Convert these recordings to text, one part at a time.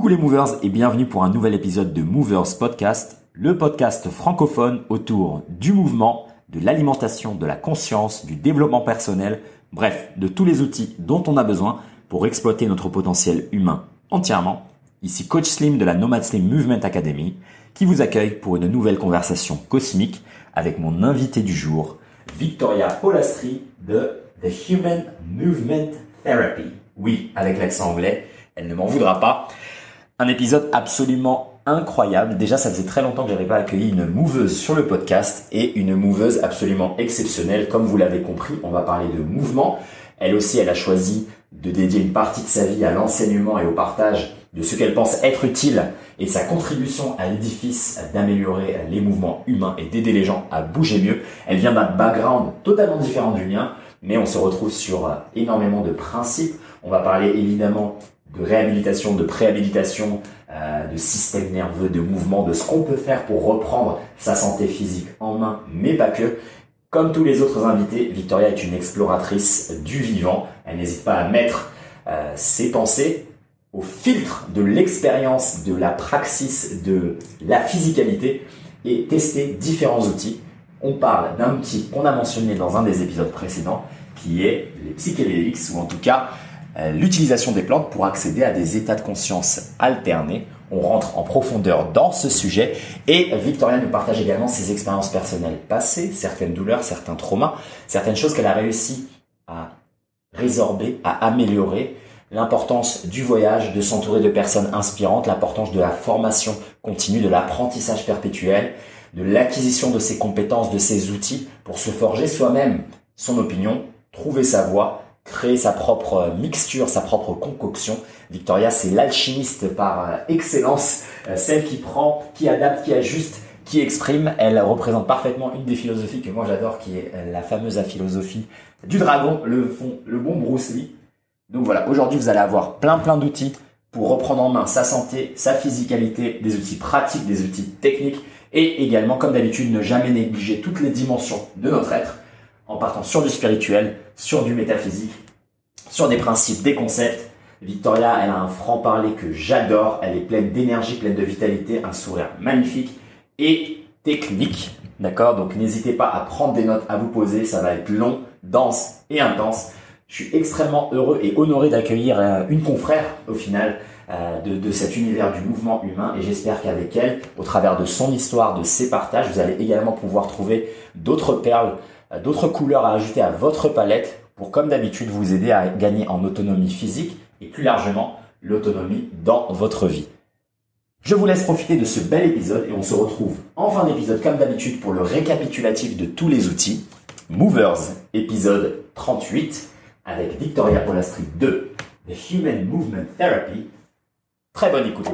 Coucou les Movers et bienvenue pour un nouvel épisode de Movers Podcast, le podcast francophone autour du mouvement, de l'alimentation, de la conscience, du développement personnel, bref, de tous les outils dont on a besoin pour exploiter notre potentiel humain entièrement. Ici Coach Slim de la Nomad Slim Movement Academy qui vous accueille pour une nouvelle conversation cosmique avec mon invité du jour, Victoria Polastri de The Human Movement Therapy. Oui, avec l'accent anglais, elle ne m'en voudra pas. Un épisode absolument incroyable. Déjà, ça faisait très longtemps que j'avais pas accueilli une moveuse sur le podcast et une moveuse absolument exceptionnelle. Comme vous l'avez compris, on va parler de mouvement. Elle aussi, elle a choisi de dédier une partie de sa vie à l'enseignement et au partage de ce qu'elle pense être utile et sa contribution à l'édifice d'améliorer les mouvements humains et d'aider les gens à bouger mieux. Elle vient d'un background totalement différent du mien, mais on se retrouve sur énormément de principes. On va parler évidemment de réhabilitation, de préhabilitation, de système nerveux, de mouvement, de ce qu'on peut faire pour reprendre sa santé physique en main, mais pas que. Comme tous les autres invités, Victoria est une exploratrice du vivant. Elle n'hésite pas à mettre ses pensées au filtre de l'expérience, de la praxis, de la physicalité et tester différents outils. On parle d'un outil qu'on a mentionné dans un des épisodes précédents qui est les psychédéliques ou en tout cas l'utilisation des plantes pour accéder à des états de conscience alternés. On rentre en profondeur dans ce sujet et Victoria nous partage également ses expériences personnelles passées, certaines douleurs, certains traumas, certaines choses qu'elle a réussi à résorber, à améliorer, l'importance du voyage, de s'entourer de personnes inspirantes, l'importance de la formation continue, de l'apprentissage perpétuel, de l'acquisition de ses compétences, de ses outils pour se forger soi-même son opinion, trouver sa voie, créer sa propre mixture, sa propre concoction. Victoria, c'est l'alchimiste par excellence, celle qui prend, qui adapte, qui ajuste, qui exprime. Elle représente parfaitement une des philosophies que moi j'adore, qui est la fameuse philosophie du dragon, le bon Bruce Lee. Donc voilà, aujourd'hui vous allez avoir plein d'outils pour reprendre en main sa santé, sa physicalité, des outils pratiques, des outils techniques et également, comme d'habitude, ne jamais négliger toutes les dimensions de notre être en partant sur du spirituel, sur du métaphysique, sur des principes, des concepts. Victoria, elle a un franc-parler que j'adore, elle est pleine d'énergie, pleine de vitalité, un sourire magnifique et technique, d'accord? Donc n'hésitez pas à prendre des notes, à vous poser, ça va être long, dense et intense. Je suis extrêmement heureux et honoré d'accueillir une confrère au final de cet univers du mouvement humain et j'espère qu'avec elle, au travers de son histoire, de ses partages, vous allez également pouvoir trouver d'autres perles, d'autres couleurs à ajouter à votre palette pour, comme d'habitude, vous aider à gagner en autonomie physique et plus largement l'autonomie dans votre vie. Je vous laisse profiter de ce bel épisode et on se retrouve en fin d'épisode comme d'habitude pour le récapitulatif de tous les outils. Movers, épisode 38 avec Victoria Polastri de The Human Movement Therapy. Très bonne écoute.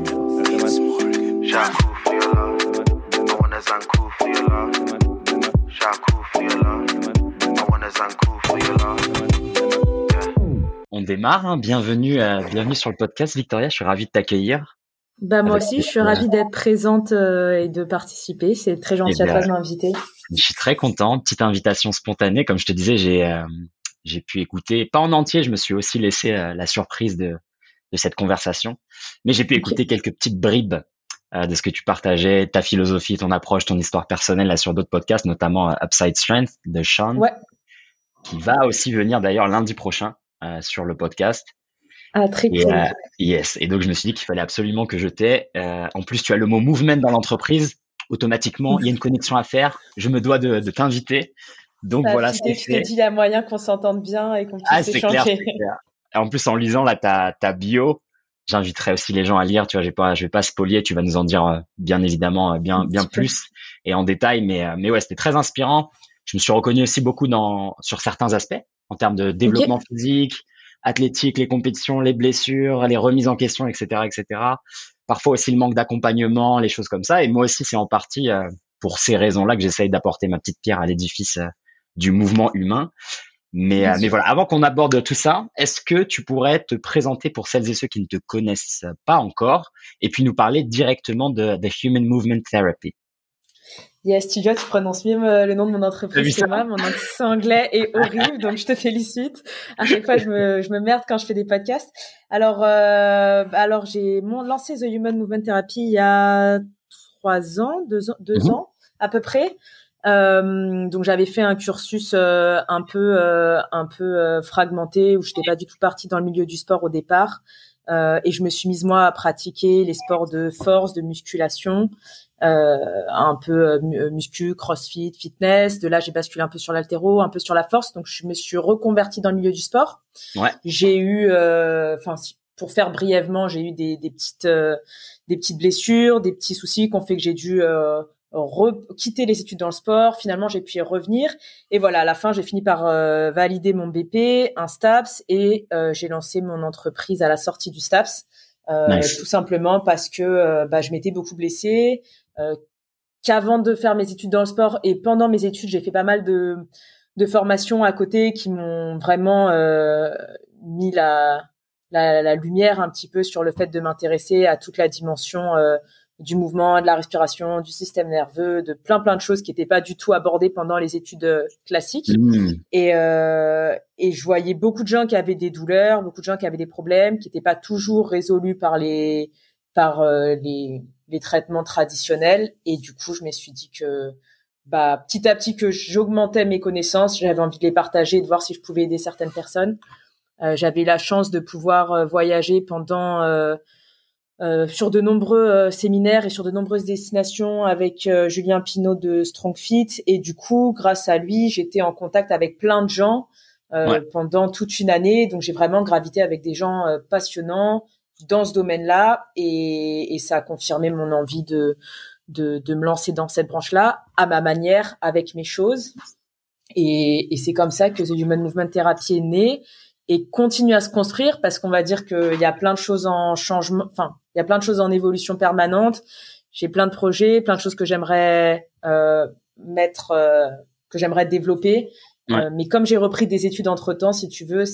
On démarre, hein. Bienvenue sur le podcast, Victoria. Je suis ravi de t'accueillir. Moi aussi, je suis ravie d'être présente et de participer. C'est très gentil à toi de m'inviter. Je suis très content. Petite invitation spontanée. Comme je te disais, j'ai pu écouter, pas en entier, je me suis aussi laissé la surprise de cette conversation. Mais j'ai pu écouter quelques petites bribes de ce que tu partageais, ta philosophie, ton approche, ton histoire personnelle là sur d'autres podcasts, notamment Upside Strength de Sean, qui va aussi venir d'ailleurs lundi prochain sur le podcast. Ah, très cool. Yes. Et donc, je me suis dit qu'il fallait absolument que je t'aie. En plus, tu as le mot movement dans l'entreprise. Automatiquement, il y a une connexion à faire. Je me dois de t'inviter. Donc, voilà. Je t'ai dit, il y a moyen qu'on s'entende bien et qu'on puisse échanger. C'est clair. En plus, en lisant là ta bio, j'inviterai aussi les gens à lire. Tu vois, je vais pas spolier. Tu vas nous en dire bien évidemment bien plus et en détail. Mais ouais, c'était très inspirant. Je me suis reconnu aussi beaucoup sur certains aspects en termes de développement physique, athlétique, les compétitions, les blessures, les remises en question, etc., etc. Parfois aussi le manque d'accompagnement, les choses comme ça. Et moi aussi, c'est en partie pour ces raisons-là que j'essaye d'apporter ma petite pierre à l'édifice du mouvement humain. Mais voilà, avant qu'on aborde tout ça, est-ce que tu pourrais te présenter pour celles et ceux qui ne te connaissent pas encore et puis nous parler directement de Human Movement Therapy? Yes, tu vois, tu prononces mieux le nom de mon entreprise que moi. Mon accent anglais est horrible, donc je te félicite. À chaque fois, je me merde quand je fais des podcasts. Alors j'ai lancé The Human Movement Therapy il y a 2 ans à peu près. Donc j'avais fait un cursus un peu fragmenté où j'étais pas du tout partie dans le milieu du sport au départ. Et je me suis mise moi à pratiquer les sports de force, de musculation, un peu muscu, crossfit, fitness. De là, j'ai basculé un peu sur l'haltéro, un peu sur la force. Donc, je me suis reconvertie dans le milieu du sport. Ouais. J'ai eu, pour faire brièvement, j'ai eu des petites blessures, des petits soucis qui ont fait que j'ai dû quitter les études dans le sport. Finalement, j'ai pu y revenir. Et voilà, à la fin, j'ai fini par valider mon BP, un STAPS, et j'ai lancé mon entreprise à la sortie du STAPS. Nice. Tout simplement parce que je m'étais beaucoup blessée, qu'avant de faire mes études dans le sport et pendant mes études, j'ai fait pas mal de formations à côté qui m'ont vraiment mis la lumière un petit peu sur le fait de m'intéresser à toute la dimension du mouvement, de la respiration, du système nerveux, de plein de choses qui n'étaient pas du tout abordées pendant les études classiques. Et je voyais beaucoup de gens qui avaient des douleurs, beaucoup de gens qui avaient des problèmes, qui n'étaient pas toujours résolus par les traitements traditionnels. Et du coup, je me suis dit que petit à petit que j'augmentais mes connaissances, j'avais envie de les partager, de voir si je pouvais aider certaines personnes. J'avais la chance de pouvoir voyager pendant sur de nombreux séminaires et sur de nombreuses destinations avec Julien Pinault de Strong Fit, et du coup grâce à lui j'étais en contact avec plein de gens pendant toute une année, donc j'ai vraiment gravité avec des gens passionnants dans ce domaine-là, et ça a confirmé mon envie de me lancer dans cette branche-là à ma manière, avec mes choses, et c'est comme ça que The Human Movement Therapy est né et continue à se construire, parce qu'on va dire qu'il y a plein de choses en changement, enfin, il y a plein de choses en évolution permanente. J'ai plein de projets, plein de choses que j'aimerais que j'aimerais développer. Ouais. Mais comme j'ai repris des études entre-temps, si tu veux,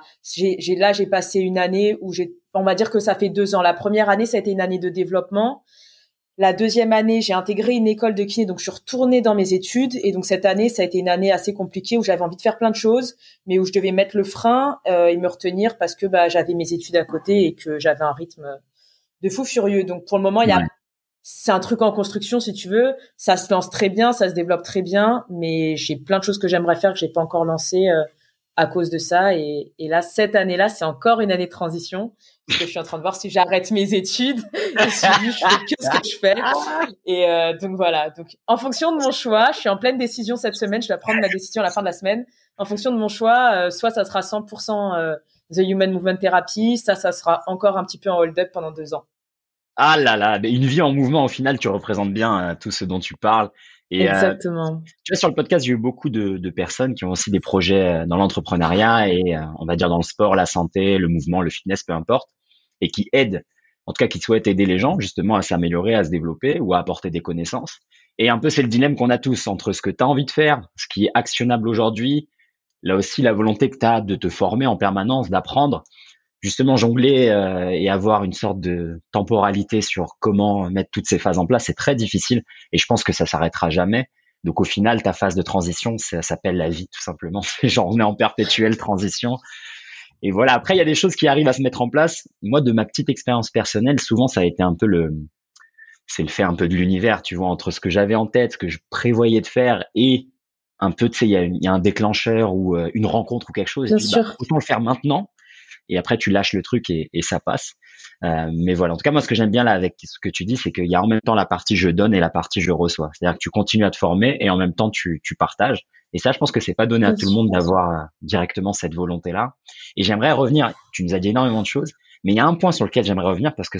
j'ai passé une année où on va dire que ça fait 2 ans. La première année, ça a été une année de développement. La deuxième année, j'ai intégré une école de kiné, donc je suis retournée dans mes études. Et donc cette année, ça a été une année assez compliquée où j'avais envie de faire plein de choses, mais où je devais mettre le frein et me retenir parce que j'avais mes études à côté et que j'avais un rythme de fou furieux. Donc pour le moment, c'est un truc en construction, si tu veux. Ça se lance très bien, ça se développe très bien, mais j'ai plein de choses que j'aimerais faire que j'ai pas encore lancées à cause de ça. Et là, cette année-là, c'est encore une année de transition, parce que je suis en train de voir si j'arrête mes études et si je fais que ce que je fais. Et donc voilà. Donc en fonction de mon choix, je suis en pleine décision cette semaine. Je dois prendre ma décision à la fin de la semaine. En fonction de mon choix, soit ça sera 100% The Human Movement Therapy, ça sera encore un petit peu en hold-up pendant 2 ans. Ah là là, une vie en mouvement, au final, tu représentes bien tout ce dont tu parles. Et, exactement. Tu vois, sur le podcast, j'ai eu beaucoup de personnes qui ont aussi des projets dans l'entrepreneuriat et on va dire dans le sport, la santé, le mouvement, le fitness, peu importe, et qui aident, en tout cas qui souhaitent aider les gens justement à s'améliorer, à se développer ou à apporter des connaissances. Et un peu, c'est le dilemme qu'on a tous entre ce que tu as envie de faire, ce qui est actionnable aujourd'hui, là aussi la volonté que tu as de te former en permanence, d'apprendre, justement jongler et avoir une sorte de temporalité sur comment mettre toutes ces phases en place, c'est très difficile et je pense que ça s'arrêtera jamais. Donc au final, ta phase de transition, ça s'appelle la vie tout simplement. C'est genre on est en perpétuelle transition. Et voilà, après il y a des choses qui arrivent à se mettre en place. Moi, de ma petite expérience personnelle, souvent ça a été un peu c'est le fait un peu de l'univers, tu vois, entre ce que j'avais en tête, ce que je prévoyais de faire et un peu, tu sais, il y a un déclencheur ou une rencontre ou quelque chose. Bien et puis, sûr. Autant le faire maintenant. Et après, tu lâches le truc et ça passe. Mais voilà. En tout cas, moi, ce que j'aime bien là avec ce que tu dis, c'est qu'il y a en même temps la partie je donne et la partie je reçois. C'est-à-dire que tu continues à te former et en même temps, tu partages. Et ça, je pense que c'est pas donné à tout le monde d'avoir directement cette volonté-là. Et j'aimerais revenir. Tu nous as dit énormément de choses, mais il y a un point sur lequel j'aimerais revenir parce que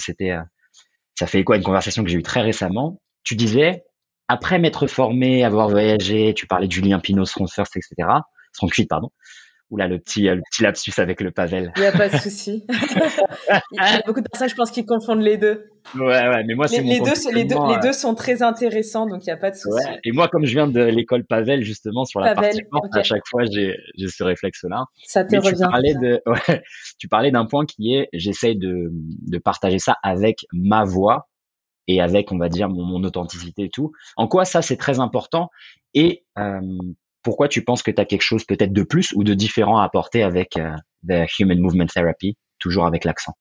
ça fait écho à une conversation que j'ai eue très récemment. Tu disais, après m'être formé, avoir voyagé, tu parlais de Julien Pinault, Strong First, etc. Strong Fit, pardon. Oula, le petit lapsus avec le Pavel. Il n'y a pas de souci. Il y a beaucoup de personnes, je pense, qui confondent les deux. Ouais, mais moi, c'est les deux sont très intéressants, donc il n'y a pas de souci. Ouais. Et moi, comme je viens de l'école Pavel, justement, sur la partie forte, okay. À chaque fois, j'ai ce réflexe-là. Ça te revient. Tu parlais d'un point qui est, j'essaye de partager ça avec ma voix et avec, on va dire, mon authenticité et tout. En quoi ça, c'est très important et pourquoi tu penses que tu as quelque chose peut-être de plus ou de différent à apporter avec the Human Movement Therapy, toujours avec l'accent?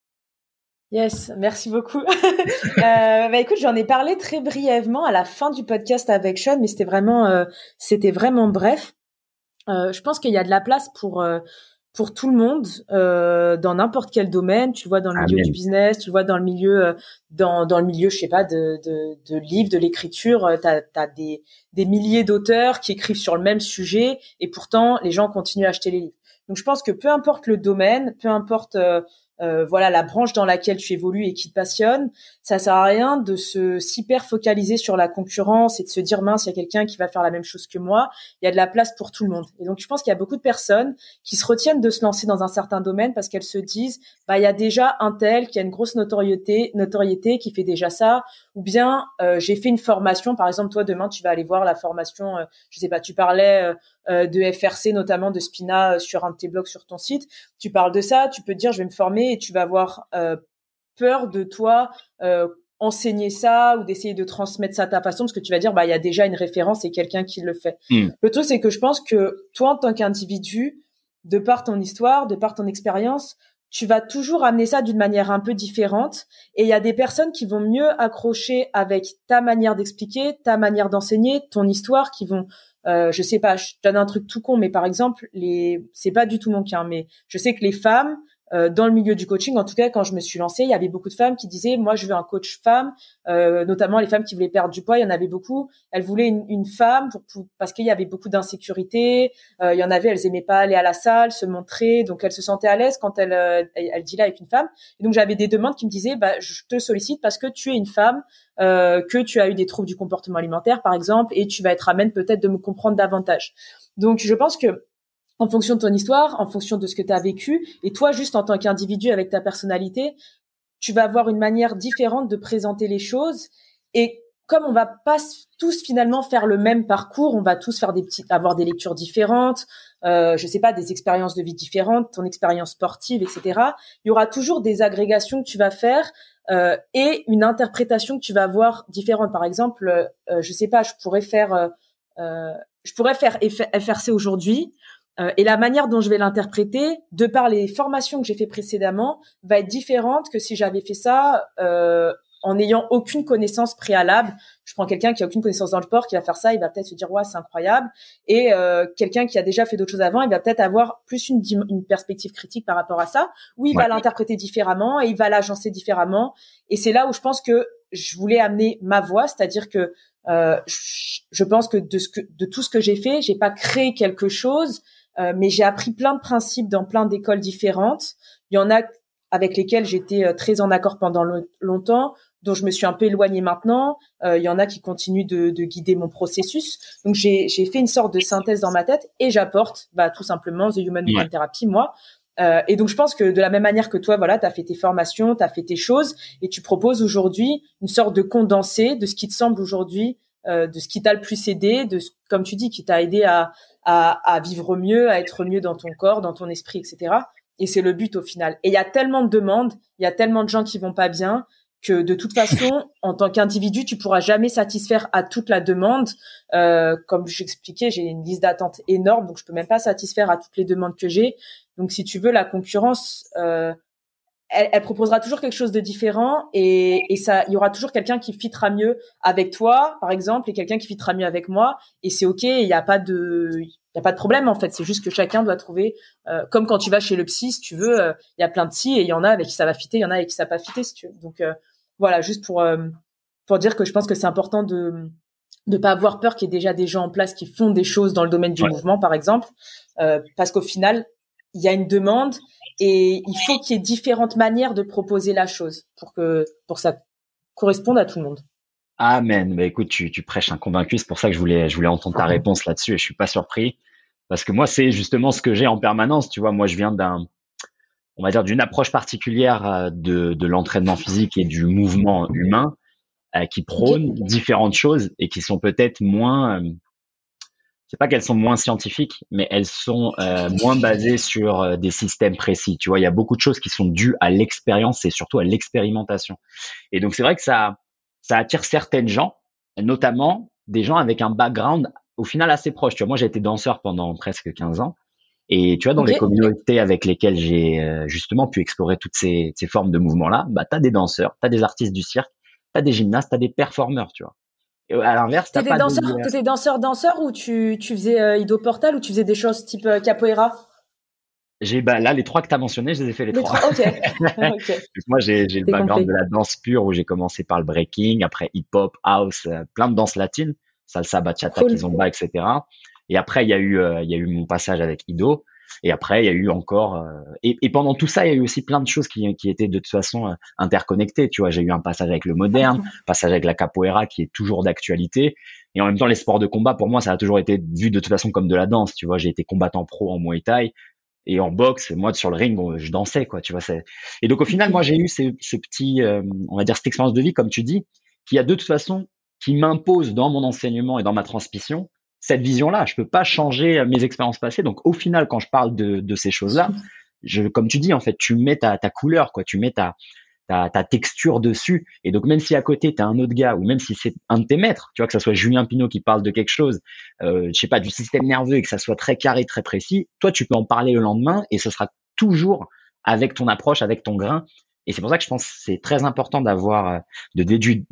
Yes, merci beaucoup. Écoute, j'en ai parlé très brièvement à la fin du podcast avec Sean, mais c'était vraiment bref. Je pense qu'il y a de la place pour tout le monde dans n'importe quel domaine. Tu vois, dans le milieu du business, tu vois, dans le milieu dans le milieu, je sais pas, de livres, de l'écriture. T'as des milliers d'auteurs qui écrivent sur le même sujet et pourtant les gens continuent à acheter les livres. Donc je pense que peu importe le domaine, peu importe voilà la branche dans laquelle tu évolues et qui te passionne, ça sert à rien de se s'hyper focaliser sur la concurrence et de se dire mince, il y a quelqu'un qui va faire la même chose que moi. Il y a de la place pour tout le monde. Et donc je pense qu'il y a beaucoup de personnes qui se retiennent de se lancer dans un certain domaine parce qu'elles se disent il y a déjà un tel qui a une grosse notoriété qui fait déjà ça, ou bien j'ai fait une formation, par exemple toi demain tu vas aller voir la formation je sais pas, tu parlais de FRC, notamment de Spina sur un de tes blogs sur ton site, tu parles de ça, tu peux te dire je vais me former et tu vas avoir peur de toi enseigner ça ou d'essayer de transmettre ça à ta façon parce que tu vas dire il y a déjà une référence et quelqu'un qui le fait. Le truc c'est que je pense que toi en tant qu'individu, de par ton histoire, de par ton expérience, tu vas toujours amener ça d'une manière un peu différente et il y a des personnes qui vont mieux accrocher avec ta manière d'expliquer, ta manière d'enseigner, ton histoire, qui vont je sais pas, je donne un truc tout con, mais par exemple, c'est pas du tout mon cas, mais je sais que les femmes, dans le milieu du coaching, en tout cas, quand je me suis lancée, il y avait beaucoup de femmes qui disaient, moi, je veux un coach femme, notamment les femmes qui voulaient perdre du poids, il y en avait beaucoup. Elles voulaient une femme parce qu'il y avait beaucoup d'insécurité. Il y en avait, elles aimaient pas aller à la salle, se montrer, donc elles se sentaient à l'aise quand elles dealaient avec une femme. Et donc, j'avais des demandes qui me disaient, je te sollicite parce que tu es une femme, que tu as eu des troubles du comportement alimentaire, par exemple, et tu vas être amène peut-être de me comprendre davantage. Donc, je pense que en fonction de ton histoire, en fonction de ce que tu as vécu, et toi, juste en tant qu'individu avec ta personnalité, tu vas avoir une manière différente de présenter les choses. Et comme on va pas tous finalement faire le même parcours, on va tous faire avoir des lectures différentes, je sais pas, des expériences de vie différentes, ton expérience sportive, etc. Il y aura toujours des agrégations que tu vas faire et une interprétation que tu vas avoir différente. Par exemple, je sais pas, je pourrais faire FRC aujourd'hui. Et la manière dont je vais l'interpréter, de par les formations que j'ai fait précédemment, va être différente que si j'avais fait ça en n'ayant aucune connaissance préalable. Je prends quelqu'un qui a aucune connaissance dans le sport, qui va faire ça, il va peut-être se dire ouais, c'est incroyable. Et quelqu'un qui a déjà fait d'autres choses avant, il va peut-être avoir plus une perspective critique par rapport à ça, où il va l'interpréter différemment et il va l'agencer différemment. Et c'est là où je pense que je voulais amener ma voix, c'est-à-dire que je pense que de tout ce que j'ai fait, j'ai pas créé quelque chose. Mais j'ai appris plein de principes dans plein d'écoles différentes. Il y en a avec lesquels j'étais très en accord pendant longtemps, dont je me suis un peu éloignée maintenant. Il y en a qui continuent de guider mon processus. Donc j'ai fait une sorte de synthèse dans ma tête et j'apporte tout simplement The Human Movement Therapy, moi. Et donc je pense que de la même manière que toi, voilà, t'as fait tes formations, t'as fait tes choses et tu proposes aujourd'hui une sorte de condensé de ce qui te semble aujourd'hui, de ce qui t'a le plus aidé, comme tu dis, qui t'a aidé à vivre mieux, à être mieux dans ton corps, dans ton esprit, etc. Et c'est le but au final. Et il y a tellement de demandes, il y a tellement de gens qui vont pas bien que de toute façon, en tant qu'individu, tu pourras jamais satisfaire à toute la demande. Comme j'expliquais, j'ai une liste d'attente énorme, donc je peux même pas satisfaire à toutes les demandes que j'ai. Donc si tu veux, la concurrence, elle proposera toujours quelque chose de différent et ça, il y aura toujours quelqu'un qui fitera mieux avec toi, par exemple, et quelqu'un qui fitera mieux avec moi. Et c'est ok, il y a pas de problème en fait. C'est juste que chacun doit trouver, comme quand tu vas chez le psy, si tu veux, il y a plein de psys et il y en a avec qui ça va fitter, il y en a avec qui ça va pas fitter, si tu veux. Donc voilà, juste pour dire que je pense que c'est important de pas avoir peur qu'il y ait déjà des gens en place qui font des choses dans le domaine du mouvement, par exemple, parce qu'au final, il y a une demande. Et il faut qu'il y ait différentes manières de proposer la chose pour que ça corresponde à tout le monde. Amen. Écoute, tu prêches un convaincu. C'est pour ça que je voulais entendre ta réponse là-dessus et je suis pas surpris parce que moi, c'est justement ce que j'ai en permanence. Tu vois, moi, je viens on va dire, d'une approche particulière de l'entraînement physique et du mouvement humain qui prône différentes choses et qui sont peut-être moins, c'est pas qu'elles sont moins scientifiques, mais elles sont moins basées sur des systèmes précis. Tu vois, il y a beaucoup de choses qui sont dues à l'expérience et surtout à l'expérimentation. Et donc, c'est vrai que ça ça attire certaines gens, notamment des gens avec un background au final assez proche. Tu vois, moi, j'ai été danseur pendant presque 15 ans. Et tu vois, dans les communautés avec lesquelles j'ai justement pu explorer toutes ces formes de mouvements-là, bah, t'as des danseurs, t'as des artistes du cirque, t'as des gymnastes, t'as des performeurs, tu vois. Et à l'inverse, t'as pas T'étais danseur ou tu faisais Ido Portal ou tu faisais des choses type capoeira? Là, les trois que t'as mentionnés, je les ai fait les trois. Ok. Moi, j'ai le background de la danse pure où j'ai commencé par le breaking, après hip-hop, house, plein de danses latines, salsa, bachata, kizomba, etc. Et après, il y a eu mon passage avec Ido. Et après, il y a eu encore, et pendant tout ça, il y a eu aussi plein de choses qui étaient de toute façon interconnectées. Tu vois, j'ai eu un passage avec le moderne, passage avec la capoeira qui est toujours d'actualité. Et en même temps, les sports de combat, pour moi, ça a toujours été vu de toute façon comme de la danse. Tu vois, j'ai été combattant pro en Muay Thai. Et en boxe, moi, sur le ring, je dansais, quoi, tu vois. Et donc, au final, moi, j'ai eu ce petit, on va dire, cette expérience de vie, comme tu dis, qui a de toute façon, qui m'impose dans mon enseignement et dans ma transmission, cette vision-là. Je peux pas changer mes expériences passées. Donc, au final, quand je parle de ces choses-là, comme tu dis, en fait, tu mets ta couleur, quoi, tu mets ta texture dessus. Et donc, même si à côté, tu as un autre gars, ou même si c'est un de tes maîtres, tu vois, que ça soit Julien Pineau qui parle de quelque chose, je sais pas, du système nerveux et que ça soit très carré, très précis, toi, tu peux en parler le lendemain et ce sera toujours avec ton approche, avec ton grain. Et c'est pour ça que je pense que c'est très important d'avoir, de dédier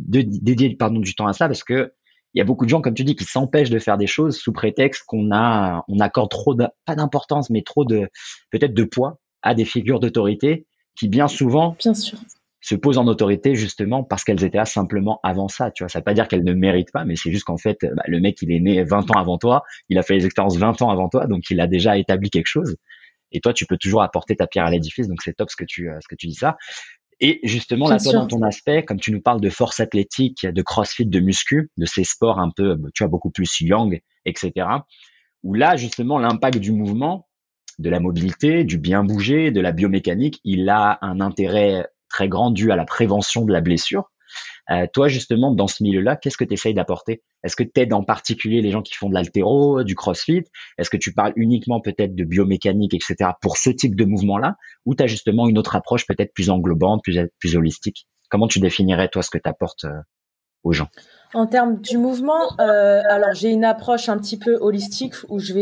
du temps à ça, parce que il y a beaucoup de gens, comme tu dis, qui s'empêchent de faire des choses sous prétexte on accorde pas d'importance, mais trop peut-être de poids à des figures d'autorité qui bien souvent Bien sûr. se posent en autorité justement parce qu'elles étaient là simplement avant ça. Tu vois, ça veut pas dire qu'elles ne méritent pas, mais c'est juste qu'en fait, le mec, il est né 20 ans avant toi, il a fait les expériences 20 ans avant toi, donc il a déjà établi quelque chose. Et toi, tu peux toujours apporter ta pierre à l'édifice, donc c'est top ce que tu dis ça. Et justement, là, toi, dans ton aspect, comme tu nous parles de force athlétique, de crossfit, de muscu, de ces sports un peu, tu vois, beaucoup plus yang, etc., où là, justement, l'impact du mouvement, de la mobilité, du bien bouger, de la biomécanique, il a un intérêt très grand dû à la prévention de la blessure. Toi, justement, dans ce milieu-là, qu'est-ce que tu essayes d'apporter? Est-ce que tu aides en particulier les gens qui font de l'haltéro, du crossfit? Est-ce que tu parles uniquement peut-être de biomécanique, etc., pour ce type de mouvement-là? Ou tu as justement une autre approche peut-être plus englobante, plus holistique? Comment tu définirais, toi, ce que tu apportes aux gens? En termes du mouvement, alors j'ai une approche un petit peu holistique où je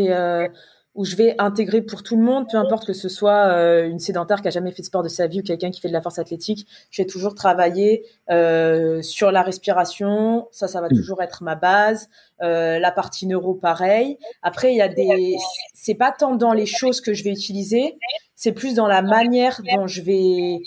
vais intégrer pour tout le monde, peu importe que ce soit une sédentaire qui a jamais fait de sport de sa vie ou quelqu'un qui fait de la force athlétique. Je vais toujours travailler sur la respiration, ça va toujours être ma base. La partie neuro, pareil. Après, il y a c'est pas tant dans les choses que je vais utiliser, c'est plus dans la manière dont je vais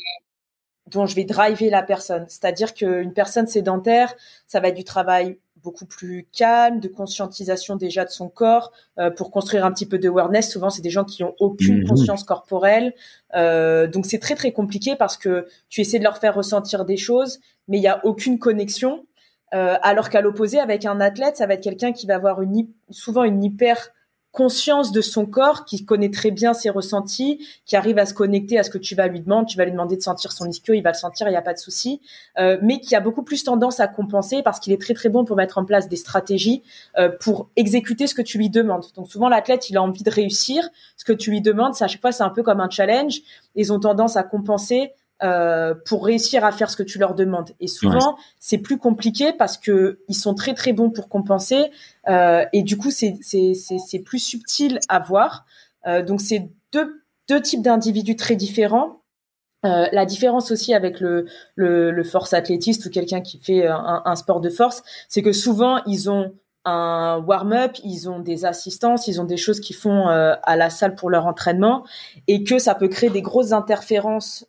driver la personne. C'est-à-dire qu'une personne sédentaire, ça va être du travail beaucoup plus calme, de conscientisation déjà de son corps, pour construire un petit peu de awareness. Souvent, c'est des gens qui ont aucune conscience corporelle. Donc, c'est très, très compliqué parce que tu essaies de leur faire ressentir des choses, mais il n'y a aucune connexion. Alors qu'à l'opposé, avec un athlète, ça va être quelqu'un qui va avoir souvent une hyper conscience de son corps, qui connaît très bien ses ressentis, qui arrive à se connecter à ce que tu vas lui demander. Tu vas lui demander de sentir son ischio, il va le sentir, il n'y a pas de souci, mais qui a beaucoup plus tendance à compenser parce qu'il est très très bon pour mettre en place des stratégies pour exécuter ce que tu lui demandes. Donc souvent l'athlète, il a envie de réussir ce que tu lui demandes. À chaque fois, c'est un peu comme un challenge. Ils ont tendance à compenser pour réussir à faire ce que tu leur demandes. Et souvent, c'est plus compliqué parce que ils sont très très bons pour compenser. Et du coup, c'est plus subtil à voir. Donc, c'est deux types d'individus très différents. La différence aussi avec le force athlétiste ou quelqu'un qui fait un sport de force, c'est que souvent, ils ont un warm-up, ils ont des assistances, ils ont des choses qu'ils font à la salle pour leur entraînement, et que ça peut créer des grosses interférences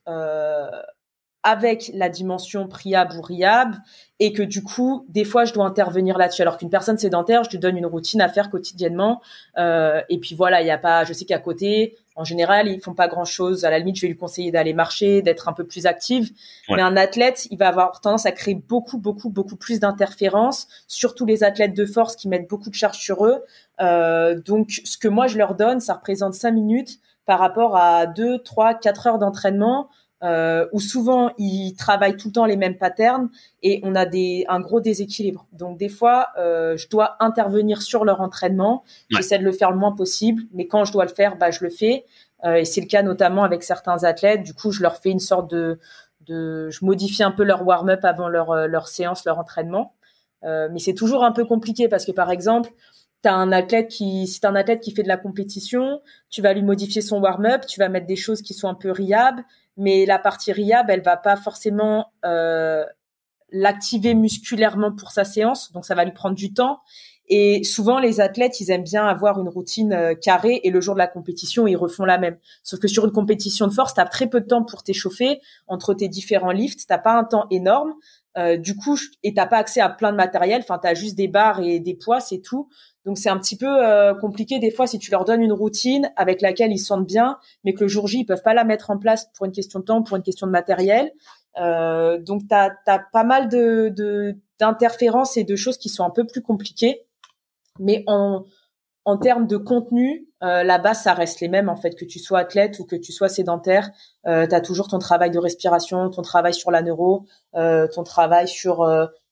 avec la dimension priab ou riab, et que du coup, des fois, je dois intervenir là-dessus. Alors qu'une personne sédentaire, je lui donne une routine à faire quotidiennement, et puis voilà, il y a pas, je sais qu'à côté, en général, ils font pas grand-chose. À la limite, je vais lui conseiller d'aller marcher, d'être un peu plus active. Ouais. Mais un athlète, il va avoir tendance à créer beaucoup plus d'interférences, surtout les athlètes de force qui mettent beaucoup de charge sur eux. Donc, ce que moi, je leur donne, ça représente 5 minutes par rapport à 2, 3, 4 heures d'entraînement, où souvent, ils travaillent tout le temps les mêmes patterns et on a un gros déséquilibre. Donc, des fois, je dois intervenir sur leur entraînement. Ouais. J'essaie de le faire le moins possible, mais quand je dois le faire, je le fais. Et c'est le cas notamment avec certains athlètes. Du coup, je leur fais une sorte de je modifie un peu leur warm-up avant leur séance, leur entraînement. Mais c'est toujours un peu compliqué parce que, par exemple, si t'as un athlète qui fait de la compétition, tu vas lui modifier son warm-up, tu vas mettre des choses qui sont un peu rehab, mais la partie rehab, elle va pas forcément l'activer musculairement pour sa séance, donc ça va lui prendre du temps. Et souvent, les athlètes, ils aiment bien avoir une routine carrée et le jour de la compétition, ils refont la même. Sauf que sur une compétition de force, tu as très peu de temps pour t'échauffer entre tes différents lifts. T'as pas un temps énorme. Du coup, et t'as pas accès à plein de matériel. Enfin, t'as juste des barres et des poids, c'est tout. Donc, c'est un petit peu compliqué des fois si tu leur donnes une routine avec laquelle ils se sentent bien, mais que le jour J, ils peuvent pas la mettre en place pour une question de temps, pour une question de matériel. Donc, t'as pas mal d'interférences et de choses qui sont un peu plus compliquées. Mais en termes de contenu, la base, ça reste les mêmes, en fait, que tu sois athlète ou que tu sois sédentaire. Tu as toujours ton travail de respiration, ton travail sur la neuro, ton travail sur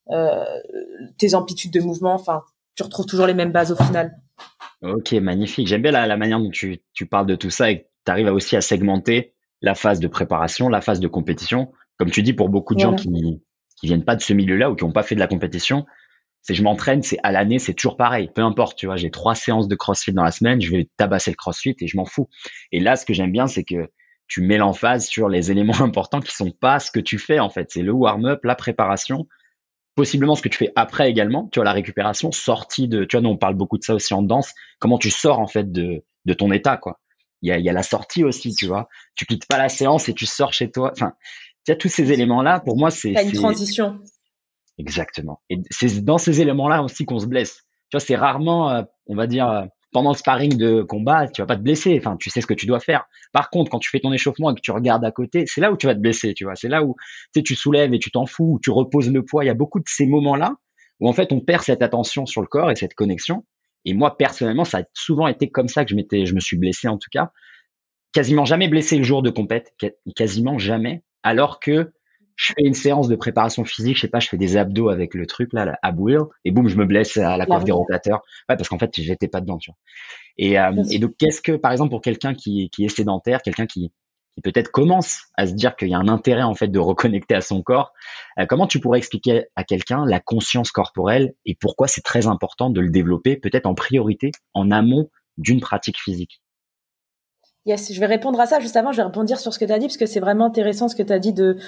tes amplitudes de mouvement. Enfin, tu retrouves toujours les mêmes bases au final. Ok, magnifique. J'aime bien la manière dont tu parles de tout ça et que tu arrives aussi à segmenter la phase de préparation, la phase de compétition. Comme tu dis, pour beaucoup de gens Voilà. qui viennent pas de ce milieu-là ou qui n'ont pas fait de la compétition, c'est je m'entraîne, c'est à l'année, c'est toujours pareil. Peu importe, tu vois, j'ai 3 séances de CrossFit dans la semaine, je vais tabasser le CrossFit et je m'en fous. Et là, ce que j'aime bien, c'est que tu mets l'emphase sur les éléments importants qui sont pas ce que tu fais, en fait. C'est le warm-up, la préparation, possiblement ce que tu fais après également, tu vois, la récupération, sortie de, tu vois, nous, on parle beaucoup de ça aussi en danse, comment tu sors, en fait, de ton état, quoi. Il y a la sortie aussi, tu vois. Tu quittes pas la séance et tu sors chez toi. Enfin, il y a tous ces éléments-là. Pour moi, T'as une transition. exactement. Et c'est dans ces éléments-là aussi qu'on se blesse. Tu vois, c'est rarement, on va dire, pendant le sparring de combat, tu vas pas te blesser. Enfin, tu sais ce que tu dois faire. Par contre, quand tu fais ton échauffement et que tu regardes à côté, c'est là où tu vas te blesser, tu vois. C'est là où, tu sais, tu soulèves et tu t'en fous, où tu reposes le poids. Il y a beaucoup de ces moments-là où, en fait, on perd cette attention sur le corps et cette connexion. Et moi, personnellement, ça a souvent été comme ça que je me suis blessé, en tout cas. Quasiment jamais blessé le jour de compète, quasiment jamais. Alors que je fais une séance de préparation physique, je sais pas, je fais des abdos avec le truc là, la ab wheel, et boum, je me blesse à la coiffe des rotateurs. Ouais, parce qu'en fait, j'étais pas dedans, tu vois. Et donc, qu'est-ce que, par exemple, pour quelqu'un qui est sédentaire, quelqu'un qui peut-être commence à se dire qu'il y a un intérêt en fait de reconnecter à son corps, comment tu pourrais expliquer à quelqu'un la conscience corporelle et pourquoi c'est très important de le développer, peut-être en priorité, en amont d'une pratique physique? Yes, je vais répondre à ça juste avant. Je vais rebondir sur ce que tu as dit parce que c'est vraiment intéressant ce que tu as dit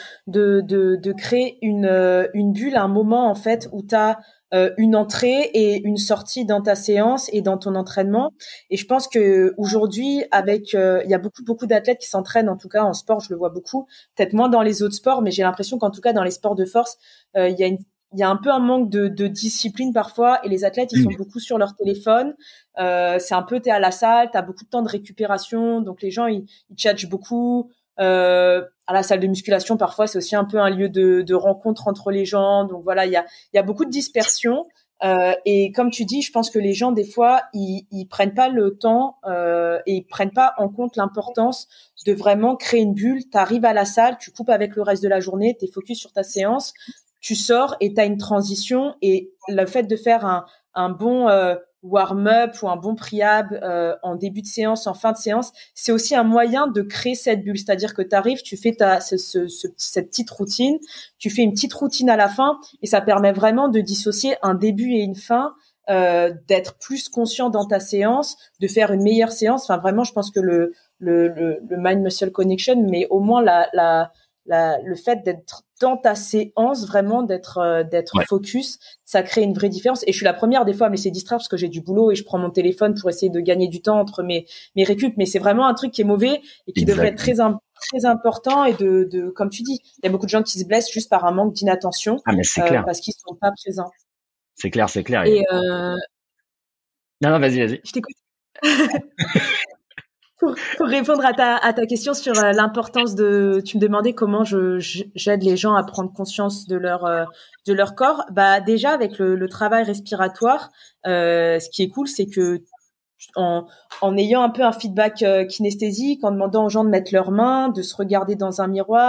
de créer une bulle, un moment en fait où tu as une entrée et une sortie dans ta séance et dans ton entraînement. Et je pense que aujourd'hui, avec il y a beaucoup d'athlètes qui s'entraînent, en tout cas en sport, je le vois beaucoup. Peut-être moins dans les autres sports, mais j'ai l'impression qu'en tout cas dans les sports de force, il y a un peu un manque de discipline parfois et les athlètes ils sont beaucoup sur leur téléphone. C'est un peu, t'es à la salle, t'as beaucoup de temps de récupération, donc les gens ils tchatchent beaucoup. À la salle de musculation parfois c'est aussi un peu un lieu de rencontre entre les gens, donc voilà il y a beaucoup de dispersion. Et comme tu dis, je pense que les gens des fois ils prennent pas le temps et ils prennent pas en compte l'importance de vraiment créer une bulle. T'arrives à la salle, tu coupes avec le reste de la journée, t'es focus sur ta séance, tu sors et t'as une transition et le fait de faire un bon warm-up ou un bon pre-ab en début de séance, en fin de séance, c'est aussi un moyen de créer cette bulle. C'est-à-dire que tu arrives, tu fais cette petite routine, tu fais une petite routine à la fin et ça permet vraiment de dissocier un début et une fin, d'être plus conscient dans ta séance, de faire une meilleure séance. Enfin, vraiment, je pense que le mind-muscle connection, mais au moins le fait d'être dans ta séance, vraiment d'être focus, ça crée une vraie différence. Et je suis la première des fois à me laisser distraire parce que j'ai du boulot et je prends mon téléphone pour essayer de gagner du temps entre mes récup. Mais c'est vraiment un truc qui est mauvais et qui devrait être très important. Et de comme tu dis, il y a beaucoup de gens qui se blessent juste par un manque d'inattention, Ah, mais c'est clair. parce qu'ils sont pas présents. C'est clair, c'est clair. Et non, vas-y. je t'écoute. Pour répondre à ta question sur l'importance tu me demandais comment j'aide les gens à prendre conscience de leur corps. Bah déjà avec le travail respiratoire, ce qui est cool, c'est que en ayant un peu un feedback kinesthésique, en demandant aux gens de mettre leurs mains, de se regarder dans un miroir,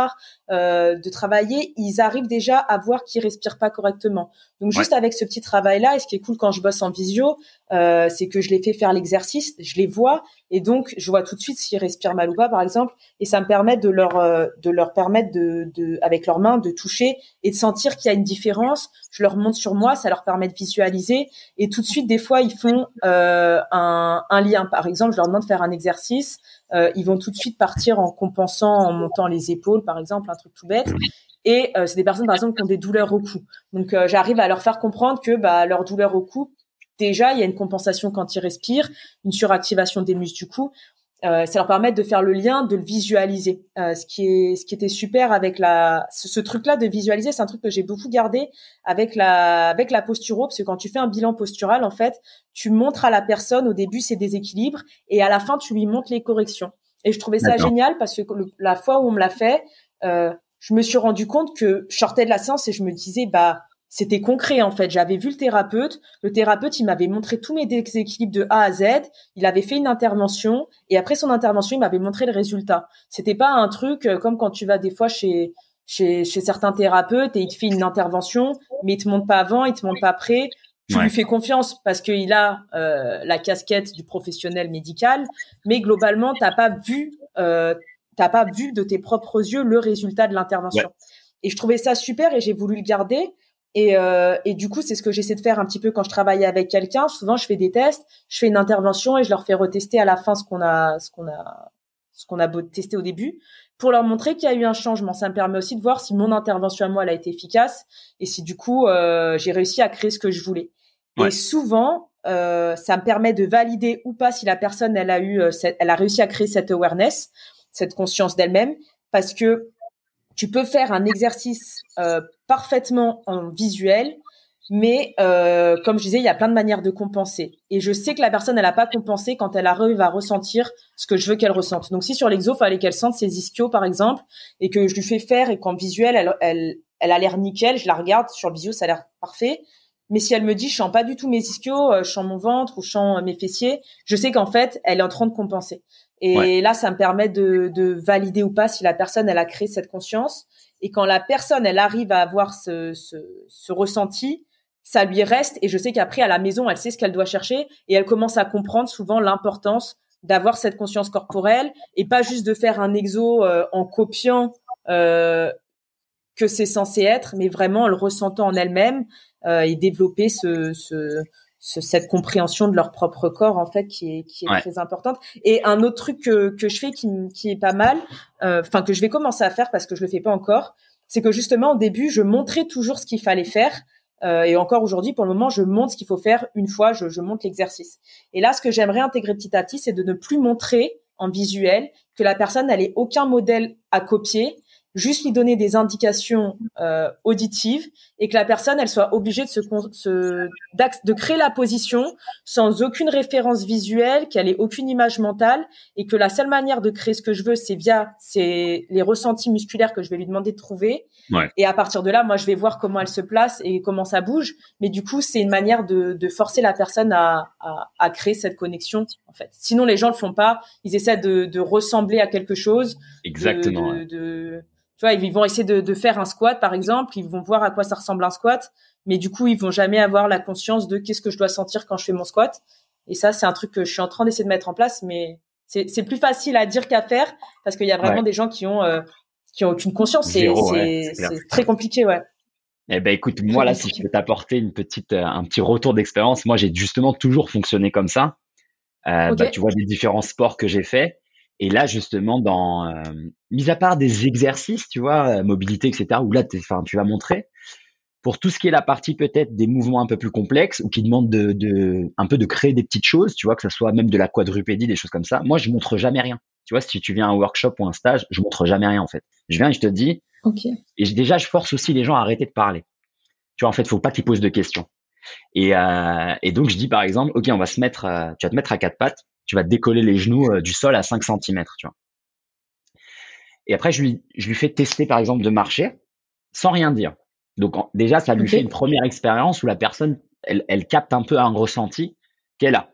de travailler, ils arrivent déjà à voir qu'ils respirent pas correctement. Donc juste avec ce petit travail-là, et ce qui est cool quand je bosse en visio, c'est que je les fais faire l'exercice, je les vois, et donc je vois tout de suite s'ils respirent mal ou pas, par exemple, et ça me permet de leur permettre de avec leurs mains de toucher et de sentir qu'il y a une différence. Je leur montre sur moi, ça leur permet de visualiser, et tout de suite des fois ils font un lien. Par exemple, je leur demande de faire un exercice, ils vont tout de suite partir en compensant, en montant les épaules, par exemple, un truc tout bête. Et c'est des personnes, par exemple, qui ont des douleurs au cou. Donc, j'arrive à leur faire comprendre que leur douleur au cou, déjà, il y a une compensation quand ils respirent, une suractivation des muscles du cou. Ça leur permet de faire le lien, de le visualiser. Ce qui était super avec ce truc-là de visualiser, c'est un truc que j'ai beaucoup gardé avec la posturo, parce que quand tu fais un bilan postural, en fait, tu montres à la personne au début ses déséquilibres et à la fin, tu lui montres les corrections. Et je trouvais ça génial parce que la fois où on me l'a fait, je me suis rendu compte que je sortais de la séance et je me disais, c'était concret, en fait. J'avais vu le thérapeute. Le thérapeute, il m'avait montré tous mes déséquilibres de A à Z. Il avait fait une intervention. Et après son intervention, il m'avait montré le résultat. C'était pas un truc comme quand tu vas des fois chez certains thérapeutes et il te fait une intervention, mais il te montre pas avant, il te montre pas après. Tu lui fais confiance parce qu'il a la casquette du professionnel médical. Mais globalement, t'as pas vu de tes propres yeux le résultat de l'intervention. Et je trouvais ça super et j'ai voulu le garder. Et du coup, c'est ce que j'essaie de faire un petit peu quand je travaille avec quelqu'un. Souvent, je fais des tests, je fais une intervention et je leur fais retester à la fin ce qu'on a testé au début pour leur montrer qu'il y a eu un changement. Ça me permet aussi de voir si mon intervention à moi, elle a été efficace et si du coup, j'ai réussi à créer ce que je voulais. Et souvent, ça me permet de valider ou pas si la personne, elle a réussi à créer cette awareness, cette conscience d'elle-même, parce que tu peux faire un exercice parfaitement en visuel, mais comme je disais, il y a plein de manières de compenser. Et je sais que la personne, elle n'a pas compensé quand elle arrive à ressentir ce que je veux qu'elle ressente. Donc, si sur l'exo, il fallait qu'elle sente ses ischios, par exemple, et que je lui fais faire et qu'en visuel, elle a l'air nickel, je la regarde, sur le visio, ça a l'air parfait. Mais si elle me dit, je sens pas du tout mes ischios, je sens mon ventre ou je sens mes fessiers, je sais qu'en fait, elle est en train de compenser. Et là, ça me permet de valider ou pas si la personne, elle a créé cette conscience. Et quand la personne, elle arrive à avoir ce ressenti, ça lui reste. Et je sais qu'après, à la maison, elle sait ce qu'elle doit chercher et elle commence à comprendre souvent l'importance d'avoir cette conscience corporelle et pas juste de faire un exo en copiant que c'est censé être, mais vraiment en le ressentant en elle-même et développer cette compréhension de leur propre corps, en fait, qui est très importante. Et un autre truc que je fais qui est pas mal, que je vais commencer à faire parce que je le fais pas encore, c'est que justement, au début, je montrais toujours ce qu'il fallait faire. Et encore aujourd'hui, pour le moment, je montre ce qu'il faut faire une fois, je montre l'exercice. Et là, ce que j'aimerais intégrer petit à petit, c'est de ne plus montrer en visuel, que la personne n'ait aucun modèle à copier, juste lui donner des indications auditives et que la personne, elle soit obligée de créer la position sans aucune référence visuelle, qu'elle ait aucune image mentale et que la seule manière de créer ce que je veux, c'est les ressentis musculaires que je vais lui demander de trouver. Et à partir de là, moi, je vais voir comment elle se place et comment ça bouge. Mais du coup, c'est une manière de forcer la personne à créer cette connexion, en fait. Sinon, les gens le font pas. Ils essaient de ressembler à quelque chose. Exactement. Tu vois, ils vont essayer de faire un squat, par exemple. Ils vont voir à quoi ça ressemble un squat. Mais du coup, ils vont jamais avoir la conscience de qu'est-ce que je dois sentir quand je fais mon squat. Et ça, c'est un truc que je suis en train d'essayer de mettre en place. Mais c'est plus facile à dire qu'à faire parce qu'il y a vraiment des gens qui ont aucune conscience. C'est très compliqué, ouais. Eh ben, écoute, moi, là, si je peux t'apporter un petit retour d'expérience, moi, j'ai justement toujours fonctionné comme ça. Tu vois, les différents sports que j'ai faits. Et là, justement, mis à part des exercices, tu vois, mobilité, etc., où là, tu vas montrer, pour tout ce qui est la partie peut-être des mouvements un peu plus complexes ou qui demandent un peu de créer des petites choses, tu vois, que ce soit même de la quadrupédie, des choses comme ça. Moi, je montre jamais rien. Tu vois, si tu viens à un workshop ou un stage, je montre jamais rien, en fait. Je viens et je te dis, et déjà, je force aussi les gens à arrêter de parler. Tu vois, en fait, faut pas qu'ils posent de questions. Et donc, je dis, par exemple, OK, on va tu vas te mettre à quatre pattes, tu vas décoller les genoux du sol à 5 centimètres, tu vois. Et après, je lui fais tester, par exemple, de marcher sans rien dire. Donc, déjà, ça lui fait une première expérience où la personne, elle capte un peu un ressenti qu'elle a.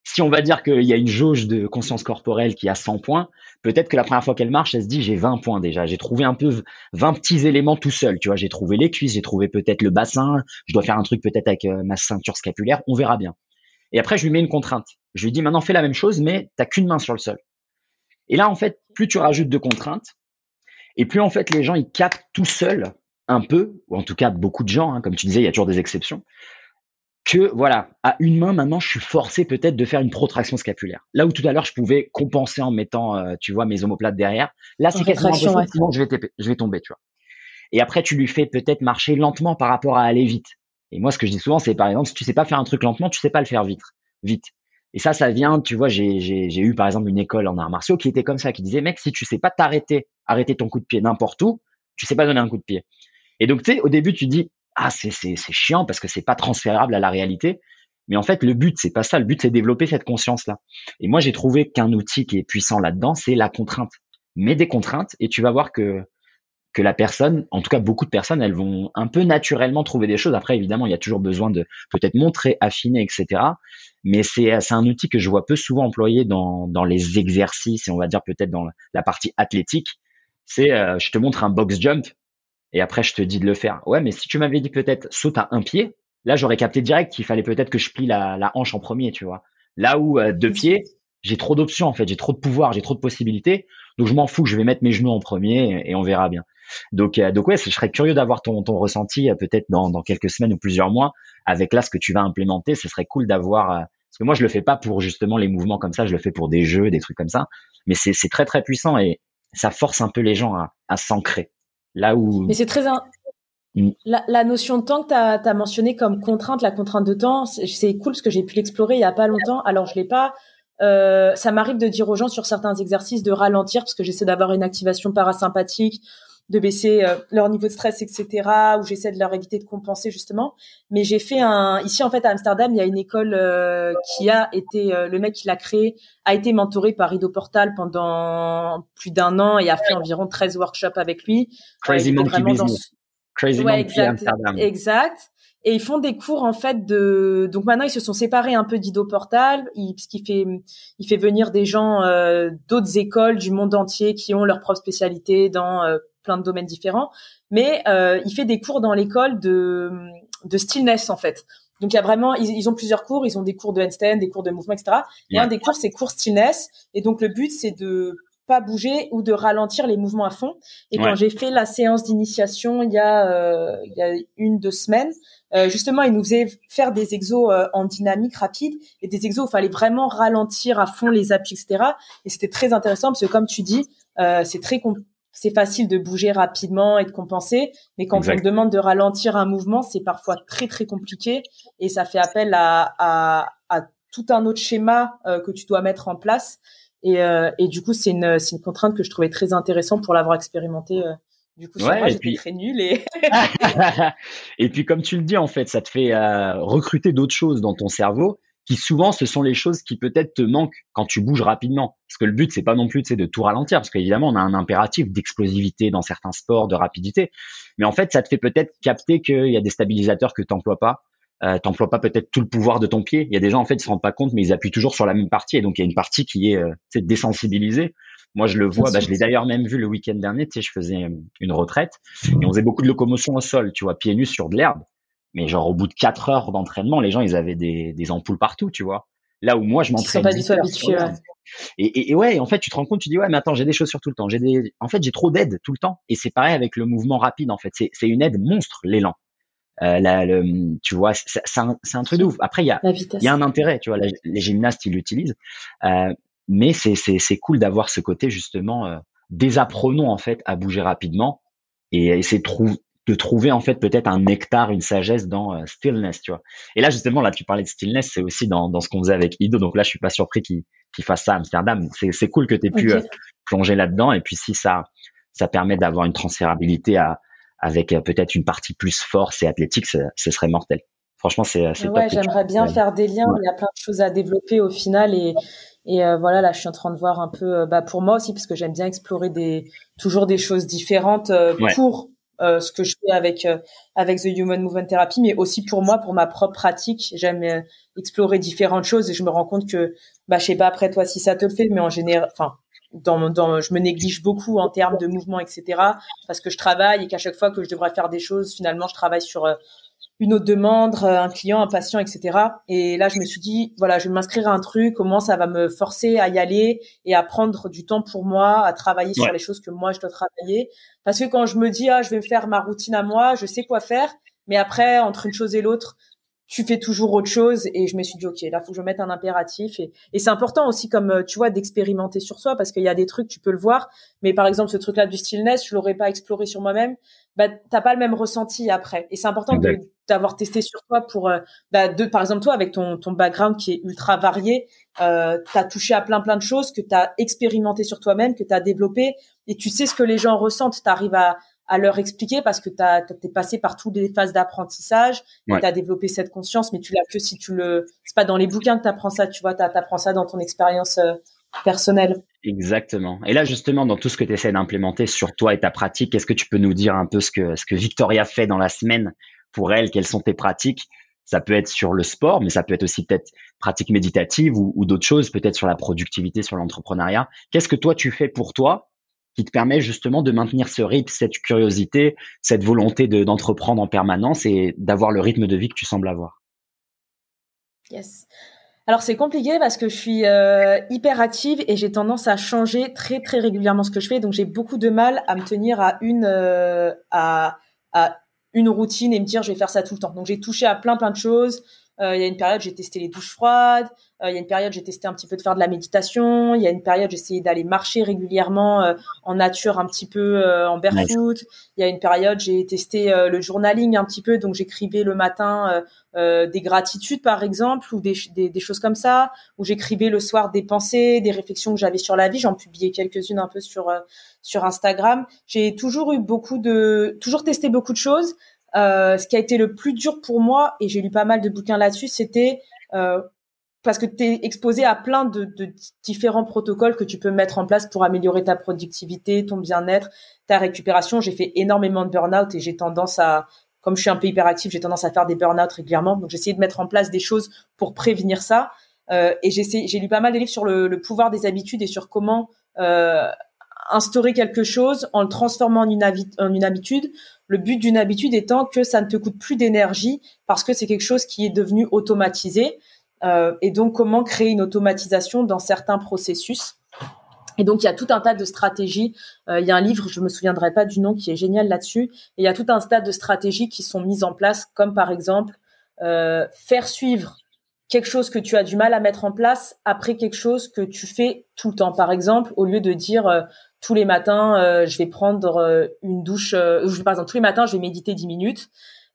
si on va dire qu'il y a une jauge de conscience corporelle qui a 100 points, peut-être que la première fois qu'elle marche, elle se dit j'ai 20 points déjà. J'ai trouvé un peu 20 petits éléments tout seul. Tu vois, j'ai trouvé les cuisses, j'ai trouvé peut-être le bassin. Je dois faire un truc peut-être avec ma ceinture scapulaire. On verra bien. Et après, je lui mets une contrainte. Je lui dis maintenant fais la même chose, mais t'as qu'une main sur le sol. Et là, en fait, plus tu rajoutes de contraintes, et plus en fait les gens ils captent tout seuls un peu, ou en tout cas beaucoup de gens, hein, comme tu disais, il y a toujours des exceptions, que voilà, à une main maintenant, je suis forcé peut-être de faire une protraction scapulaire. Là où tout à l'heure je pouvais compenser en mettant, tu vois, mes omoplates derrière. Là, c'est quasiment impossible, ouais. Sinon je vais tomber, tu vois. Et après, tu lui fais peut-être marcher lentement par rapport à aller vite. Et moi, ce que je dis souvent, c'est par exemple, si tu sais pas faire un truc lentement, tu sais pas le faire vite. Et ça vient, tu vois, j'ai eu par exemple une école en arts martiaux qui était comme ça, qui disait, mec, si tu sais pas arrêter ton coup de pied n'importe où, tu sais pas donner un coup de pied. Et donc, tu sais, au début, tu dis, ah, c'est chiant parce que c'est pas transférable à la réalité. Mais en fait, le but, c'est pas ça. Le but, c'est développer cette conscience-là. Et moi, j'ai trouvé qu'un outil qui est puissant là-dedans, c'est la contrainte. Mets des contraintes et tu vas voir que la personne, en tout cas beaucoup de personnes, elles vont un peu naturellement trouver des choses. Après, évidemment, il y a toujours besoin de peut-être montrer, affiner, etc. Mais c'est un outil que je vois peu souvent employé dans les exercices et on va dire peut-être dans la partie athlétique. C'est je te montre un box jump et après je te dis de le faire. Ouais, mais si tu m'avais dit peut-être saute à un pied, là j'aurais capté direct qu'il fallait peut-être que je plie la hanche en premier, tu vois. Là où deux pieds, j'ai trop d'options en fait, j'ai trop de pouvoir, j'ai trop de possibilités. Donc je m'en fous, je vais mettre mes genoux en premier et on verra bien. Donc ouais, je serais curieux d'avoir ton ressenti peut-être dans quelques semaines ou plusieurs mois avec là ce que tu vas implémenter. Ce serait cool d'avoir parce que moi je le fais pas pour justement les mouvements comme ça, je le fais pour des jeux, des trucs comme ça. Mais c'est très très puissant et ça force un peu les gens à s'ancrer. Là où. Mais c'est très la notion de temps que tu as mentionné comme contrainte, la contrainte de temps, c'est cool parce que j'ai pu l'explorer il y a pas longtemps. Alors je l'ai pas. Ça m'arrive de dire aux gens sur certains exercices de ralentir parce que j'essaie d'avoir une activation parasympathique, de baisser leur niveau de stress, etc. Ou j'essaie de leur éviter de compenser justement. Mais j'ai fait ici en fait à Amsterdam, il y a une école qui a été le mec qui l'a créé a été mentoré par Ido Portal pendant plus d'1 an et a fait environ 13 workshops avec lui. Crazy Monkey Business. Crazy Monkey Amsterdam. Exact. Et ils font des cours en fait donc maintenant ils se sont séparés un peu d'Ido Portal puisqu'il fait venir des gens d'autres écoles du monde entier qui ont leur propre spécialité dans plein de domaines différents, mais il fait des cours dans l'école de stillness en fait. Donc il y a vraiment ils ont plusieurs cours, ils ont des cours de handstand, des cours de mouvement, etc. Et un des cours c'est cours stillness et donc le but c'est de pas bouger ou de ralentir les mouvements à fond. Et quand j'ai fait la séance d'initiation il y a 1-2 semaines, justement, il nous faisait faire des exos en dynamique rapide et des exos où il fallait vraiment ralentir à fond les appuis, etc. Et c'était très intéressant parce que comme tu dis, c'est facile de bouger rapidement et de compenser, mais quand on te demande de ralentir un mouvement, c'est parfois très très compliqué et ça fait appel à tout un autre schéma que tu dois mettre en place. Et du coup, c'est une contrainte que je trouvais très intéressante pour l'avoir expérimenté. Du coup, sur moi, j'étais très nulle. Et puis, comme tu le dis, en fait, ça te fait recruter d'autres choses dans ton cerveau qui souvent, ce sont les choses qui peut-être te manquent quand tu bouges rapidement. Parce que le but, c'est pas non plus de tout ralentir. Parce qu'évidemment, on a un impératif d'explosivité dans certains sports, de rapidité. Mais en fait, ça te fait peut-être capter qu'il y a des stabilisateurs que t'emploies pas. T'emploies pas peut-être tout le pouvoir de ton pied. Il y a des gens, en fait, ils se rendent pas compte, mais ils appuient toujours sur la même partie. Et donc, il y a une partie qui est désensibilisée. Moi, je le vois, je l'ai d'ailleurs même vu le week-end dernier, tu sais, je faisais une retraite et on faisait beaucoup de locomotion au sol, tu vois, pieds nus sur de l'herbe. Mais genre, au bout de 4 heures d'entraînement, les gens, ils avaient des ampoules partout, tu vois. Là où moi, je m'entraîne. Ils sont pas du tout habitués, ouais. Et ouais, en fait, tu te rends compte, tu dis, ouais, mais attends, j'ai des chaussures tout le temps. En fait, j'ai trop d'aide tout le temps. Et c'est pareil avec le mouvement rapide, en fait. C'est une aide monstre, l'élan. Tu vois, c'est un truc de ouf. Après, il y a un intérêt, tu vois, les gymnastes, ils l'utilisent. Mais c'est cool d'avoir ce côté, justement, désapprenons, en fait, à bouger rapidement et essayer de trouver, en fait, peut-être un nectar, une sagesse dans stillness, tu vois. Et là, justement, là, tu parlais de stillness, c'est aussi dans ce qu'on faisait avec Ido. Donc là, je suis pas surpris qu'il fasse ça à Amsterdam. C'est cool que tu aies pu plonger là-dedans. Et puis, si ça permet d'avoir une transférabilité avec peut-être une partie plus force et athlétique, ce serait mortel. Franchement, c'est top. Ouais, j'aimerais bien faire des liens. Il y a plein de choses à développer au final et voilà, là, je suis en train de voir un peu, pour moi aussi, parce que j'aime bien explorer toujours des choses différentes pour ce que je fais avec The Human Movement Therapy, mais aussi pour moi, pour ma propre pratique. J'aime explorer différentes choses et je me rends compte que, je sais pas après toi si ça te le fait, mais en général, enfin, je me néglige beaucoup en termes de mouvement, etc. parce que je travaille et qu'à chaque fois que je devrais faire des choses, finalement, je travaille sur une autre demande, un client, un patient, etc. Et là, je me suis dit, voilà, je vais m'inscrire à un truc, comment ça va me forcer à y aller et à prendre du temps pour moi, à travailler sur les choses que moi, je dois travailler. Parce que quand je me dis, je vais me faire ma routine à moi, je sais quoi faire, mais après, entre une chose et l'autre, tu fais toujours autre chose. Et je me suis dit, OK, là, faut que je mette un impératif. Et c'est important aussi, comme, tu vois, d'expérimenter sur soi, parce qu'il y a des trucs, tu peux le voir. Mais par exemple, ce truc-là du stillness, je l'aurais pas exploré sur moi-même. T'as pas le même ressenti après. Et c'est important d'avoir testé sur toi pour, par exemple, toi, avec ton background qui est ultra varié, t'as touché à plein de choses que t'as expérimenté sur toi-même, que t'as développé, et tu sais ce que les gens ressentent. T'arrives à leur expliquer parce que t'es passé par toutes les phases d'apprentissage et t'as développé cette conscience, mais tu l'as que si c'est pas dans les bouquins que t'apprends ça, tu vois, t'apprends ça dans ton expérience personnelle. Exactement. Et là, justement, dans tout ce que tu essaies d'implémenter sur toi et ta pratique, est-ce que tu peux nous dire un peu ce que Victoria fait dans la semaine pour elle? Quelles sont tes pratiques? Ça peut être sur le sport, mais ça peut être aussi peut-être pratique méditative ou d'autres choses, peut-être sur la productivité, sur l'entrepreneuriat. Qu'est-ce que toi, tu fais pour toi qui te permet justement de maintenir ce rythme, cette curiosité, cette volonté d'entreprendre en permanence et d'avoir le rythme de vie que tu sembles avoir? Yes. Alors c'est compliqué parce que je suis hyper active et j'ai tendance à changer très très régulièrement ce que je fais, donc j'ai beaucoup de mal à me tenir à une routine et me dire je vais faire ça tout le temps. Donc j'ai touché à plein de choses. Il y a une période j'ai testé les douches froides. Il y a une période j'ai testé un petit peu de faire de la méditation. Il y a une période j'ai essayé d'aller marcher régulièrement en nature un petit peu en barefoot. Il y a une période j'ai testé le journaling un petit peu, donc j'écrivais le matin des gratitudes par exemple ou des choses comme ça, où j'écrivais le soir des pensées, des réflexions que j'avais sur la vie. J'en publiais quelques-unes un peu sur Instagram. J'ai toujours testé beaucoup de choses. Ce qui a été le plus dur pour moi, et j'ai lu pas mal de bouquins là-dessus, c'était parce que tu es exposé à plein de différents protocoles que tu peux mettre en place pour améliorer ta productivité, ton bien-être, ta récupération. J'ai fait énormément de burn-out et j'ai tendance comme je suis un peu hyperactive, j'ai tendance à faire des burn-out régulièrement. Donc, j'ai essayé de mettre en place des choses pour prévenir ça. Et j'ai lu pas mal de livres sur le pouvoir des habitudes et sur comment instaurer quelque chose en le transformant en une habitude. Le but d'une habitude étant que ça ne te coûte plus d'énergie parce que c'est quelque chose qui est devenu automatisé. Et donc, comment créer une automatisation dans certains processus. Et donc, il y a tout un tas de stratégies. Il y a un livre, je me souviendrai pas du nom, qui est génial là-dessus. Et il y a tout un tas de stratégies qui sont mises en place, comme par exemple faire suivre quelque chose que tu as du mal à mettre en place après quelque chose que tu fais tout le temps. Par exemple, au lieu de dire tous les matins, je vais prendre une douche. Par exemple, tous les matins, je vais méditer 10 minutes.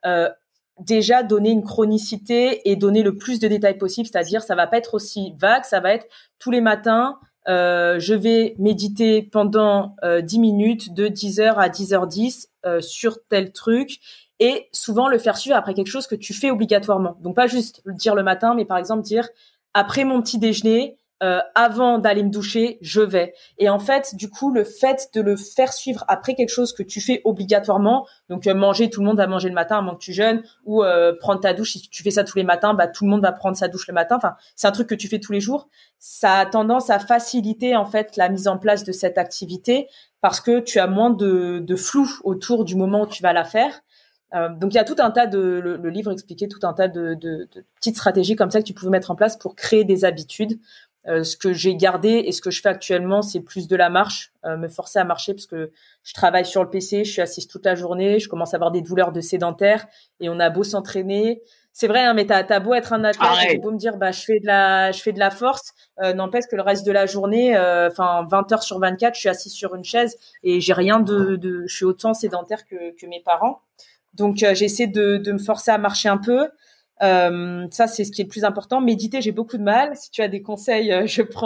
Déjà donner une chronicité et donner le plus de détails possible, c'est-à-dire ça va pas être aussi vague, ça va être tous les matins. Je vais méditer pendant 10 minutes de 10h à 10h10 sur tel truc, et souvent le faire suivre après quelque chose que tu fais obligatoirement. Donc pas juste le dire le matin, mais par exemple dire après mon petit déjeuner, avant d'aller me doucher, je vais. Et en fait, du coup, le fait de le faire suivre après quelque chose que tu fais obligatoirement, donc manger, tout le monde va manger le matin à moins que tu jeûnes, ou prendre ta douche, si tu fais ça tous les matins, tout le monde va prendre sa douche le matin. Enfin, c'est un truc que tu fais tous les jours. Ça a tendance à faciliter en fait la mise en place de cette activité parce que tu as moins de flou autour du moment où tu vas la faire. Donc il y a tout un tas le livre expliquait tout un tas de petites stratégies comme ça que tu pouvais mettre en place pour créer des habitudes. Ce que j'ai gardé et ce que je fais actuellement, c'est plus de la marche, me forcer à marcher parce que je travaille sur le PC, je suis assise toute la journée, je commence à avoir des douleurs de sédentaire et on a beau s'entraîner. C'est vrai, hein, mais t'as beau être un athlète, j'ai beau me dire, je fais de la force, n'empêche que le reste de la journée, 20 heures sur 24, je suis assise sur une chaise et j'ai rien je suis autant sédentaire que mes parents. Donc, j'essaie de me forcer à marcher un peu. Ça, c'est ce qui est le plus important. Méditer, j'ai beaucoup de mal. Si tu as des conseils, je prends.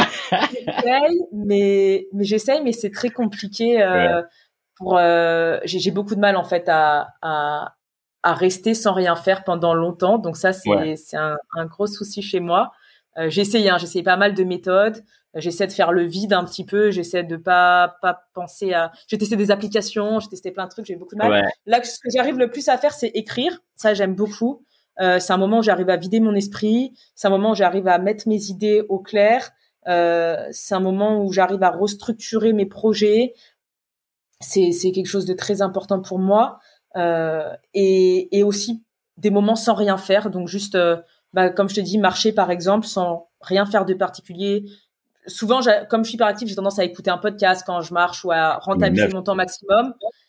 J'essaye, mais c'est très compliqué. J'ai beaucoup de mal en fait à rester sans rien faire pendant longtemps. Donc ça, c'est un gros souci chez moi. J'essaye pas mal de méthodes. J'essaie de faire le vide un petit peu. J'essaie de pas penser à. J'ai testé des applications, j'ai testé plein de trucs. J'ai eu beaucoup de mal. Ouais. Là, ce que j'arrive le plus à faire, c'est écrire. Ça, j'aime beaucoup. C'est un moment où j'arrive à vider mon esprit. C'est un moment où j'arrive à mettre mes idées au clair. C'est un moment où j'arrive à restructurer mes projets. C'est quelque chose de très important pour moi. Et aussi des moments sans rien faire. Donc juste, comme je te dis, marcher par exemple sans rien faire de particulier. Souvent, comme je suis hyperactive, j'ai tendance à écouter un podcast quand je marche ou à rentabiliser mon temps maximum.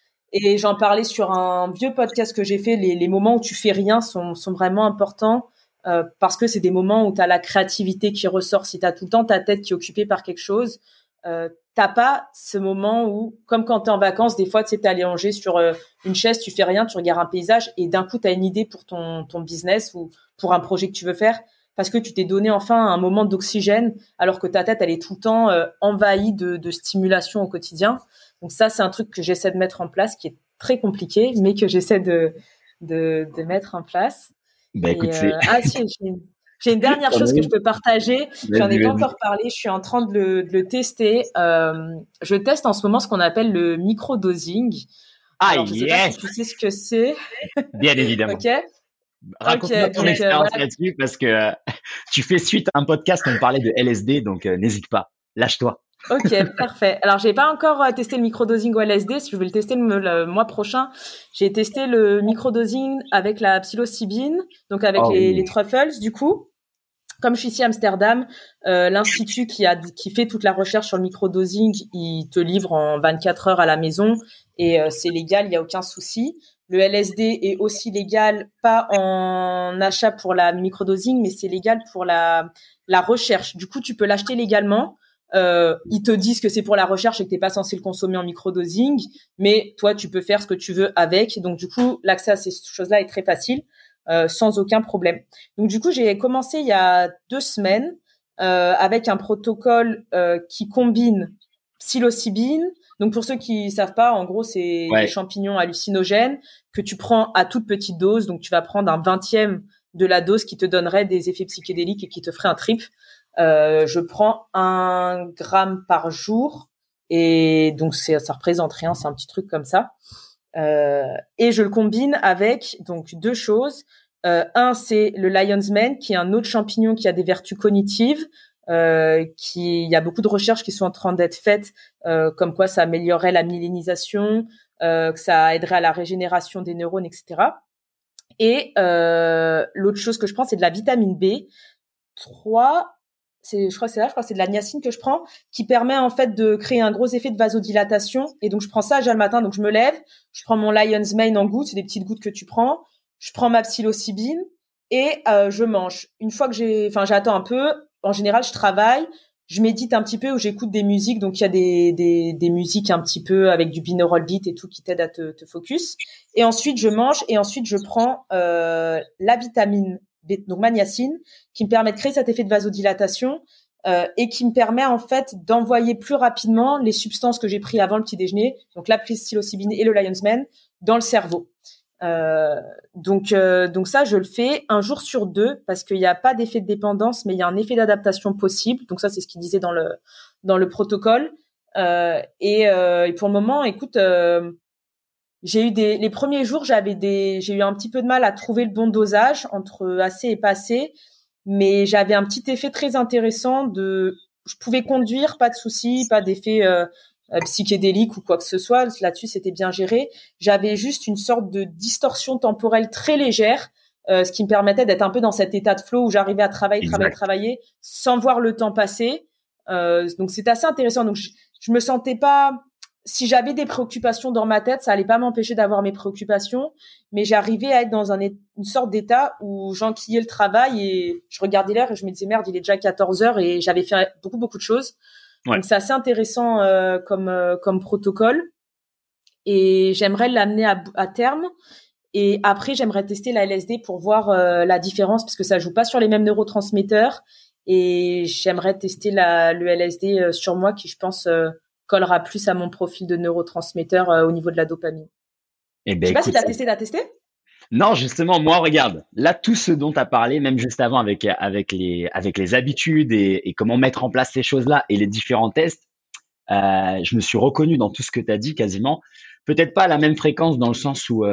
Et j'en parlais sur un vieux podcast que j'ai fait. Les moments où tu fais rien sont vraiment importants parce que c'est des moments où tu as la créativité qui ressort. Si tu as tout le temps ta tête qui est occupée par quelque chose, t'as pas ce moment où, comme quand tu es en vacances, des fois, tu sais, t'es allongé sur une chaise, tu fais rien, tu regardes un paysage et d'un coup, tu as une idée pour ton business ou pour un projet que tu veux faire parce que tu t'es donné enfin un moment d'oxygène alors que ta tête, elle est tout le temps envahie de stimulation au quotidien. Donc ça, c'est un truc que j'essaie de mettre en place qui est très compliqué, mais que j'essaie de mettre en place. Bah écoute, Si, j'ai une dernière chose que je peux partager. J'en ai pas encore parlé. Je suis en train de le tester. Je teste en ce moment ce qu'on appelle le microdosing. Alors, je sais pas si tu sais ce que c'est. Bien évidemment. Ok. Raconte-moi ton expérience là-dessus parce que tu fais suite à un podcast où on parlait de LSD, donc n'hésite pas, lâche-toi. Ok, parfait. Alors, j'ai pas encore testé le microdosing au LSD. Je vais le tester le mois prochain. J'ai testé le microdosing avec la psilocybine, donc avec les truffles, du coup. Comme je suis ici à Amsterdam, l'institut qui fait toute la recherche sur le microdosing, il te livre en 24 heures à la maison et c'est légal, il y a aucun souci. Le LSD est aussi légal, pas en achat pour la microdosing, mais c'est légal pour la recherche. Du coup, tu peux l'acheter légalement. Ils te disent que c'est pour la recherche et que t'es pas censé le consommer en microdosing, mais toi, tu peux faire ce que tu veux avec. Donc, du coup, l'accès à ces choses-là est très facile. Sans aucun problème. Donc du coup, j'ai commencé il y a 2 semaines avec un protocole qui combine psilocybine. Donc pour ceux qui savent pas, en gros, c'est des champignons hallucinogènes que tu prends à toute petite dose. Donc tu vas prendre un 20e de la dose qui te donnerait des effets psychédéliques et qui te ferait un trip. Je prends 1 gramme par jour et donc ça représente rien, c'est un petit truc comme ça. Et je le combine avec donc 2 choses. Un, c'est le lion's mane, qui est un autre champignon qui a des vertus cognitives. Il y a beaucoup de recherches qui sont en train d'être faites, comme quoi ça améliorerait la myélinisation, que ça aiderait à la régénération des neurones, etc. Et l'autre chose que je prends, c'est de la vitamine B3. Je crois que c'est de la niacine que je prends, qui permet en fait de créer un gros effet de vasodilatation. Et donc je prends ça déjà le matin, donc je me lève, je prends mon lion's mane en gouttes, c'est des petites gouttes que tu prends, je prends ma psilocybine et je mange. Une fois que j'attends un peu, en général je travaille, je médite un petit peu ou j'écoute des musiques, donc il y a des musiques un petit peu avec du binaural beat et tout qui t'aident à te focus. Et ensuite je mange et ensuite je prends la vitamine donc ma niacine, qui me permet de créer cet effet de vasodilatation et qui me permet en fait d'envoyer plus rapidement les substances que j'ai prises avant le petit déjeuner, donc la psilocybine et le lion's mane, dans le cerveau. Donc ça, je le fais 1 jour sur 2 parce qu'il n'y a pas d'effet de dépendance, mais il y a un effet d'adaptation possible. Donc ça, c'est ce qu'il disait dans le protocole. Et pour le moment, écoute, j'ai eu les premiers jours, j'ai eu un petit peu de mal à trouver le bon dosage entre assez et pas assez, mais j'avais un petit effet très intéressant je pouvais conduire, pas de souci, pas d'effet psychédélique ou quoi que ce soit. Là-dessus, c'était bien géré. J'avais juste une sorte de distorsion temporelle très légère, ce qui me permettait d'être un peu dans cet état de flow où j'arrivais à travailler sans voir le temps passer. Donc c'est assez intéressant. Donc je me sentais pas. Si j'avais des préoccupations dans ma tête, ça allait pas m'empêcher d'avoir mes préoccupations, mais j'arrivais à être dans une sorte d'état où j'enquillais le travail et je regardais l'heure et je me disais merde, il est déjà 14 heures et j'avais fait beaucoup de choses. Ouais. Donc c'est assez intéressant comme protocole et j'aimerais l'amener à terme. Et après, j'aimerais tester la LSD pour voir la différence parce que ça joue pas sur les mêmes neurotransmetteurs et j'aimerais tester le LSD sur moi qui, je pense, collera plus à mon profil de neurotransmetteur au niveau de la dopamine. Je sais pas si t'as testé. Non, justement, moi, regarde, là, tout ce dont tu as parlé, même juste avant avec les habitudes et comment mettre en place ces choses-là et les différents tests, je me suis reconnu dans tout ce que tu as dit quasiment. Peut-être pas à la même fréquence dans le sens où,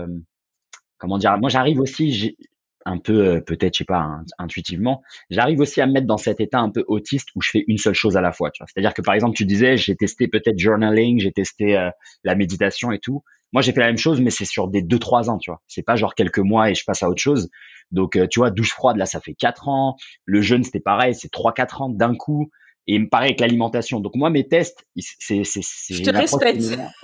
comment dire, moi, j'arrive aussi, un peu, peut-être, je sais pas, intuitivement, j'arrive aussi à me mettre dans cet état un peu autiste où je fais une seule chose à la fois, tu vois. C'est-à-dire que, par exemple, tu disais, j'ai testé peut-être journaling, j'ai testé la méditation et tout. Moi, j'ai fait la même chose, mais c'est sur des 2-3 ans, tu vois. C'est pas genre quelques mois et je passe à autre chose. Donc, tu vois, douche froide, là, ça fait 4 ans. Le jeûne, c'était pareil, c'est 3-4 ans d'un coup. Et pareil avec l'alimentation. Donc, moi, mes tests, Je j'ai te une approche respecte. similaire.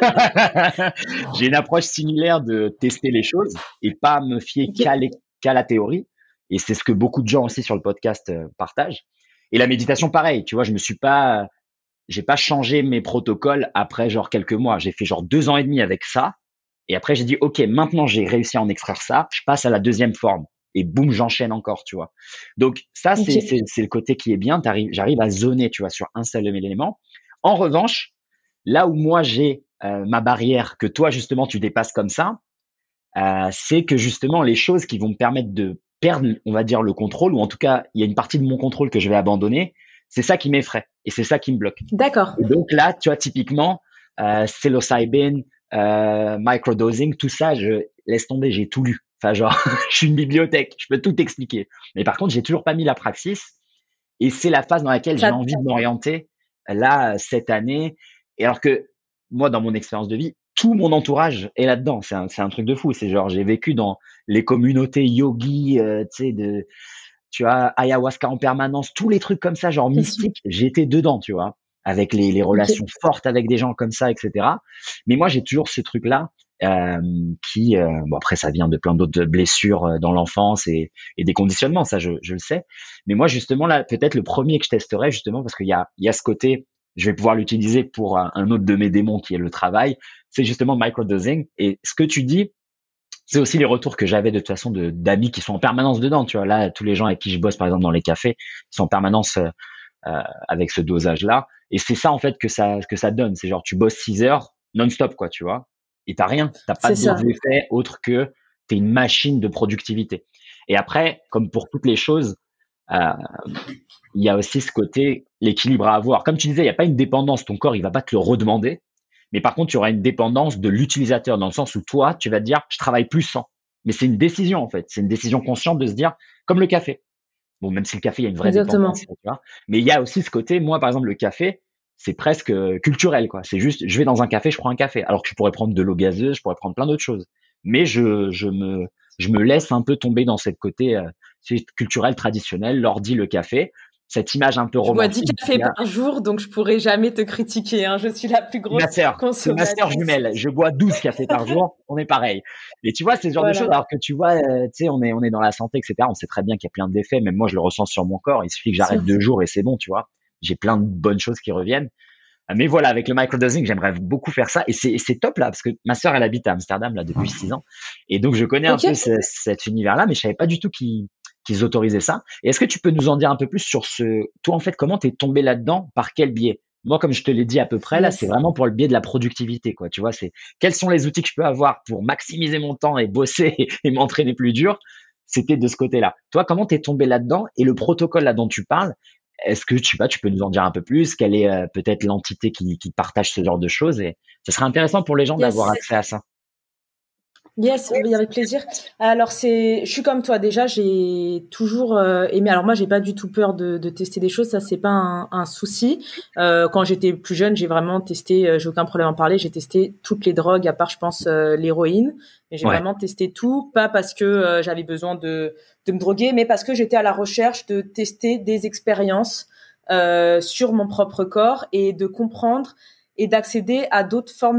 J'ai une approche similaire de tester les choses et pas me fier Ok. qu'à la théorie. Et c'est ce que beaucoup de gens aussi sur le podcast partagent. Et la méditation, pareil. Tu vois, j'ai pas changé mes protocoles après genre quelques mois. J'ai fait genre 2 ans et demi avec ça. Et après, j'ai dit, OK, maintenant j'ai réussi à en extraire ça. Je passe à la deuxième forme. Et boum, j'enchaîne encore, tu vois. Donc ça, Ok. c'est le côté qui est bien. J'arrive à zoner, tu vois, sur un seul élément. En revanche, là où moi j'ai ma barrière que toi justement tu dépasses comme ça, c'est que justement les choses qui vont me permettre de perdre, on va dire, le contrôle, ou en tout cas il y a une partie de mon contrôle que je vais abandonner, c'est ça qui m'effraie et c'est ça qui me bloque. D'accord. Et donc là, tu vois, typiquement, psilocybin, microdosing, tout ça, je laisse tomber, j'ai tout lu. Enfin, genre, je suis une bibliothèque, je peux tout expliquer. Mais par contre, j'ai toujours pas mis la praxis. Et c'est la phase dans laquelle j'ai Ça, envie de m'orienter là cette année. Et alors que moi, dans mon expérience de vie, tout mon entourage est là-dedans. C'est un truc de fou. C'est genre, j'ai vécu dans les communautés yogi, tu sais, tu vois, ayahuasca en permanence, tous les trucs comme ça, genre bien sûr. mystiques, j'étais dedans, tu vois, avec les Ok. relations fortes avec des gens comme ça, etc. Mais moi, j'ai toujours ce truc-là qui, bon après, ça vient de plein d'autres blessures dans l'enfance et des conditionnements, ça, je le sais. Mais moi, justement, là, peut-être le premier que je testerai, justement, parce qu'il y a ce côté, je vais pouvoir l'utiliser pour un autre de mes démons qui est le travail, c'est justement microdosing. Et ce que tu dis, c'est aussi les retours que j'avais de toute façon d'amis qui sont en permanence dedans. Tu vois, là, tous les gens avec qui je bosse, par exemple, dans les cafés, ils sont en permanence avec ce dosage-là. Et c'est ça, en fait, que ça donne. C'est genre, tu bosses 6 heures non-stop, quoi, tu vois. Et t'as rien. T'as pas C'est d'autres ça. effets autres que t'es une machine de productivité. Et après, comme pour toutes les choses, euh, il y a aussi ce côté, l'équilibre à avoir. Comme tu disais, il n'y a pas une dépendance. Ton corps, il va pas te le redemander. Mais par contre, il y aura une dépendance de l'utilisateur dans le sens où toi, tu vas te dire, je travaille plus sans. Mais c'est une décision, en fait. C'est une décision consciente de se dire, comme le café. Bon, même si le café, il y a une vraie dépendance, Exactement. tu vois. Mais il y a aussi ce côté, moi, par exemple, le café, c'est presque culturel, quoi. C'est juste, je vais dans un café, je prends un café. Alors que je pourrais prendre de l'eau gazeuse, je pourrais prendre plein d'autres choses. Mais je me laisse un peu tomber dans cette côté c'est culturel, traditionnel, l'ordi, le café. Cette image un peu Je bois 10 romantique cafés par jour, donc je pourrais jamais te critiquer, hein. Je suis la plus grosse c'est ma sœur consommatrice. jumelle. Je bois 12 cafés par jour. On est pareil. Et tu vois, c'est ce genre de choses. Voilà. Alors que tu vois, tu sais, on est dans la santé, etc. On sait très bien qu'il y a plein d'effets. Même moi, je le ressens sur mon corps. Il suffit que Bien j'arrête sûr. 2 jours et c'est bon, tu vois. J'ai plein de bonnes choses qui reviennent. Mais voilà, avec le microdosing, j'aimerais beaucoup faire ça. Et c'est top là, parce que ma sœur, elle habite à Amsterdam là depuis 6 ans. Et donc, je connais un Ok. peu cet univers-là, mais je savais pas du tout qu'ils autorisaient ça. Et est-ce que tu peux nous en dire un peu plus sur toi, en fait, comment t'es tombé là-dedans? Par quel biais? Moi, comme je te l'ai dit à peu près, là, c'est Yes. vraiment pour le biais de la productivité, quoi. Tu vois, c'est quels sont les outils que je peux avoir pour maximiser mon temps et bosser et m'entraîner plus dur? C'était de ce côté-là. Toi, comment t'es tombé là-dedans? Et le protocole là dont tu parles, est-ce que tu peux nous en dire un peu plus? Quelle est peut-être l'entité qui partage ce genre de choses? Et ce serait intéressant pour les gens d'avoir Yes. accès à ça. Yes, oui, avec plaisir. Alors je suis comme toi déjà, j'ai toujours aimé. Alors moi, j'ai pas du tout peur de tester des choses, ça c'est pas un souci. Quand j'étais plus jeune, j'ai vraiment testé, j'ai aucun problème à en parler. J'ai testé toutes les drogues, à part je pense l'héroïne, mais j'ai Ouais. vraiment testé tout, pas parce que j'avais besoin de me droguer, mais parce que j'étais à la recherche de tester des expériences sur mon propre corps et de comprendre et d'accéder à d'autres formes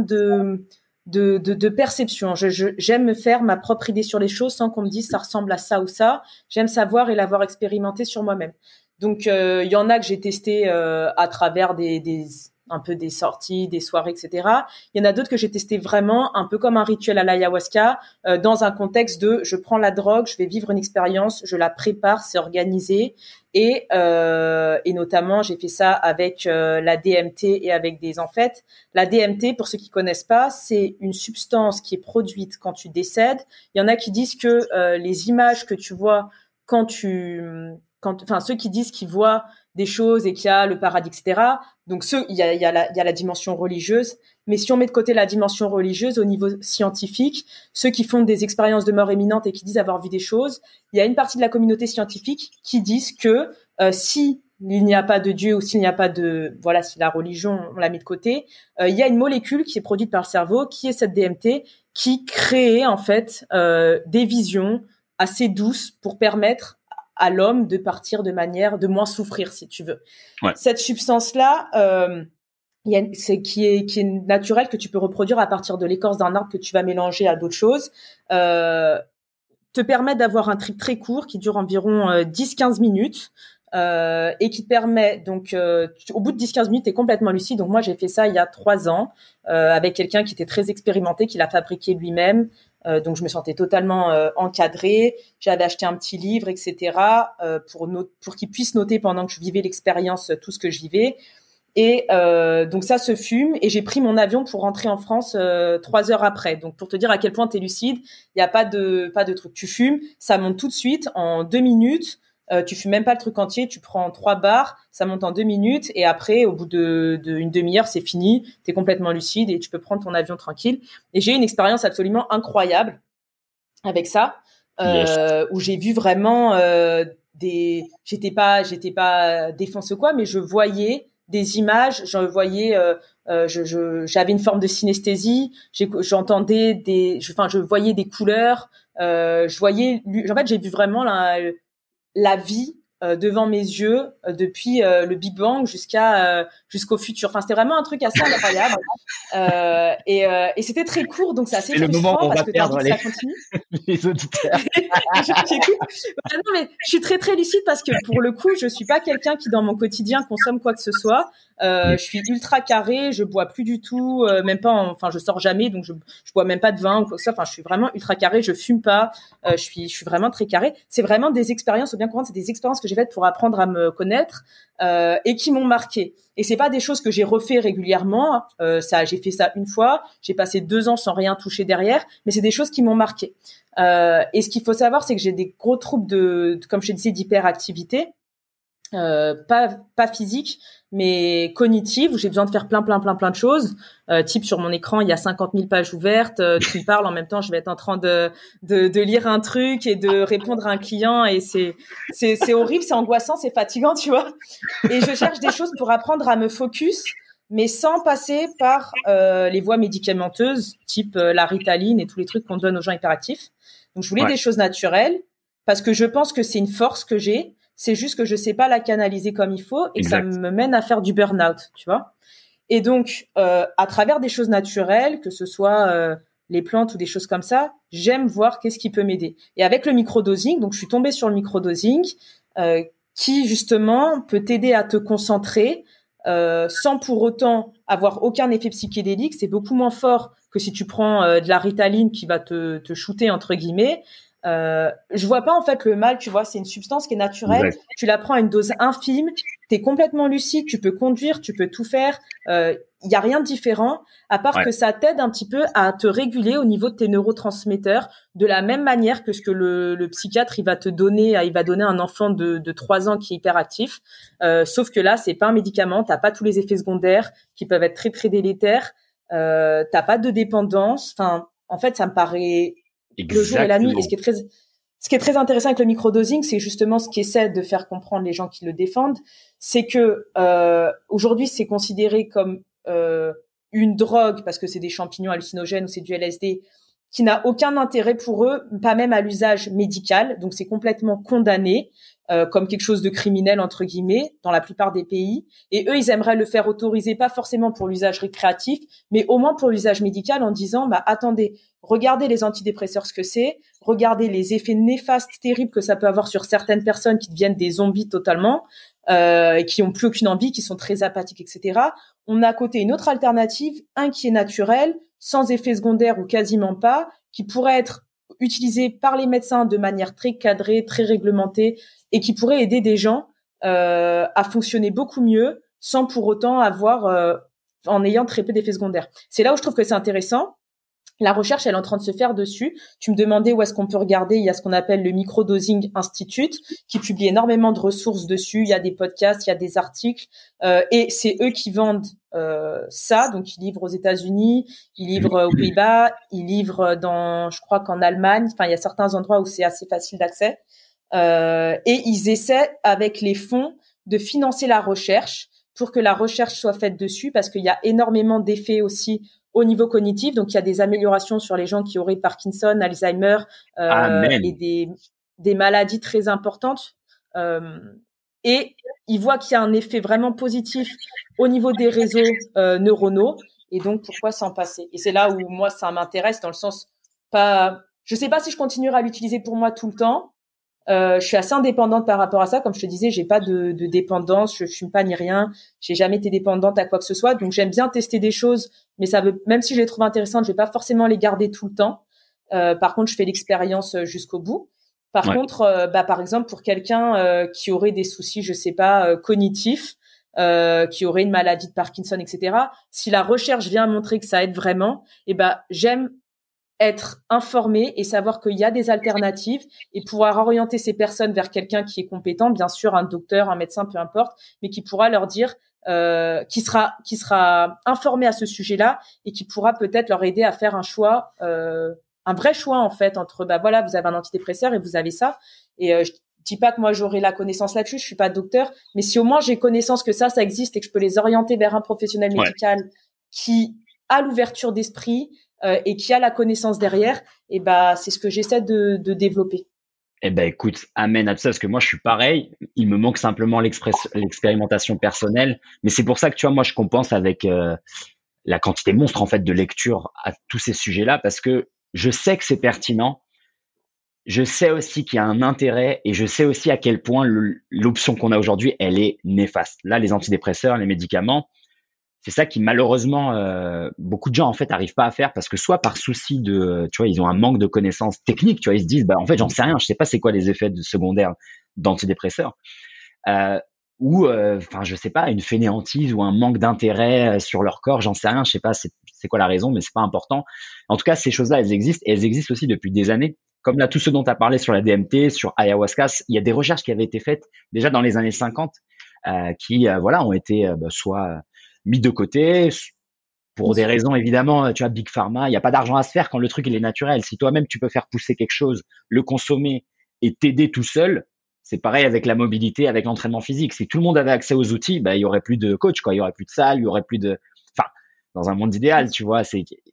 de perception. J'aime me faire ma propre idée sur les choses sans qu'on me dise ça ressemble à ça ou ça. J'aime savoir et l'avoir expérimenté sur moi-même. Donc, il y en a que j'ai testé à travers un peu des sorties, des soirées, etc. Il y en a d'autres que j'ai testé vraiment un peu comme un rituel à l'ayahuasca, dans un contexte de je prends la drogue, je vais vivre une expérience, je la prépare, c'est organisé. Et notamment, j'ai fait ça avec la DMT et avec des amphétamines. La DMT, pour ceux qui connaissent pas, c'est une substance qui est produite quand tu décèdes. Il y en a qui disent que les images que tu vois ceux qui disent qu'ils voient des choses et qu'il y a le paradis, etc. Donc il y a la dimension religieuse. Mais si on met de côté la dimension religieuse au niveau scientifique, ceux qui font des expériences de mort imminente et qui disent avoir vu des choses, il y a une partie de la communauté scientifique qui disent que si il n'y a pas de Dieu ou s'il n'y a pas si la religion on la met de côté, il y a une molécule qui est produite par le cerveau, qui est cette DMT, qui crée en fait des visions assez douces pour permettre à l'homme de partir de manière de moins souffrir, si tu veux. Ouais. Cette substance-là, qui est naturelle, que tu peux reproduire à partir de l'écorce d'un arbre que tu vas mélanger à d'autres choses, te permet d'avoir un trip très court qui dure environ 10-15 minutes. Et qui te permet donc au bout de 10-15 minutes t'es complètement lucide. Donc moi j'ai fait ça il y a 3 ans avec quelqu'un qui était très expérimenté, qui l'a fabriqué lui-même, donc je me sentais totalement encadrée. J'avais acheté un petit livre, etc. Pour qu'il puisse noter pendant que je vivais l'expérience tout ce que je vivais. Et donc ça se fume et j'ai pris mon avion pour rentrer en France 3 heures après. Donc pour te dire à quel point t'es lucide, il y a pas de truc. Tu fumes, ça monte tout de suite en 2 minutes. Tu fumes même pas le truc entier, tu prends 3 barres, ça monte en 2 minutes et après, au bout d'une demi-heure, c'est fini, t'es complètement lucide et tu peux prendre ton avion tranquille. Et j'ai eu une expérience absolument incroyable avec ça, où j'ai vu vraiment j'étais pas défoncé ou quoi, mais je voyais des images, j'avais une forme de synesthésie, j'entendais je voyais des couleurs, en fait, j'ai vu vraiment la vie devant mes yeux depuis le Big Bang jusqu'au futur. Enfin, c'était vraiment un truc assez incroyable. Et c'était très court, donc c'est assez frustrant parce que t'as envie que ça continue. Les auditeurs. J'écoute. Non, mais je suis très très lucide parce que pour le coup, je suis pas quelqu'un qui dans mon quotidien consomme quoi que ce soit. Je suis ultra carré, je bois plus du tout, même pas, je sors jamais, donc je bois même pas de vin ou quoi que ce soit. Enfin, je suis vraiment ultra carré, je fume pas, je suis vraiment très carré. C'est vraiment des expériences, faut bien comprendre, c'est des expériences que j'ai faites pour apprendre à me connaître, et qui m'ont marqué. Et c'est pas des choses que j'ai refait régulièrement, j'ai fait ça une fois, j'ai passé 2 ans sans rien toucher derrière, mais c'est des choses qui m'ont marqué. Et ce qu'il faut savoir, c'est que j'ai des gros troubles comme je te disais, d'hyperactivité. Pas physique mais cognitive, où j'ai besoin de faire plein de choses, type sur mon écran il y a 50 000 pages ouvertes, tu me parles en même temps, je vais être en train de lire un truc et de répondre à un client, et c'est horrible, c'est angoissant, c'est fatigant, tu vois. Et je cherche des choses pour apprendre à me focus, mais sans passer par les voies médicamenteuses, type la Ritaline et tous les trucs qu'on donne aux gens hyperactifs. Donc je voulais des choses naturelles parce que je pense que c'est une force que j'ai. C'est juste que je sais pas la canaliser comme il faut et que ça me mène à faire du burn-out, tu vois. Et donc, à travers des choses naturelles, que ce soit les plantes ou des choses comme ça, j'aime voir qu'est-ce qui peut m'aider. Et avec le microdosing, donc je suis tombée sur le microdosing, qui justement peut t'aider à te concentrer sans pour autant avoir aucun effet psychédélique. C'est beaucoup moins fort que si tu prends de la Ritaline qui va te shooter entre guillemets. Je vois pas en fait le mal, tu vois, c'est une substance qui est naturelle, tu la prends à une dose infime, t'es complètement lucide, tu peux conduire, tu peux tout faire, y a rien de différent, à part que ça t'aide un petit peu à te réguler au niveau de tes neurotransmetteurs, de la même manière que ce que le psychiatre il va donner à un enfant de 3 ans qui est hyperactif, sauf que là c'est pas un médicament, t'as pas tous les effets secondaires qui peuvent être très très délétères, t'as pas de dépendance, enfin en fait ça me paraît le jour et la nuit. Et ce qui est très intéressant avec le microdosing, c'est justement ce qui essaie de faire comprendre les gens qui le défendent, c'est que aujourd'hui c'est considéré comme une drogue parce que c'est des champignons hallucinogènes ou c'est du LSD, qui n'a aucun intérêt pour eux, pas même à l'usage médical. Donc c'est complètement condamné comme quelque chose de criminel entre guillemets dans la plupart des pays. Et eux, ils aimeraient le faire autoriser, pas forcément pour l'usage récréatif, mais au moins pour l'usage médical, en disant attendez, regardez les antidépresseurs ce que c'est, regardez les effets néfastes terribles que ça peut avoir sur certaines personnes qui deviennent des zombies totalement. qui ont plus aucune envie, qui sont très apathiques, etc. On a à côté une autre alternative, un qui est naturel, sans effet secondaire ou quasiment pas, qui pourrait être utilisé par les médecins de manière très cadrée, très réglementée, et qui pourrait aider des gens à fonctionner beaucoup mieux, sans pour autant avoir, en ayant très peu d'effets secondaires. C'est là où je trouve que c'est intéressant. La recherche, elle est en train de se faire dessus. Tu me demandais où est-ce qu'on peut regarder. Il y a ce qu'on appelle le Microdosing Institute qui publie énormément de ressources dessus. Il y a des podcasts, il y a des articles. Et c'est eux qui vendent ça. Donc, ils livrent aux États-Unis, ils livrent aux Pays-Bas, ils livrent je crois qu'en Allemagne. Enfin, il y a certains endroits où c'est assez facile d'accès. Et ils essaient, avec les fonds, de financer la recherche pour que la recherche soit faite dessus parce qu'il y a énormément d'effets aussi au niveau cognitif. Donc, il y a des améliorations sur les gens qui auraient Parkinson, Alzheimer et des maladies très importantes. Et ils voient qu'il y a un effet vraiment positif au niveau des réseaux neuronaux. Et donc, pourquoi s'en passer? Et c'est là où moi, ça m'intéresse dans le sens je sais pas si je continuerai à l'utiliser pour moi tout le temps. Je suis assez indépendante par rapport à ça. Comme je te disais, j'ai pas de dépendance, je fume pas ni rien. J'ai jamais été dépendante à quoi que ce soit. Donc, j'aime bien tester des choses, mais même si je les trouve intéressantes, je vais pas forcément les garder tout le temps. Par contre, je fais l'expérience jusqu'au bout. Par contre, par exemple, pour quelqu'un qui aurait des soucis, je sais pas, cognitifs, qui aurait une maladie de Parkinson, etc. Si la recherche vient montrer que ça aide vraiment, j'aime être informé et savoir qu'il y a des alternatives et pouvoir orienter ces personnes vers quelqu'un qui est compétent, bien sûr un docteur, un médecin, peu importe, mais qui pourra leur dire, qui sera informé à ce sujet-là et qui pourra peut-être leur aider à faire un choix, un vrai choix en fait entre voilà, vous avez un antidépresseur et vous avez ça. Et je dis pas que moi j'aurai la connaissance là-dessus, je suis pas docteur, mais si au moins j'ai connaissance que ça existe et que je peux les orienter vers un professionnel médical qui a l'ouverture d'esprit et qui a la connaissance derrière, c'est ce que j'essaie de développer. Écoute, amen à tout ça, parce que moi je suis pareil, il me manque simplement l'expérimentation personnelle, mais c'est pour ça que tu vois, moi je compense avec la quantité monstre en fait de lecture à tous ces sujets-là, parce que je sais que c'est pertinent, je sais aussi qu'il y a un intérêt et je sais aussi à quel point l'option qu'on a aujourd'hui, elle est néfaste. Là, les antidépresseurs, les médicaments, c'est ça qui malheureusement beaucoup de gens en fait arrivent pas à faire parce que soit par souci de, tu vois, ils ont un manque de connaissances techniques, tu vois, ils se disent en fait j'en sais rien, je sais pas c'est quoi les effets secondaires d'antidépresseurs, ou je sais pas, une fainéantise ou un manque d'intérêt sur leur corps, j'en sais rien, je sais pas c'est quoi la raison, mais c'est pas important. En tout cas, ces choses-là elles existent et elles existent aussi depuis des années. Comme là tout ce dont tu as parlé sur la DMT, sur ayahuasca, il y a des recherches qui avaient été faites déjà dans les années 50 qui ont été soit mis de côté pour des raisons évidemment, tu vois, Big Pharma, il n'y a pas d'argent à se faire quand le truc il est naturel. Si toi-même tu peux faire pousser quelque chose, le consommer et t'aider tout seul, c'est pareil avec la mobilité, avec l'entraînement physique. Si tout le monde avait accès aux outils, il y aurait plus de coach, quoi, il y aurait plus de salle, il y aurait plus de, dans un monde idéal, tu vois,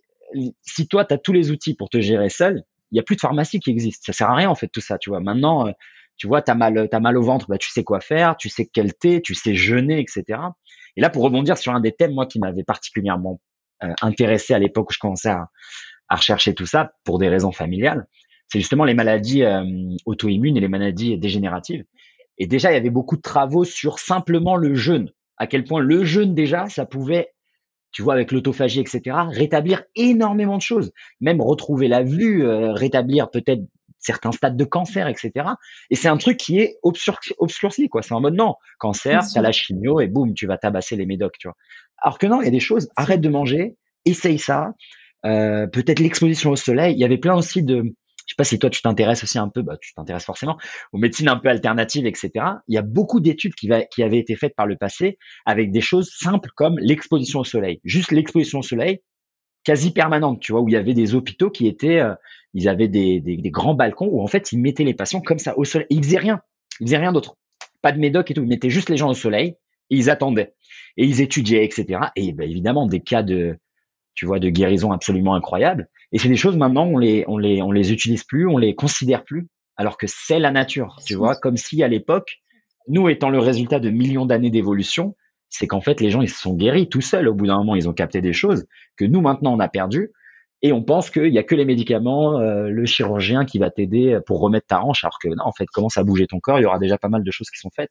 si toi tu as tous les outils pour te gérer seul, il y a plus de pharmacie qui existe. Ça sert à rien en fait tout ça, tu vois. Maintenant, tu vois, t'as mal au ventre, tu sais quoi faire, tu sais quel thé, tu sais jeûner, etc. Et là, pour rebondir sur un des thèmes, moi, qui m'avait particulièrement intéressé à l'époque où je commençais à rechercher tout ça, pour des raisons familiales, c'est justement les maladies auto-immunes et les maladies dégénératives. Et déjà, il y avait beaucoup de travaux sur simplement le jeûne, à quel point le jeûne, déjà, ça pouvait, tu vois, avec l'autophagie, etc., rétablir énormément de choses, même retrouver la vue, rétablir peut-être certains stades de cancer, etc. Et c'est un truc qui est obscurci, quoi. C'est en mode non, cancer, t'as la chimio et boum, tu vas tabasser les médocs, tu vois. Alors que non, il y a des choses, arrête de manger, essaye ça, peut-être l'exposition au soleil. Il y avait plein aussi de, je sais pas si toi tu t'intéresses aussi un peu, tu t'intéresses forcément aux médecines un peu alternatives, etc. Il y a beaucoup d'études qui avaient été faites par le passé avec des choses simples comme l'exposition au soleil. Juste l'exposition au soleil, quasi permanente, tu vois, où il y avait des hôpitaux qui étaient, ils avaient des grands balcons où en fait ils mettaient les patients comme ça au soleil. Ils faisaient rien d'autre, pas de médoc et tout. Ils mettaient juste les gens au soleil et ils attendaient et ils étudiaient, etc. Et évidemment des cas de guérison absolument incroyables. Et c'est des choses maintenant on les utilise plus, on les considère plus, alors que c'est la nature, tu vois, comme si à l'époque, nous étant le résultat de millions d'années d'évolution, c'est qu'en fait les gens ils se sont guéris tout seuls. Au bout d'un moment, ils ont capté des choses que nous maintenant on a perdues et on pense qu'il y a que les médicaments, le chirurgien qui va t'aider pour remettre ta hanche, alors que non, en fait, commence à bouger ton corps, il y aura déjà pas mal de choses qui sont faites.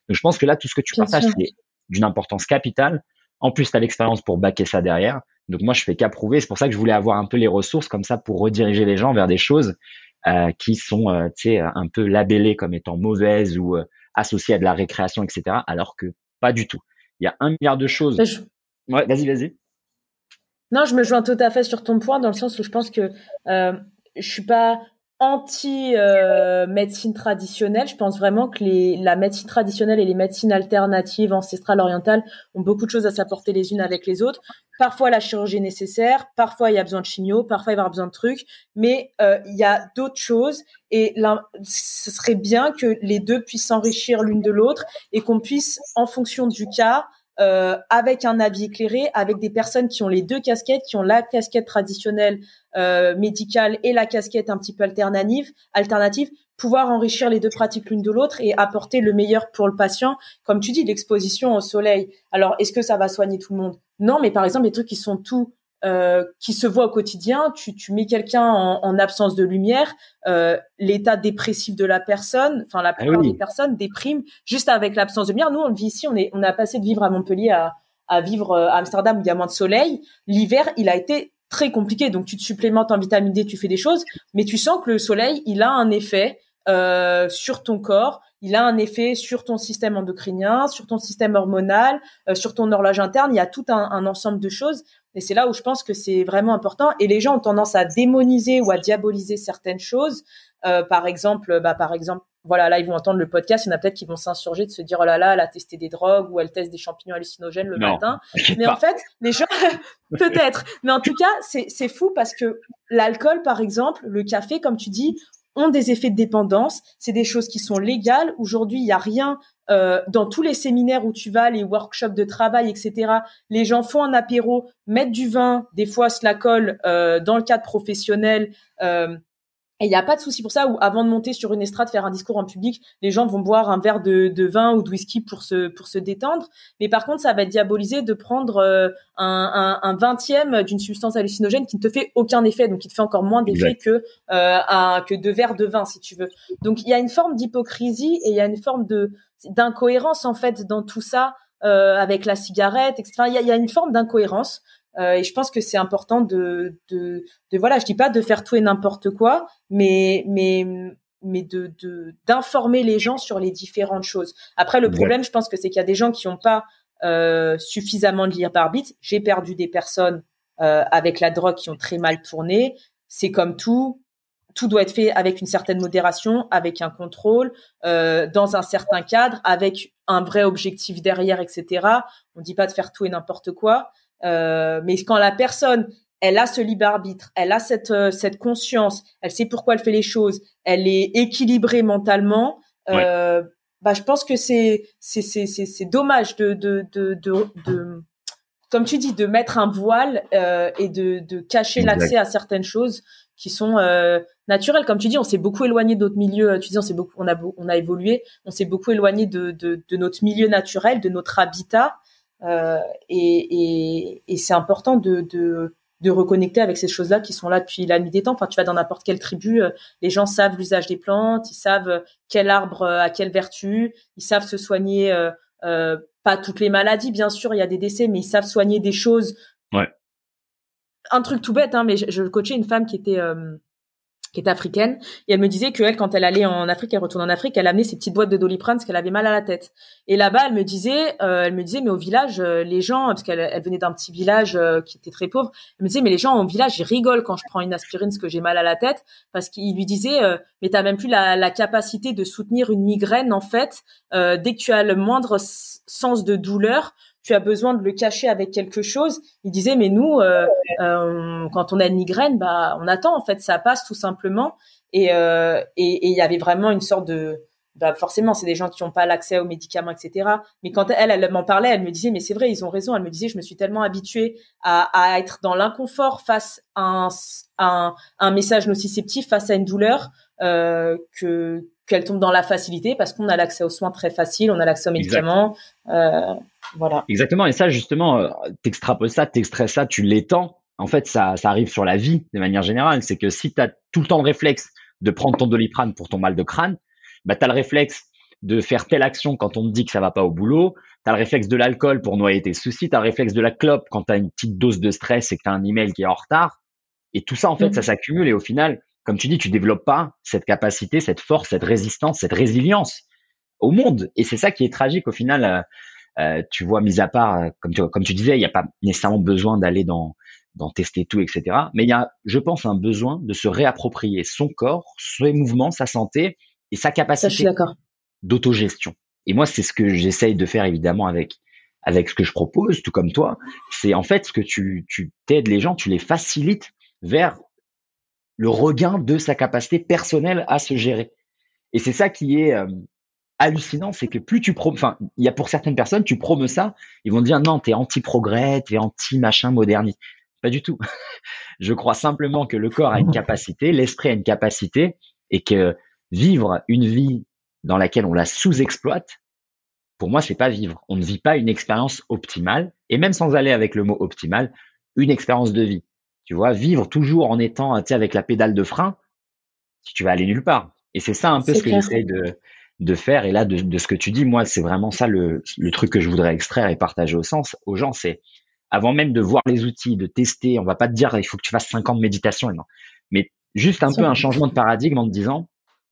Donc, je pense que là, tout ce que tu Bien partages, sûr. c'est d'une importance capitale. En plus, tu as l'expérience pour backer ça derrière. Donc, moi, je fais qu'approuver. C'est pour ça que je voulais avoir un peu les ressources comme ça pour rediriger les gens vers des choses qui sont, tu sais, un peu labellées comme étant mauvaises ou associées à de la récréation, etc. Alors que pas du tout. Il y a 1 milliard de choses. Ouais, vas-y. Non, je me joins tout à fait sur ton point dans le sens où je pense que je suis pas anti médecine traditionnelle. Je pense vraiment que la médecine traditionnelle et les médecines alternatives, ancestrales, orientales ont beaucoup de choses à s'apporter les unes avec les autres. Parfois, la chirurgie est nécessaire. Parfois, il y a besoin de chimio. Parfois, il va y avoir besoin de trucs. Mais il y a d'autres choses. Et là, ce serait bien que les deux puissent s'enrichir l'une de l'autre et qu'on puisse, en fonction du cas, avec un avis éclairé, avec des personnes qui ont les deux casquettes, qui ont la casquette traditionnelle médicale et la casquette un petit peu alternative, pouvoir enrichir les deux pratiques l'une de l'autre et apporter le meilleur pour le patient. Comme tu dis, l'exposition au soleil. Alors, est-ce que ça va soigner tout le monde? Non, mais par exemple, les trucs qui sont qui se voient au quotidien, tu mets quelqu'un en absence de lumière, l'état dépressif de la personne, enfin la plupart des personnes dépriment juste avec l'absence de lumière. Nous, on le vit ici, on a passé de vivre à Montpellier à vivre à Amsterdam où il y a moins de soleil. L'hiver, il a été très compliqué, donc tu te supplémentes en vitamine D, tu fais des choses, mais tu sens que le soleil, il a un effet sur ton corps, il a un effet sur ton système endocrinien, sur ton système hormonal, sur ton horloge interne. Il y a tout un ensemble de choses. Et c'est là où je pense que c'est vraiment important. Et les gens ont tendance à démoniser ou à diaboliser certaines choses. Par exemple, voilà, là, ils vont entendre le podcast. Il y en a peut-être qui vont s'insurger de se dire, oh là là, elle a testé des drogues ou elle teste des champignons hallucinogènes le matin. Mais en fait, les gens, peut-être. Mais en tout cas, c'est fou parce que l'alcool, par exemple, le café, comme tu dis, ont des effets de dépendance. C'est des choses qui sont légales. Aujourd'hui, il n'y a rien dans tous les séminaires où tu vas, les workshops de travail, etc. Les gens font un apéro, mettent du vin, des fois se la colle dans le cadre professionnel. Et il n'y a pas de souci pour ça, ou avant de monter sur une estrade, faire un discours en public, les gens vont boire un verre de vin ou de whisky pour se détendre. Mais par contre, ça va être diabolisé de prendre un 20e d'une substance hallucinogène qui ne te fait aucun effet, donc qui te fait encore moins d'effet que 2 verres de vin, si tu veux. Donc, il y a une forme d'hypocrisie et il y a une forme d'incohérence, en fait, dans tout ça, avec la cigarette, etc. Enfin, il y a une forme d'incohérence. Et je pense que c'est important de voilà, je dis pas de faire tout et n'importe quoi, mais d'informer les gens sur les différentes choses. Après, le problème, je pense que c'est qu'il y a des gens qui n'ont pas suffisamment de libre arbitre. J'ai perdu des personnes avec la drogue qui ont très mal tourné. C'est comme tout doit être fait avec une certaine modération, avec un contrôle, dans un certain cadre, avec un vrai objectif derrière, etc. On dit pas de faire tout et n'importe quoi. Mais quand la personne, elle a ce libre arbitre, elle a cette conscience, elle sait pourquoi elle fait les choses, elle est équilibrée mentalement, je pense que c'est dommage de comme tu dis, de mettre un voile et de cacher l'accès à certaines choses qui sont naturelles. Comme tu dis, on s'est beaucoup éloigné d'autres milieux. Tu dis, on a évolué, on s'est beaucoup éloigné de notre milieu naturel, de notre habitat. Et c'est important de reconnecter avec ces choses-là qui sont là depuis la nuit des temps. Enfin, tu vas dans n'importe quelle tribu, les gens savent l'usage des plantes, ils savent quel arbre a quelle vertu, ils savent se soigner, pas toutes les maladies, bien sûr, il y a des décès, mais ils savent soigner des choses. Ouais. Un truc tout bête, hein, mais je coachais une femme qui était africaine, et elle me disait que elle, quand elle allait en Afrique, elle retourne en Afrique, elle amenait ses petites boîtes de Doliprane parce qu'elle avait mal à la tête. Et là-bas, elle me disait, mais au village, les gens, parce qu'elle venait d'un petit village qui était très pauvre, elle me disait, mais les gens au village, ils rigolent quand je prends une aspirine parce que j'ai mal à la tête, parce qu'il lui disait, mais t'as même plus la capacité de soutenir une migraine, en fait, dès que tu as le moindre sens de douleur, tu as besoin de le cacher avec quelque chose. Il disait, mais nous, quand on a une migraine, on attend, en fait, ça passe tout simplement. Et il y avait vraiment une sorte forcément, c'est des gens qui n'ont pas l'accès aux médicaments, etc. Mais quand elle m'en parlait, elle me disait, mais c'est vrai, ils ont raison. Elle me disait, je me suis tellement habituée à être dans l'inconfort face à un message nociceptif, face à une douleur, qu'elle tombe dans la facilité parce qu'on a l'accès aux soins très facile, on a l'accès aux médicaments. Voilà. Exactement. Et ça, justement, t'extraposes ça, t'extrais ça, tu l'étends. En fait, ça arrive sur la vie de manière générale. C'est que si tu as tout le temps le réflexe de prendre ton Doliprane pour ton mal de crâne, tu as le réflexe de faire telle action quand on te dit que ça va pas au boulot. T'as le réflexe de l'alcool pour noyer tes soucis. T'as le réflexe de la clope quand t'as une petite dose de stress et que t'as un email qui est en retard. Et tout ça, en fait, ça s'accumule et au final, comme tu dis, tu développes pas cette capacité, cette force, cette résistance, cette résilience au monde. Et c'est ça qui est tragique au final. Tu vois, mis à part, comme tu disais, il n'y a pas nécessairement besoin d'aller dans tester tout, etc. Mais il y a, je pense, un besoin de se réapproprier son corps, ses mouvements, sa santé et sa Ça, je suis capacité d'accord. d'autogestion. Et moi, c'est ce que j'essaye de faire évidemment avec ce que je propose, tout comme toi. C'est en fait ce que tu t'aides les gens, tu les facilites vers le regain de sa capacité personnelle à se gérer. Et c'est ça qui est hallucinant, c'est que plus enfin, il y a pour certaines personnes, tu promeus ça, ils vont dire non, t'es anti-progrès, t'es anti-machin modernité. Pas du tout. Je crois simplement que le corps a une capacité, l'esprit a une capacité, et que vivre une vie dans laquelle on la sous-exploite, pour moi, c'est pas vivre. On ne vit pas une expérience optimale, et même sans aller avec le mot optimal, une expérience de vie. Tu vois, vivre toujours en étant, tu sais, avec la pédale de frein, si tu vas aller nulle part. Et c'est ça un peu C'est ce que clair. j'essaye de faire. Et là, de ce que tu dis, moi, c'est vraiment ça le truc que je voudrais extraire et partager aux gens, c'est avant même de voir les outils, de tester, on va pas te dire il faut que tu fasses 5 ans de méditation, non. Mais juste un peu un changement de paradigme en te disant,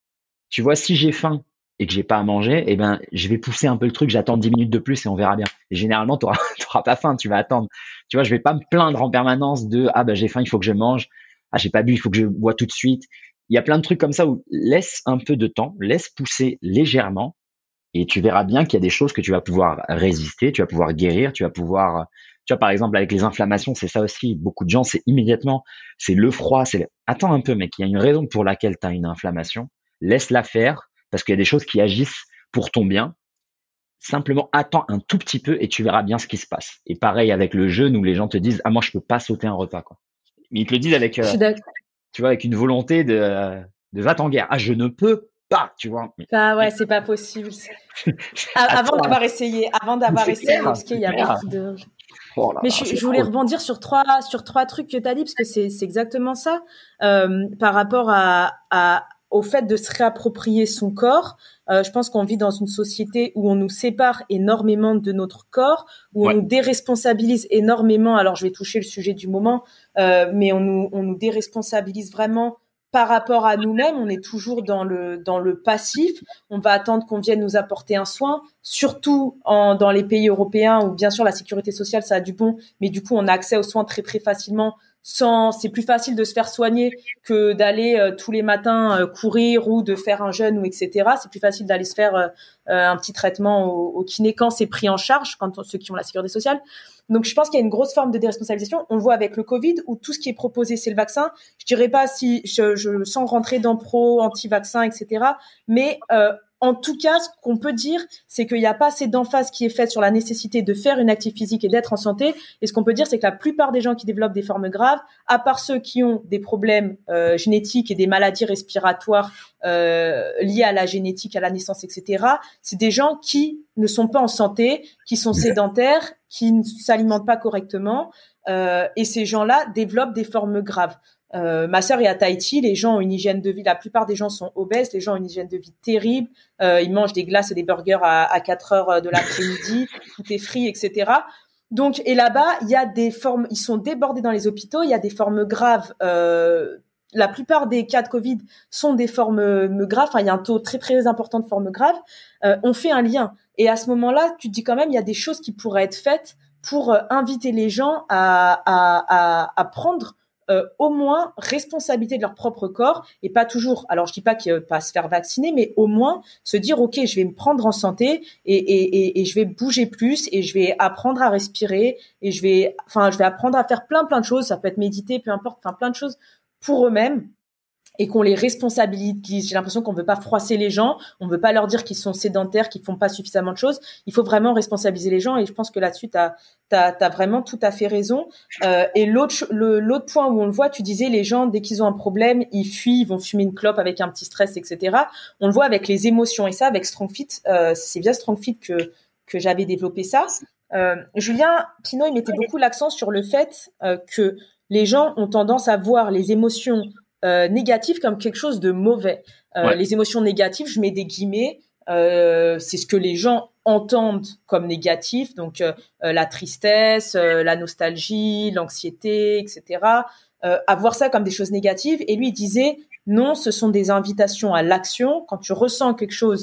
tu vois, si j'ai faim et que j'ai pas à manger, eh ben, je vais pousser un peu le truc, j'attends 10 minutes de plus et on verra bien. Et généralement, t'auras pas faim, tu vas attendre. Tu vois, je vais pas me plaindre en permanence de, ah, ben, j'ai faim, il faut que je mange. Ah, j'ai pas bu, il faut que je bois tout de suite. Il y a plein de trucs comme ça où laisse un peu de temps, laisse pousser légèrement et tu verras bien qu'il y a des choses que tu vas pouvoir résister, tu vas pouvoir guérir, tu vois, par exemple, avec les inflammations, c'est ça aussi. Beaucoup de gens, c'est immédiatement, c'est le froid, attends un peu, mec, il y a une raison pour laquelle tu as une inflammation. Laisse-la faire parce qu'il y a des choses qui agissent pour ton bien. Simplement, attends un tout petit peu et tu verras bien ce qui se passe. Et pareil avec le jeûne où les gens te disent, ah, moi, je peux pas sauter un repas, quoi. Mais ils te le disent avec, Je suis d'accord. tu vois, avec une volonté de va-t-en guerre. Ah, je ne peux pas, tu vois. Ah ouais, c'est pas possible. Avant Attends, d'avoir essayé, c'est clair, parce qu'il y a beaucoup de. Oh là Mais là, c'est je voulais drôle. rebondir sur trois trucs que tu as dit, parce que c'est exactement ça, par rapport au fait de se réapproprier son corps. Je pense qu'on vit dans une société où on nous sépare énormément de notre corps, où on Ouais. nous déresponsabilise énormément. Alors, je vais toucher le sujet du moment, mais on nous déresponsabilise vraiment par rapport à nous-mêmes. On est toujours dans le passif. On va attendre qu'on vienne nous apporter un soin, surtout dans les pays européens où bien sûr la sécurité sociale ça a du bon, mais du coup on a accès aux soins très très facilement. C'est plus facile de se faire soigner que d'aller tous les matins courir ou de faire un jeûne ou etc. C'est plus facile d'aller se faire un petit traitement au kiné quand c'est pris en charge, quand ceux qui ont la sécurité sociale. Donc je pense qu'il y a une grosse forme de déresponsabilisation. On le voit avec le Covid où tout ce qui est proposé c'est le vaccin. Je dirais pas si je sans rentrer dans pro, anti-vaccin, etc. Mais en tout cas, ce qu'on peut dire, c'est qu'il n'y a pas assez d'emphase qui est faite sur la nécessité de faire une activité physique et d'être en santé. Et ce qu'on peut dire, c'est que la plupart des gens qui développent des formes graves, à part ceux qui ont des problèmes génétiques et des maladies respiratoires liées à la génétique, à la naissance, etc., c'est des gens qui ne sont pas en santé, qui sont sédentaires, qui ne s'alimentent pas correctement. Et ces gens-là développent des formes graves. Ma sœur est à Tahiti, les gens ont une hygiène de vie, la plupart des gens sont obèses, les gens ont une hygiène de vie terrible, ils mangent des glaces et des burgers à 4 heures de l'après-midi, tout est frit, etc. Donc, et là-bas, il y a des formes, ils sont débordés dans les hôpitaux, il y a des formes graves, la plupart des cas de Covid sont des formes graves, enfin, il y a un taux très très important de formes graves, on fait un lien. Et à ce moment-là, tu te dis quand même, il y a des choses qui pourraient être faites pour inviter les gens à prendre au moins responsabilité de leur propre corps et pas toujours, alors je dis pas qu'il pas se faire vacciner, mais au moins se dire ok, je vais me prendre en santé et je vais bouger plus et je vais apprendre à respirer et je vais apprendre à faire plein de choses, ça peut être méditer, peu importe, enfin plein de choses pour eux-mêmes et qu'on les responsabilise. J'ai l'impression qu'on veut pas froisser les gens, on veut pas leur dire qu'ils sont sédentaires, qu'ils font pas suffisamment de choses. Il faut vraiment responsabiliser les gens et je pense que là-dessus t'as vraiment tout à fait raison. Et l'autre point où on le voit, tu disais les gens dès qu'ils ont un problème, ils fuient, ils vont fumer une clope avec un petit stress, etc. On le voit avec les émotions et ça avec StrongFit. C'est via StrongFit que j'avais développé ça. Julien Pinault, il mettait beaucoup l'accent sur le fait que les gens ont tendance à voir les émotions négatives comme quelque chose de mauvais. Ouais. Les émotions négatives, je mets des guillemets, c'est ce que les gens entendent comme négatif, donc la tristesse, la nostalgie, l'anxiété, etc. Avoir ça comme des choses négatives. Et lui, il disait non, ce sont des invitations à l'action. Quand tu ressens quelque chose,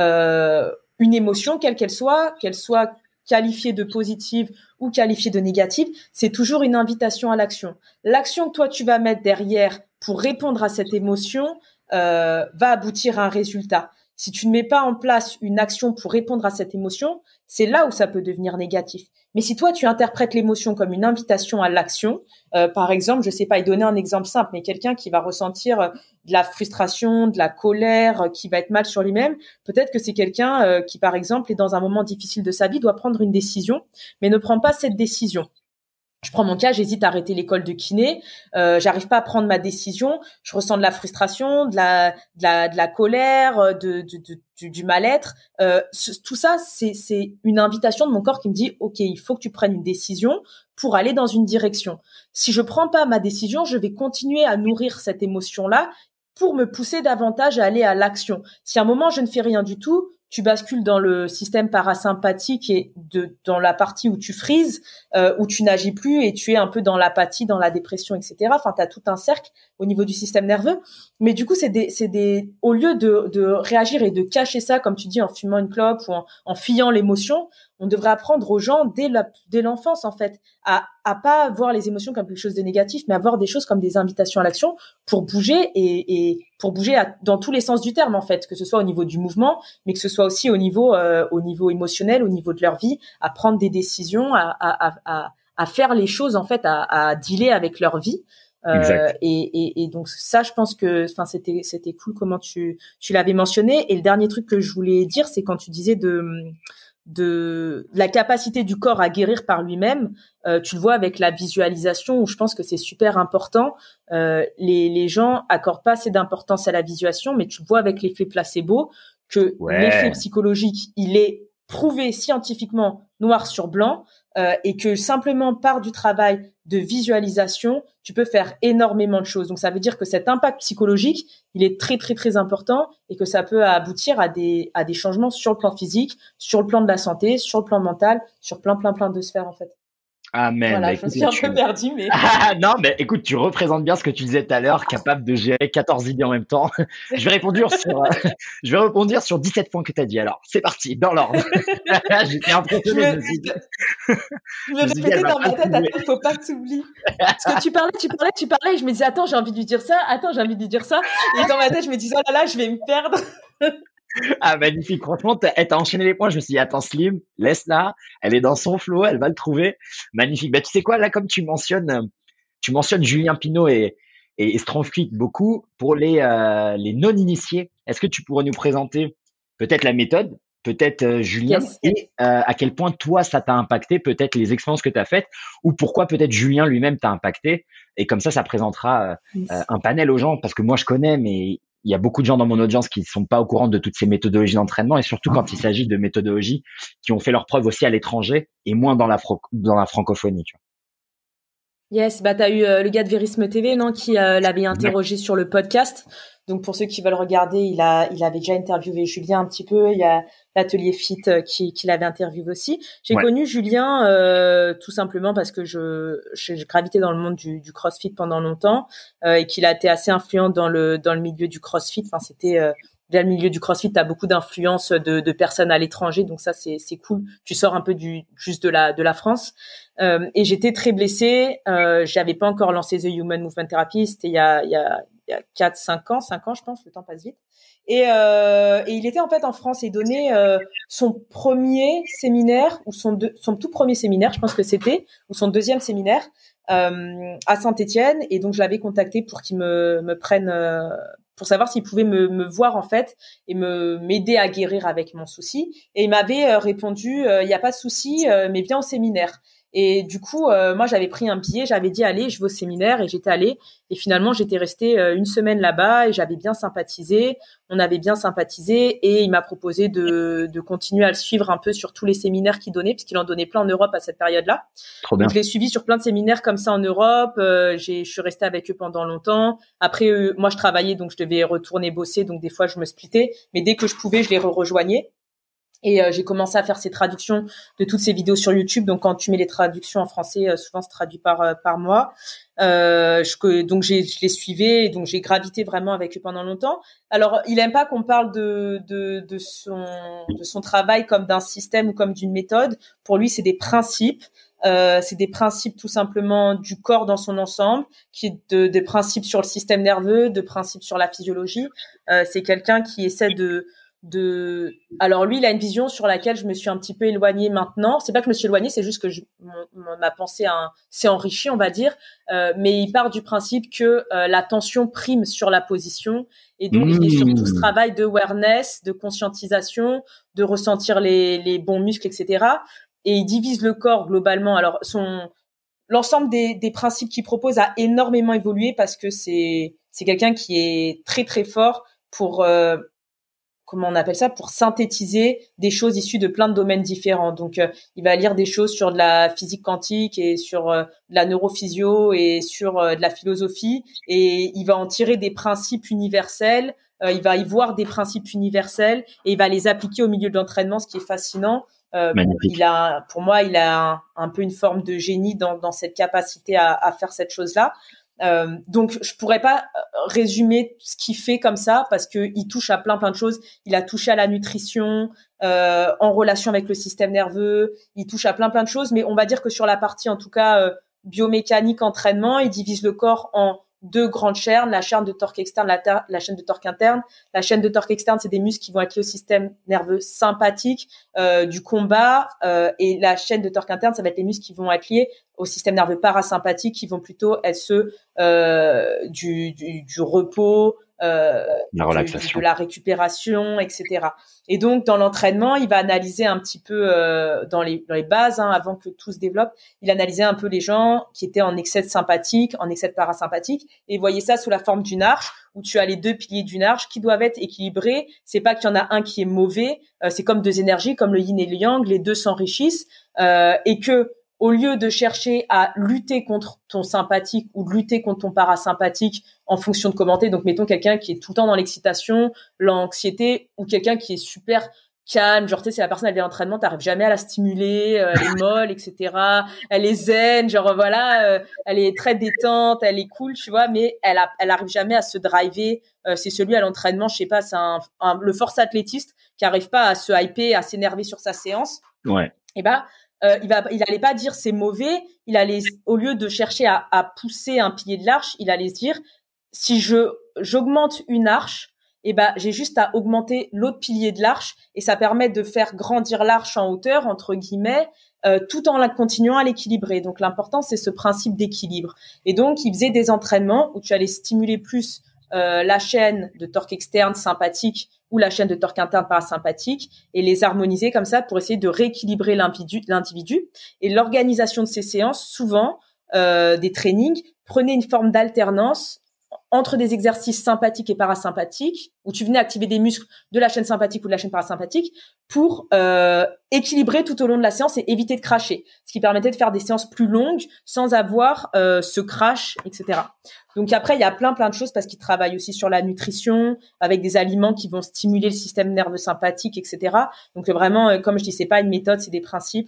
une émotion, quelle qu'elle soit qualifiée de positive ou qualifiée de négative, c'est toujours une invitation à l'action. L'action que toi, tu vas mettre derrière pour répondre à cette émotion va aboutir à un résultat. Si tu ne mets pas en place une action pour répondre à cette émotion, c'est là où ça peut devenir négatif. Mais si toi, tu interprètes l'émotion comme une invitation à l'action, par exemple, je sais pas, donner un exemple simple, mais quelqu'un qui va ressentir de la frustration, de la colère, qui va être mal sur lui-même, peut-être que c'est quelqu'un qui, par exemple, est dans un moment difficile de sa vie, doit prendre une décision, mais ne prend pas cette décision. Je prends mon cas, j'hésite à arrêter l'école de kiné, j'arrive pas à prendre ma décision, je ressens de la frustration, de la colère, du mal-être. Tout ça, c'est une invitation de mon corps qui me dit, OK, il faut que tu prennes une décision pour aller dans une direction. Si je prends pas ma décision, je vais continuer à nourrir cette émotion-là pour me pousser davantage à aller à l'action. Si à un moment je ne fais rien du tout, tu bascules dans le système parasympathique et dans la partie où tu frises, où tu n'agis plus et tu es un peu dans l'apathie, dans la dépression, etc. Enfin, tu as tout un cercle au niveau du système nerveux. Mais du coup, au lieu de réagir et de cacher ça, comme tu dis, en fumant une clope ou en fuyant l'émotion, on devrait apprendre aux gens dès l'enfance, en fait, à pas voir les émotions comme quelque chose de négatif, mais à voir des choses comme des invitations à l'action pour bouger et pour bouger dans tous les sens du terme, en fait, que ce soit au niveau du mouvement, mais que ce soit aussi au niveau émotionnel, au niveau de leur vie, à prendre des décisions, à faire les choses, en fait, à dealer avec leur vie. Et donc ça, je pense que, enfin, c'était cool comment tu l'avais mentionné. Et le dernier truc que je voulais dire, c'est quand tu disais de la capacité du corps à guérir par lui-même, tu le vois avec la visualisation, où je pense que c'est super important. Les gens accordent pas assez d'importance à la visualisation, mais tu le vois avec l'effet placebo, que l'effet psychologique, il est prouvé scientifiquement noir sur blanc, et que simplement par du travail de visualisation, tu peux faire énormément de choses. Donc ça veut dire que cet impact psychologique, il est très très très important et que ça peut aboutir à des changements sur le plan physique, sur le plan de la santé, sur le plan mental, sur plein de sphères, en fait. Amen. Voilà, bah, je me suis un peu perdue, mais... non, mais écoute, tu représentes bien ce que tu disais tout à l'heure, capable de gérer 14 idées en même temps. Je vais rebondir sur 17 points que tu as dit. Alors, c'est parti, dans l'ordre. J'étais impressionné. Je me répétais dans ma tête, attends, il faut pas que tu oublies. Parce que tu parlais, et je me disais, attends, j'ai envie de lui dire ça. Et dans ma tête, je me disais, oh là là, je vais me perdre. Ah, magnifique. Franchement, t'as enchaîné les points. Je me suis dit, attends, Slim, laisse-la. Elle est dans son flow, elle va le trouver. Magnifique. Bah, tu sais quoi, là, comme tu mentionnes Julien Pineau et Strongfit beaucoup pour les non-initiés. Est-ce que tu pourrais nous présenter peut-être la méthode, peut-être Julien, Yes. et à quel point toi, ça t'a impacté, peut-être les expériences que tu as faites, ou pourquoi peut-être Julien lui-même t'a impacté. Et comme ça présentera un panel aux gens, parce que moi, je connais, mais il y a beaucoup de gens dans mon audience qui ne sont pas au courant de toutes ces méthodologies d'entraînement, et surtout quand il s'agit de méthodologies qui ont fait leurs preuves aussi à l'étranger et moins dans la francophonie. Tu vois. Yes, bah t'as eu le gars de Verisme TV, non, qui l'avait interrogé sur le podcast. Donc pour ceux qui veulent regarder, il avait déjà interviewé Julien un petit peu. Il y a l'atelier Fit qui l'avait interviewé aussi. J'ai connu Julien tout simplement parce que j'ai gravité dans le monde du CrossFit pendant longtemps et qu'il a été assez influent dans le milieu du CrossFit. Enfin, c'était le milieu du CrossFit, t'as beaucoup d'influence de personnes à l'étranger, donc ça c'est cool. Tu sors un peu juste de la France. Et j'étais très blessée. J'avais pas encore lancé The Human Movement Therapy. C'était il y a 5 ans, je pense. Le temps passe vite. Et il était en fait en France et donnait son premier séminaire ou son tout premier séminaire, je pense que c'était, ou son deuxième séminaire à Saint-Étienne. Et donc je l'avais contacté pour qu'il me prenne pour savoir s'il pouvait me voir en fait et m'aider à guérir avec mon souci. Et il m'avait répondu il y a pas de souci, mais viens au séminaire. Et du coup, moi, j'avais pris un billet, j'avais dit, allez, je vais au séminaire, et j'étais allée. Et finalement, j'étais restée une semaine là-bas et j'avais bien sympathisé. On avait bien sympathisé et il m'a proposé de continuer à le suivre un peu sur tous les séminaires qu'il donnait, puisqu'il en donnait plein en Europe à cette période-là. Trop bien. Donc, je l'ai suivi sur plein de séminaires comme ça en Europe. Je suis restée avec eux pendant longtemps. Après, moi, je travaillais, donc je devais retourner bosser. Donc, des fois, je me splittais. Mais dès que je pouvais, je les rejoignais. Et j'ai commencé à faire ces traductions de toutes ces vidéos sur YouTube. Donc, quand tu mets les traductions en français, souvent c'est traduit par moi. Donc, je les suivais. Et donc, j'ai gravité vraiment avec eux pendant longtemps. Alors, il aime pas qu'on parle de son travail comme d'un système ou comme d'une méthode. Pour lui, c'est des principes. C'est des principes tout simplement du corps dans son ensemble, des principes sur le système nerveux, de principes sur la physiologie. C'est quelqu'un qui essaie alors lui, il a une vision sur laquelle je me suis un petit peu éloignée maintenant. C'est pas que je me suis éloignée, c'est juste que ma pensée s'est enrichie, on va dire. Mais il part du principe que la tension prime sur la position. Et donc, il est sur tout ce travail de awareness, de conscientisation, de ressentir les bons muscles, etc. Et il divise le corps globalement. Alors, l'ensemble des principes qu'il propose a énormément évolué parce que c'est quelqu'un qui est très, très fort pour... comment on appelle ça, pour synthétiser des choses issues de plein de domaines différents. Donc, il va lire des choses sur de la physique quantique et sur de la neurophysio et sur de la philosophie, et il va en tirer des principes universels. Il va y voir des principes universels et il va les appliquer au milieu de l'entraînement, ce qui est fascinant. Pour moi, il a un peu une forme de génie dans cette capacité à faire cette chose-là. Donc je pourrais pas résumer ce qu'il fait comme ça parce que il touche à plein de choses. Il a touché à la nutrition en relation avec le système nerveux, il touche à plein de choses, mais on va dire que sur la partie en tout cas biomécanique, entraînement, il divise le corps en deux grandes chaînes, la chaîne de torque externe, la chaîne de torque interne. La chaîne de torque externe, c'est des muscles qui vont être liés au système nerveux sympathique du combat, et la chaîne de torque interne, ça va être les muscles qui vont être liés au système nerveux parasympathique, qui vont plutôt être ceux du repos, la relaxation, de la récupération, etc. Et donc dans l'entraînement, il va analyser un petit peu dans les bases, avant que tout se développe, il analysait un peu les gens qui étaient en excès de sympathique, en excès de parasympathique, et voyez ça sous la forme d'une arche où tu as les deux piliers d'une arche qui doivent être équilibrés. C'est pas qu'il y en a un qui est mauvais, c'est comme deux énergies, comme le yin et le yang, les deux s'enrichissent, et que au lieu de chercher à lutter contre ton sympathique ou de lutter contre ton parasympathique en fonction de commenter, donc mettons quelqu'un qui est tout le temps dans l'excitation, l'anxiété, ou quelqu'un qui est super calme, genre tu sais, c'est la personne, elle vient à l'entraînement, t'arrives jamais à la stimuler, elle est molle, etc. Elle est zen, genre voilà, elle est très détente, elle est cool, tu vois, mais elle arrive jamais à se driver. C'est celui à l'entraînement, je sais pas, c'est le force athlétiste qui arrive pas à se hyper, à s'énerver sur sa séance. Ouais. Et il allait pas dire c'est mauvais, il allait, au lieu de chercher à pousser un pilier de l'arche, il allait se dire si j'augmente une arche, j'ai juste à augmenter l'autre pilier de l'arche et ça permet de faire grandir l'arche en hauteur entre guillemets, tout en la continuant à l'équilibrer. Donc l'important c'est ce principe d'équilibre. Et donc il faisait des entraînements où tu allais stimuler plus la chaîne de torque externe sympathique ou la chaîne de torque interne parasympathique et les harmoniser comme ça pour essayer de rééquilibrer l'individu. Et l'organisation de ces séances, souvent des trainings, prenait une forme d'alternance entre des exercices sympathiques et parasympathiques, où tu venais activer des muscles de la chaîne sympathique ou de la chaîne parasympathique pour équilibrer tout au long de la séance et éviter de crasher. Ce qui permettait de faire des séances plus longues sans avoir ce crash, etc. Donc après, il y a plein de choses parce qu'il travaille aussi sur la nutrition, avec des aliments qui vont stimuler le système nerveux sympathique, etc. Donc vraiment, comme je dis, c'est pas une méthode, c'est des principes.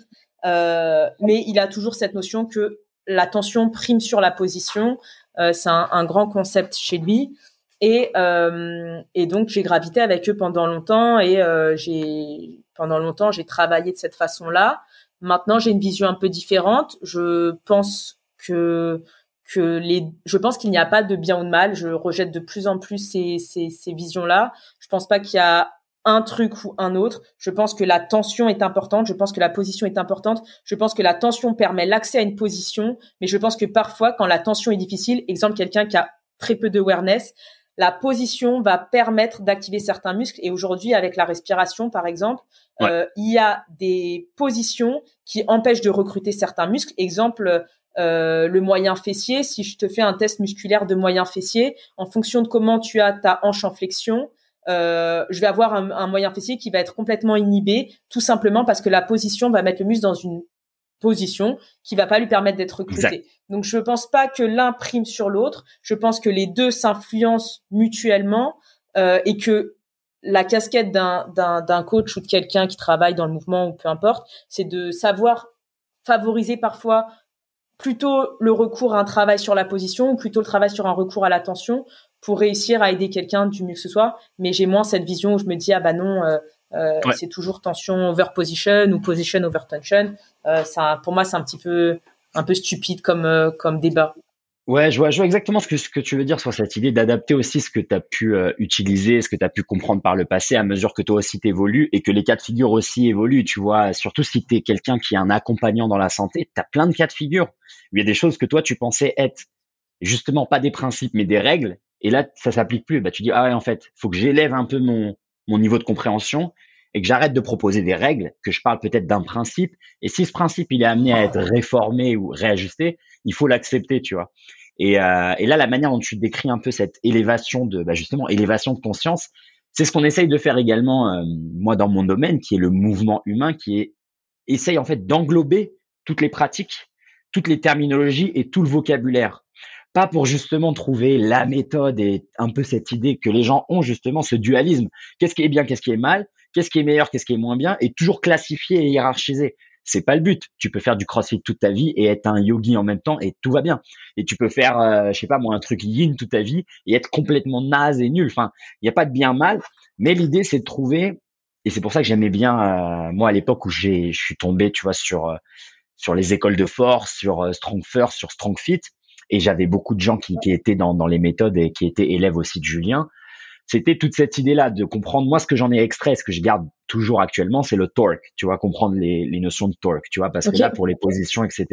Mais il a toujours cette notion que la tension prime sur la position. C'est un grand concept chez lui. Et donc, j'ai gravité avec eux pendant longtemps et j'ai travaillé de cette façon-là. Maintenant, j'ai une vision un peu différente. Je pense qu'il n'y a pas de bien ou de mal. Je rejette de plus en plus ces visions-là. Je pense pas qu'il y a un truc ou un autre. Je pense que la tension est importante. Je pense que la position est importante. Je pense que la tension permet l'accès à une position. Mais je pense que parfois, quand la tension est difficile, exemple, quelqu'un qui a très peu de awareness, la position va permettre d'activer certains muscles. Et aujourd'hui, avec la respiration, par exemple, il y a des positions qui empêchent de recruter certains muscles. Exemple, le moyen fessier. Si je te fais un test musculaire de moyen fessier, en fonction de comment tu as ta hanche en flexion, je vais avoir un moyen fessier qui va être complètement inhibé, tout simplement parce que la position va mettre le muscle dans une position qui va pas lui permettre d'être recruté. Exact. Donc je pense pas que l'un prime sur l'autre. Je pense que les deux s'influencent mutuellement et que la casquette d'un coach ou de quelqu'un qui travaille dans le mouvement ou peu importe, c'est de savoir favoriser parfois plutôt le recours à un travail sur la position ou plutôt le travail sur un recours à la tension pour réussir à aider quelqu'un du mieux que ce soit. Mais j'ai moins cette vision où je me dis, ah bah non, c'est toujours tension over position ou position over tension. Ça, pour moi, c'est un peu stupide comme débat. Ouais, je vois exactement ce que tu veux dire sur cette idée d'adapter aussi ce que tu as pu utiliser, ce que tu as pu comprendre par le passé à mesure que toi aussi t'évolues et que les cas de figure aussi évoluent, tu vois. Surtout si tu es quelqu'un qui est un accompagnant dans la santé, tu as plein de cas de figure. Il y a des choses que toi tu pensais être justement pas des principes mais des règles et là ça s'applique plus. Bah tu dis ah ouais, en fait, faut que j'élève un peu mon niveau de compréhension et que j'arrête de proposer des règles, que je parle peut-être d'un principe et si ce principe il est amené à être réformé ou réajusté, il faut l'accepter, tu vois. Et là, la manière dont tu décris un peu cette élévation élévation de conscience, c'est ce qu'on essaye de faire également, moi, dans mon domaine, qui est le mouvement humain, essaye en fait d'englober toutes les pratiques, toutes les terminologies et tout le vocabulaire. Pas pour justement trouver la méthode et un peu cette idée que les gens ont justement ce dualisme. Qu'est-ce qui est bien, qu'est-ce qui est mal, qu'est-ce qui est meilleur, qu'est-ce qui est moins bien, et toujours classifier et hiérarchiser. C'est pas le but. Tu peux faire du crossfit toute ta vie et être un yogi en même temps et tout va bien. Et tu peux faire, je sais pas moi, un truc yin toute ta vie et être complètement naze et nul. Enfin, il n'y a pas de bien mal. Mais l'idée, c'est de trouver, et c'est pour ça que j'aimais bien, moi, à l'époque où je suis tombé, tu vois, sur les écoles de force, sur Strong First, sur Strong Fit. Et j'avais beaucoup de gens qui étaient dans les méthodes et qui étaient élèves aussi de Julien. C'était toute cette idée-là de comprendre, moi, ce que j'en ai extrait, ce que je garde toujours actuellement, c'est le torque, tu vois, comprendre les notions de torque, tu vois, parce que là, pour les positions, etc.,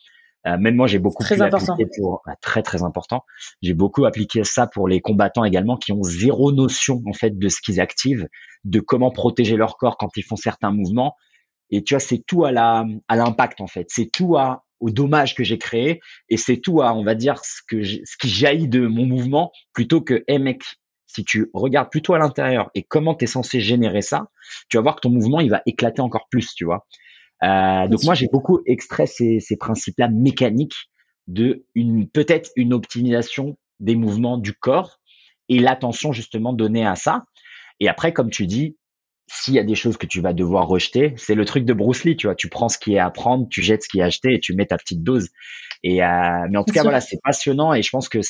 même moi, j'ai beaucoup pu l'appliquer très, très important. J'ai beaucoup appliqué ça pour les combattants également qui ont zéro notion, en fait, de ce qu'ils activent, de comment protéger leur corps quand ils font certains mouvements. Et tu vois, c'est tout à l'impact, en fait. C'est tout au dommage que j'ai créé et c'est tout à, on va dire, ce qui jaillit de mon mouvement plutôt que, hey, mec, si tu regardes plutôt à l'intérieur et comment tu es censé générer ça, tu vas voir que ton mouvement, il va éclater encore plus, tu vois. Donc moi, j'ai beaucoup extrait ces principes-là mécaniques de peut-être une optimisation des mouvements du corps et l'attention justement donnée à ça. Et après, comme tu dis, s'il y a des choses que tu vas devoir rejeter, c'est le truc de Bruce Lee, tu vois. Tu prends ce qui est à prendre, tu jettes ce qui est acheté et tu mets ta petite dose. Mais en tout cas, voilà, c'est passionnant et je pense que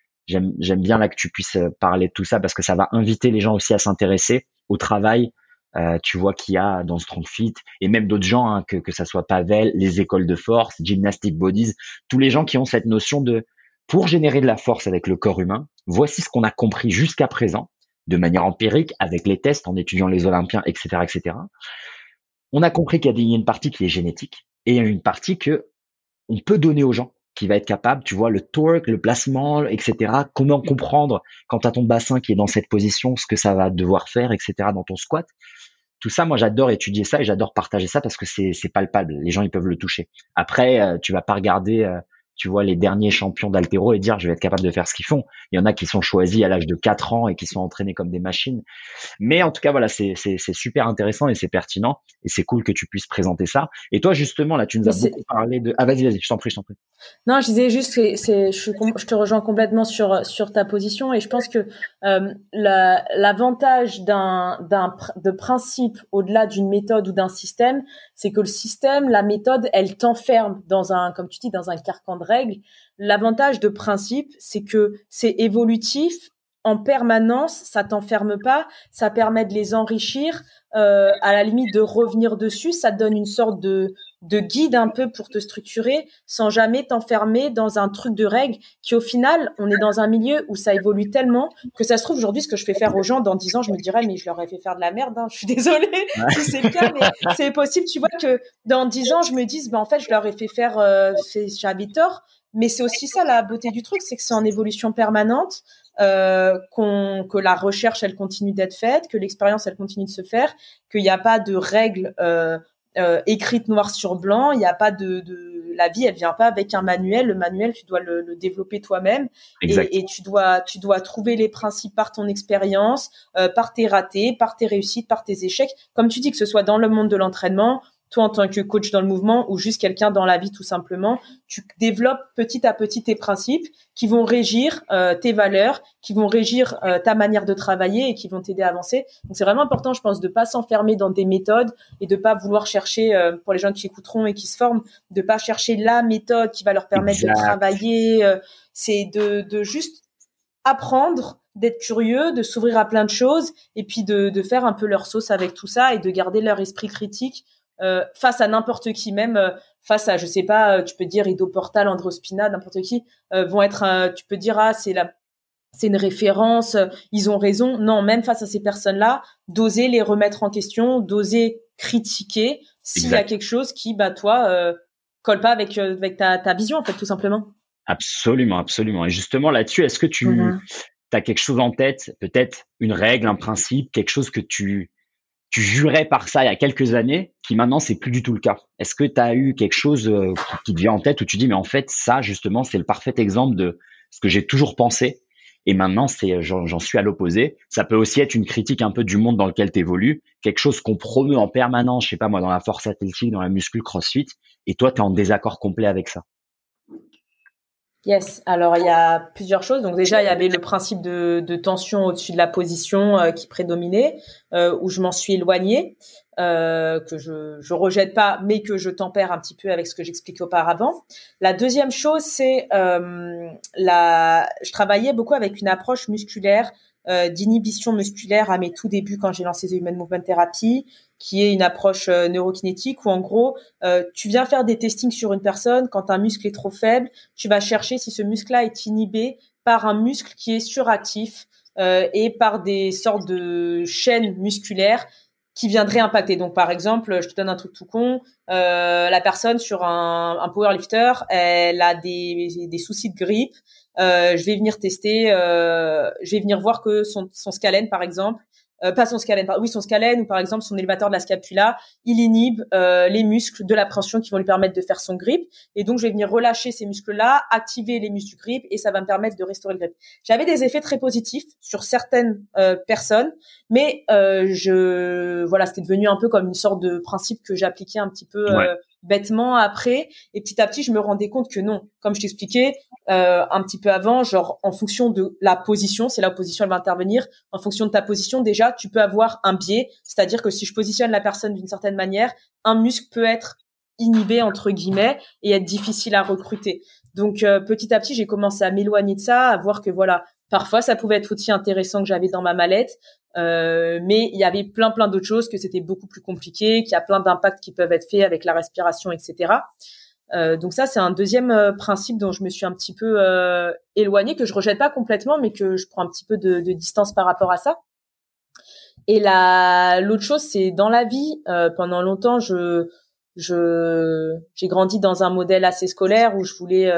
j'aime bien là que tu puisses parler de tout ça parce que ça va inviter les gens aussi à s'intéresser au travail, tu vois, qu'il y a dans Strong Fit et même d'autres gens, hein, que ça soit Pavel, les écoles de force, Gymnastic Bodies, tous les gens qui ont cette notion de pour générer de la force avec le corps humain, voici ce qu'on a compris jusqu'à présent de manière empirique avec les tests en étudiant les Olympiens, etc., etc. On a compris qu'il y a une partie qui est génétique et il y a une partie que on peut donner aux gens qui va être capable, tu vois, le torque, le placement, etc. Comment comprendre quand tu as ton bassin qui est dans cette position, ce que ça va devoir faire, etc. dans ton squat. Tout ça, moi, j'adore étudier ça et j'adore partager ça parce que c'est palpable. Les gens, ils peuvent le toucher. Après, tu vas pas regarder, tu vois, les derniers champions d'haltéro et dire, je vais être capable de faire ce qu'ils font. Il y en a qui sont choisis à l'âge de 4 ans et qui sont entraînés comme des machines. Mais en tout cas, voilà, c'est super intéressant et c'est pertinent et c'est cool que tu puisses présenter ça. Et toi, justement, là, tu nous as beaucoup parlé de... Ah, vas-y, je t'en prie. Non, je disais juste que je te rejoins complètement sur ta position et je pense que l'avantage de principe au-delà d'une méthode ou d'un système, c'est que le système, la méthode, elle t'enferme comme tu dis, dans un carcan de règles. L'avantage de principe, c'est que c'est évolutif en permanence, ça t'enferme pas, ça permet de les enrichir, à la limite de revenir dessus, ça te donne une sorte de guide un peu pour te structurer sans jamais t'enfermer dans un truc de règles qui au final, on est dans un milieu où ça évolue tellement que ça se trouve aujourd'hui ce que je fais faire aux gens dans 10 ans, je me dirais mais je leur ai fait faire de la merde, hein, je suis désolée si c'est le cas, mais c'est possible, tu vois que dans 10 ans je me dise en fait je leur ai fait faire j'avais tort, mais c'est aussi ça la beauté du truc, c'est que c'est en évolution permanente. que la recherche elle continue d'être faite, que l'expérience elle continue de se faire, qu'il n'y a pas de règles écrites noir sur blanc, il n'y a pas la vie elle vient pas avec un manuel. Le manuel tu dois le développer toi-même et tu dois trouver les principes par ton expérience, par tes ratés, par tes réussites, par tes échecs. Comme tu dis, que ce soit dans le monde de l'entraînement, toi en tant que coach dans le mouvement ou juste quelqu'un dans la vie tout simplement, tu développes petit à petit tes principes qui vont régir tes valeurs, qui vont régir ta manière de travailler et qui vont t'aider à avancer. Donc c'est vraiment important, je pense, de pas s'enfermer dans des méthodes et de pas vouloir chercher, pour les gens qui écouteront et qui se forment, de pas chercher la méthode qui va leur permettre de travailler. C'est de juste apprendre, d'être curieux, de s'ouvrir à plein de choses et puis de faire un peu leur sauce avec tout ça et de garder leur esprit critique face à n'importe qui, même face à, je sais pas, tu peux dire Ido Portal, André Spina, n'importe qui, vont être, tu peux dire, c'est une référence, ils ont raison. Non, même face à ces personnes-là, d'oser les remettre en question, d'oser critiquer s'il y a quelque chose qui, toi, colle pas avec ta vision, en fait, tout simplement. Absolument, absolument. Et justement, là-dessus, est-ce que tu as quelque chose en tête, peut-être une règle, un principe, quelque chose que tu jurais par ça il y a quelques années, qui maintenant, c'est plus du tout le cas? Est-ce que tu as eu quelque chose qui te vient en tête où tu dis, mais en fait, ça, justement, c'est le parfait exemple de ce que j'ai toujours pensé. Et maintenant, j'en suis à l'opposé. Ça peut aussi être une critique un peu du monde dans lequel tu évolues, quelque chose qu'on promeut en permanence, je sais pas moi, dans la force athlétique, dans la muscu, crossfit, et toi, tu es en désaccord complet avec ça. Yes. Alors, il y a plusieurs choses. Donc déjà, il y avait le principe de tension au-dessus de la position qui prédominait, où je m'en suis éloignée, que je rejette pas, mais que je tempère un petit peu avec ce que j'expliquais auparavant. La deuxième chose, c'est je travaillais beaucoup avec une approche musculaire, d'inhibition musculaire à mes tout débuts quand j'ai lancé The Human Movement Therapy, qui est une approche neurokinétique où en gros, tu viens faire des testings sur une personne. Quand un muscle est trop faible, tu vas chercher si ce muscle-là est inhibé par un muscle qui est suractif et par des sortes de chaînes musculaires qui viendraient impacter. Donc par exemple, je te donne un truc tout con, la personne sur un powerlifter, elle a des soucis de grippe. Je vais venir tester, je vais venir voir que son scalène par exemple, pas son scalène, son scalène ou par exemple son élévateur de la scapula, il inhibe les muscles de l'appréhension qui vont lui permettre de faire son grip. Et donc je vais venir relâcher ces muscles-là, activer les muscles du grip et ça va me permettre de restaurer le grip. J'avais des effets très positifs sur certaines personnes, mais c'était devenu un peu comme une sorte de principe que j'appliquais un petit peu bêtement après, et petit à petit je me rendais compte que non, comme je t'expliquais un petit peu avant, genre en fonction de la position, c'est la position elle va intervenir, en fonction de ta position déjà tu peux avoir un biais, c'est-à-dire que si je positionne la personne d'une certaine manière, un muscle peut être inhibé entre guillemets et être difficile à recruter. Donc petit à petit j'ai commencé à m'éloigner de ça, à voir que voilà, parfois ça pouvait être aussi intéressant que j'avais dans ma mallette, mais il y avait plein d'autres choses, que c'était beaucoup plus compliqué, qu'il y a plein d'impacts qui peuvent être faits avec la respiration, etc. Donc ça, c'est un deuxième principe dont je me suis un petit peu éloignée, que je rejette pas complètement, mais que je prends un petit peu de distance par rapport à ça. Et l'autre chose, c'est dans la vie, pendant longtemps, j'ai grandi dans un modèle assez scolaire où je voulais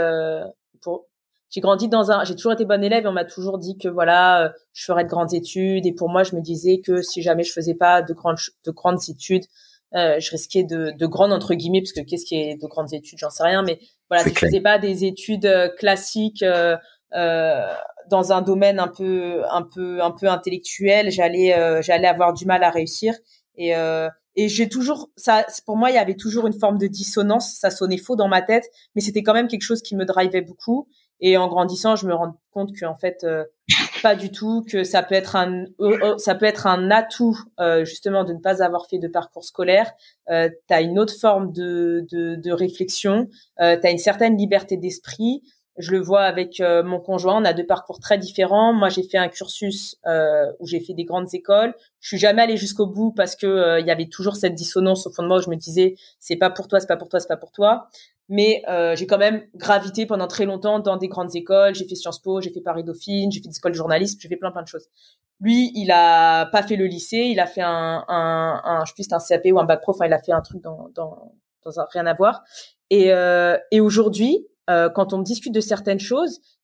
j'ai toujours été bonne élève et on m'a toujours dit que voilà, je ferais de grandes études, et pour moi, je me disais que si jamais je faisais pas de grandes études, je risquais de grandes entre guillemets, parce que qu'est-ce qui est de grandes études, j'en sais rien, mais voilà, si je faisais pas des études classiques dans un domaine un peu intellectuel, j'allais avoir du mal à réussir. Et j'ai toujours ça, pour moi il y avait toujours une forme de dissonance, ça sonnait faux dans ma tête, mais c'était quand même quelque chose qui me drivait beaucoup. Et en grandissant, je me rends compte que en fait pas du tout, que ça peut être un atout justement de ne pas avoir fait de parcours scolaire. T'as une autre forme de réflexion, t'as une certaine liberté d'esprit. Je le vois avec mon conjoint, on a deux parcours très différents. Moi, j'ai fait un cursus où j'ai fait des grandes écoles. Je suis jamais allée jusqu'au bout parce que il y avait toujours cette dissonance au fond de moi où je me disais c'est pas pour toi, c'est pas pour toi, c'est pas pour toi. Mais j'ai quand même gravité pendant très longtemps dans des grandes écoles. J'ai fait Sciences Po, j'ai fait Paris-Dauphine, j'ai fait des écoles de journalisme, j'ai fait plein de choses. Lui, il a pas fait le lycée, il a fait je sais plus, c'était un CAP ou un bac pro. Enfin, il a fait un truc dans un rien à voir. Et aujourd'hui, quand on discute de certaines choses,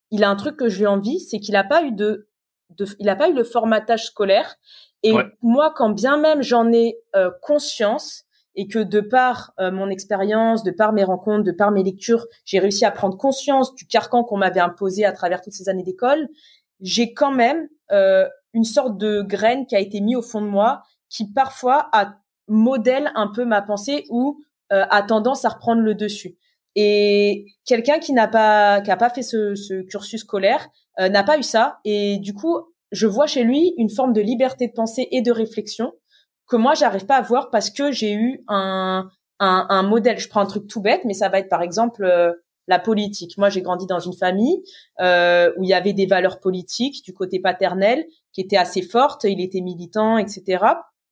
il a un truc que je lui envie, c'est qu'il a pas eu il a pas eu le formatage scolaire. Et moi, quand bien même j'en ai conscience, et que de par mon expérience, de par mes rencontres, de par mes lectures, j'ai réussi à prendre conscience du carcan qu'on m'avait imposé à travers toutes ces années d'école, j'ai quand même une sorte de graine qui a été mise au fond de moi, qui parfois modèle un peu ma pensée ou a tendance à reprendre le dessus. Et quelqu'un qui a pas fait ce cursus scolaire n'a pas eu ça, et du coup je vois chez lui une forme de liberté de pensée et de réflexion que moi j'arrive pas à voir parce que j'ai eu un modèle. Je prends un truc tout bête, mais ça va être par exemple la politique. Moi j'ai grandi dans une famille où il y avait des valeurs politiques du côté paternel qui étaient assez fortes, il était militant, etc.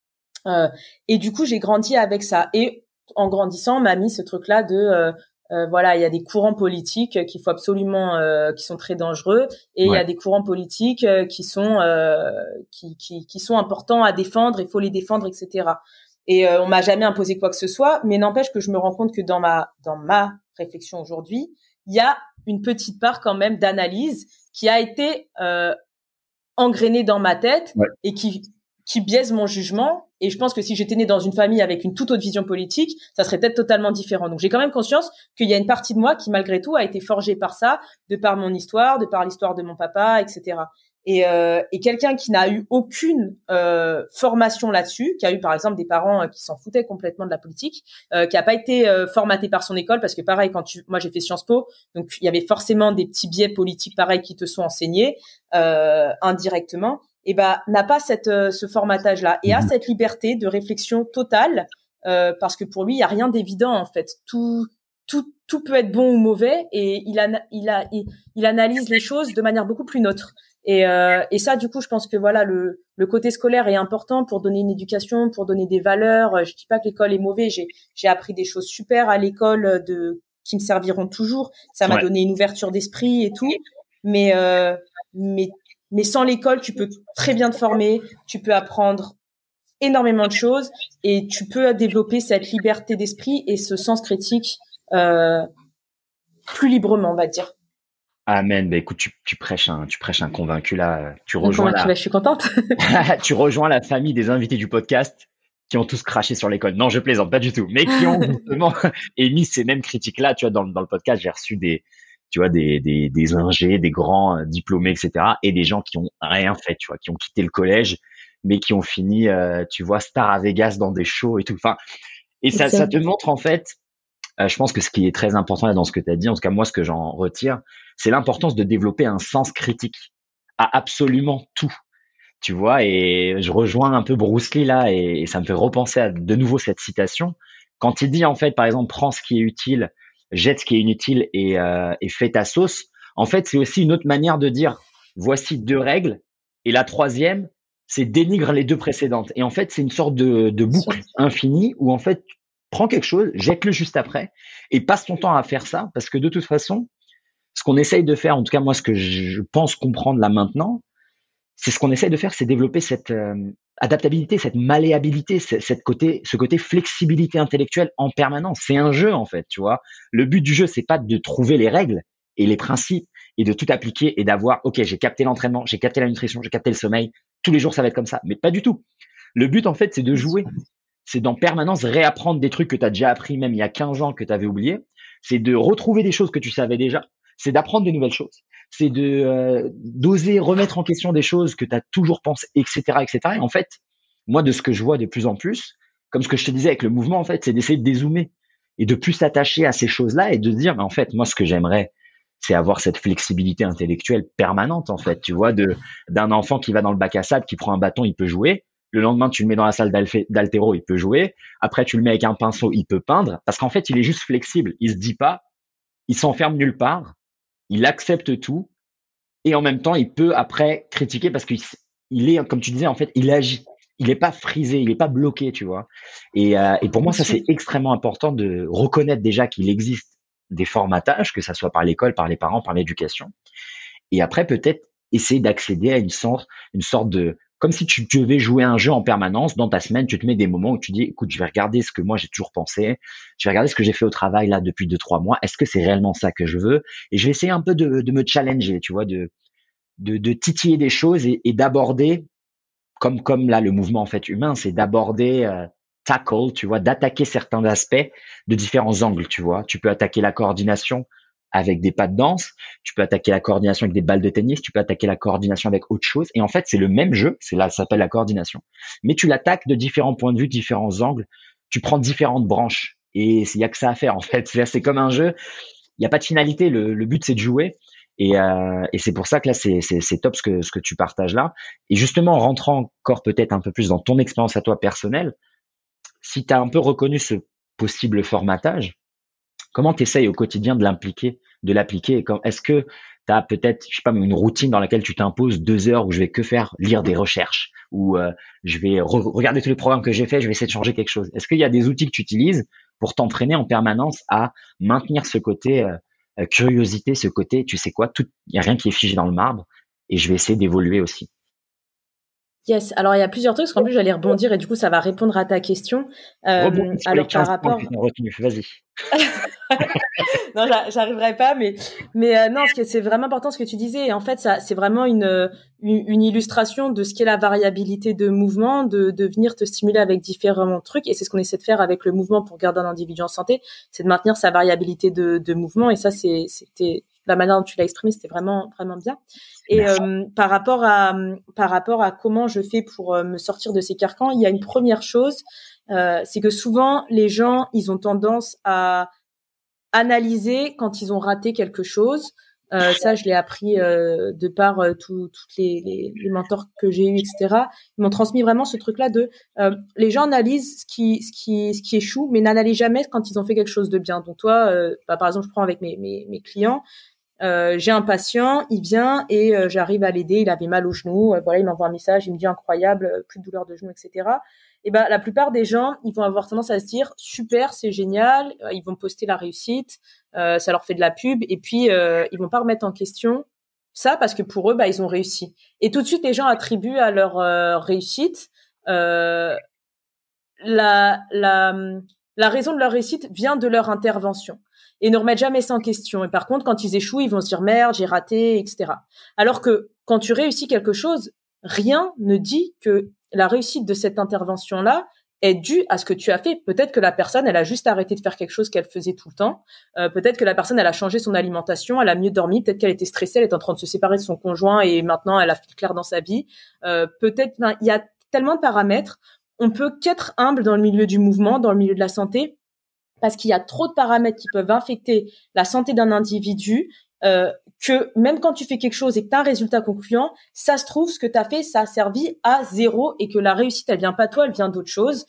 Et du coup j'ai grandi avec ça, et en grandissant on m'a mis ce truc là de voilà, il y a des courants politiques qu'il faut absolument qui sont très dangereux, et il y a des courants politiques qui sont importants à défendre, il faut les défendre, etc. Et on m'a jamais imposé quoi que ce soit, mais n'empêche que je me rends compte que dans ma réflexion aujourd'hui, il y a une petite part quand même d'analyse qui a été engrainée dans ma tête et qui biaise mon jugement. Et je pense que si j'étais née dans une famille avec une toute autre vision politique, ça serait peut-être totalement différent. Donc j'ai quand même conscience qu'il y a une partie de moi qui, malgré tout, a été forgée par ça, de par mon histoire, de par l'histoire de mon papa, etc. Et quelqu'un qui n'a eu aucune formation là-dessus, qui a eu par exemple des parents qui s'en foutaient complètement de la politique, qui a pas été formaté par son école, parce que pareil, moi j'ai fait Sciences Po, donc il y avait forcément des petits biais politiques pareils qui te sont enseignés indirectement. Et n'a pas ce formatage-là, et a cette liberté de réflexion totale, parce que pour lui il y a rien d'évident en fait. Tout peut être bon ou mauvais, et il analyse les choses de manière beaucoup plus neutre. Et ça, du coup, je pense que voilà, le côté scolaire est important pour donner une éducation, pour donner des valeurs. Je dis pas que l'école est mauvaise. J'ai appris des choses super à l'école qui me serviront toujours. Ça m'a donné une ouverture d'esprit et tout. Mais sans l'école, tu peux très bien te former, tu peux apprendre énormément de choses, et tu peux développer cette liberté d'esprit et ce sens critique plus librement, on va dire. Amen. Écoute, tu prêches un convaincu là. Tu rejoins je suis contente. Tu rejoins la famille des invités du podcast qui ont tous craché sur l'école. Non, je plaisante, pas du tout. Mais qui ont justement émis ces mêmes critiques-là. Tu vois, dans le podcast, j'ai reçu des ingés, des grands diplômés, etc. Et des gens qui ont rien fait, tu vois, qui ont quitté le collège, mais qui ont fini, tu vois, star à Vegas dans des shows et tout. Enfin, et ça te montre en fait. Je pense que ce qui est très important là dans ce que tu as dit, en tout cas moi ce que j'en retire, c'est l'importance de développer un sens critique à absolument tout. Tu vois, et je rejoins un peu Bruce Lee là, et ça me fait repenser à de nouveau cette citation. Quand il dit en fait, par exemple, prends ce qui est utile, jette ce qui est inutile, et fais ta sauce. En fait, c'est aussi une autre manière de dire, voici 2 règles, et la troisième, c'est dénigre les 2 précédentes. Et en fait, c'est une sorte de boucle infinie où en fait, prends quelque chose, jette-le juste après, et passe ton temps à faire ça, parce que de toute façon, ce qu'on essaye de faire, en tout cas moi, ce que je pense comprendre là maintenant, c'est ce qu'on essaye de faire, c'est développer cette adaptabilité, cette malléabilité, ce côté flexibilité intellectuelle en permanence. C'est un jeu en fait, tu vois. Le but du jeu, c'est pas de trouver les règles et les principes et de tout appliquer et d'avoir, ok, j'ai capté l'entraînement, j'ai capté la nutrition, j'ai capté le sommeil, tous les jours ça va être comme ça. Mais pas du tout. Le but en fait, c'est de jouer. C'est d'en permanence réapprendre des trucs que tu as déjà appris même il y a 15 ans que tu avais oublié. C'est de retrouver des choses que tu savais déjà. C'est d'apprendre de nouvelles choses. C'est d'oser remettre en question des choses que tu as toujours pensé, etc., etc. Et en fait, moi, de ce que je vois de plus en plus, comme ce que je te disais avec le mouvement, en fait, c'est d'essayer de dézoomer et de plus s'attacher à ces choses-là et de dire, mais en fait, moi, ce que j'aimerais, c'est avoir cette flexibilité intellectuelle permanente, en fait, tu vois, d'un enfant qui va dans le bac à sable, qui prend un bâton, il peut jouer. Le lendemain, tu le mets dans la salle d'haltéro, il peut jouer. Après, tu le mets avec un pinceau, il peut peindre. Parce qu'en fait, il est juste flexible. Il se dit pas, il s'enferme nulle part. Il accepte tout. Et en même temps, il peut après critiquer parce qu'il est, comme tu disais, en fait, il agit. Il n'est pas frisé, il n'est pas bloqué, tu vois. Et pour moi, ça, c'est extrêmement important de reconnaître déjà qu'il existe des formatages, que ça soit par l'école, par les parents, par l'éducation. Et après, peut-être essayer d'accéder à une sorte de comme si tu devais jouer un jeu en permanence. Dans ta semaine, tu te mets des moments où tu dis, écoute, je vais regarder ce que moi j'ai toujours pensé, je vais regarder ce que j'ai fait au travail là depuis 2-3 mois. Est-ce que c'est réellement ça que je veux? Et je vais essayer un peu de me challenger, tu vois, de titiller des choses et d'aborder, comme là le mouvement en fait humain, c'est d'aborder tackle, tu vois, d'attaquer certains aspects de différents angles, tu vois. Tu peux attaquer la coordination avec des pas de danse, tu peux attaquer la coordination avec des balles de tennis, tu peux attaquer la coordination avec autre chose. Et en fait, c'est le même jeu, c'est là, ça s'appelle la coordination. Mais tu l'attaques de différents points de vue, différents angles. Tu prends différentes branches et il y a que ça à faire en fait. C'est comme un jeu. Il n'y a pas de finalité. Le but c'est de jouer. Et c'est pour ça que là, c'est top ce que tu partages là. Et justement, en rentrant encore peut-être un peu plus dans ton expérience à toi personnelle, si tu as un peu reconnu ce possible formatage, comment tu essayes au quotidien de l'appliquer? Est-ce que tu as peut-être, je sais pas, une routine dans laquelle tu t'imposes 2 heures où je vais que faire lire des recherches, ou je vais regarder tous les programmes que j'ai faits, je vais essayer de changer quelque chose. Est-ce qu'il y a des outils que tu utilises pour t'entraîner en permanence à maintenir ce côté curiosité, ce côté, tu sais quoi, il y a rien qui est figé dans le marbre, et je vais essayer d'évoluer aussi. Yes. Alors, il y a plusieurs trucs, parce qu'en plus, j'allais rebondir et du coup, ça va répondre à ta question. Alors, par rapport... Vas-y. Non, j'arriverai pas, mais non, c'est vraiment important ce que tu disais. Et en fait, ça, c'est vraiment une illustration de ce qu'est la variabilité de mouvement, de venir te stimuler avec différents trucs. Et c'est ce qu'on essaie de faire avec le mouvement pour garder un individu en santé, c'est de maintenir sa variabilité de mouvement. Et ça, c'était la manière dont tu l'as exprimé, c'était vraiment, vraiment bien. Et par rapport à comment je fais pour me sortir de ces carcans, il y a une première chose, c'est que souvent les gens, ils ont tendance à analyser quand ils ont raté quelque chose. Ça, je l'ai appris de par tous les mentors que j'ai eus, etc. Ils m'ont transmis vraiment ce truc-là de les gens analysent ce qui échoue, mais n'analysent jamais quand ils ont fait quelque chose de bien. Donc toi, par exemple, je prends avec mes clients. J'ai un patient, il vient et j'arrive à l'aider, il avait mal au genou, voilà, il m'envoie un message, il me dit incroyable, plus de douleur de genou, etc. Et ben la plupart des gens, ils vont avoir tendance à se dire super, c'est génial, ils vont poster la réussite, ça leur fait de la pub, et puis ils vont pas remettre en question ça parce que pour eux, ils ont réussi. Et tout de suite, les gens attribuent à leur réussite la raison de leur réussite vient de leur intervention. Et ne remettent jamais ça en question. Et par contre, quand ils échouent, ils vont se dire merde, j'ai raté, etc. Alors que quand tu réussis quelque chose, rien ne dit que la réussite de cette intervention-là est due à ce que tu as fait. Peut-être que la personne, elle a juste arrêté de faire quelque chose qu'elle faisait tout le temps. Peut-être que la personne, elle a changé son alimentation, elle a mieux dormi. Peut-être qu'elle était stressée, elle est en train de se séparer de son conjoint et maintenant, elle a fait clair dans sa vie. Peut-être, il y a tellement de paramètres. On peut qu'être humble dans le milieu du mouvement, dans le milieu de la santé, parce qu'il y a trop de paramètres qui peuvent infecter la santé d'un individu, que même quand tu fais quelque chose et que tu as un résultat concluant, ça se trouve, ce que tu as fait, ça a servi à zéro et que la réussite, elle vient pas de toi, elle vient d'autre chose.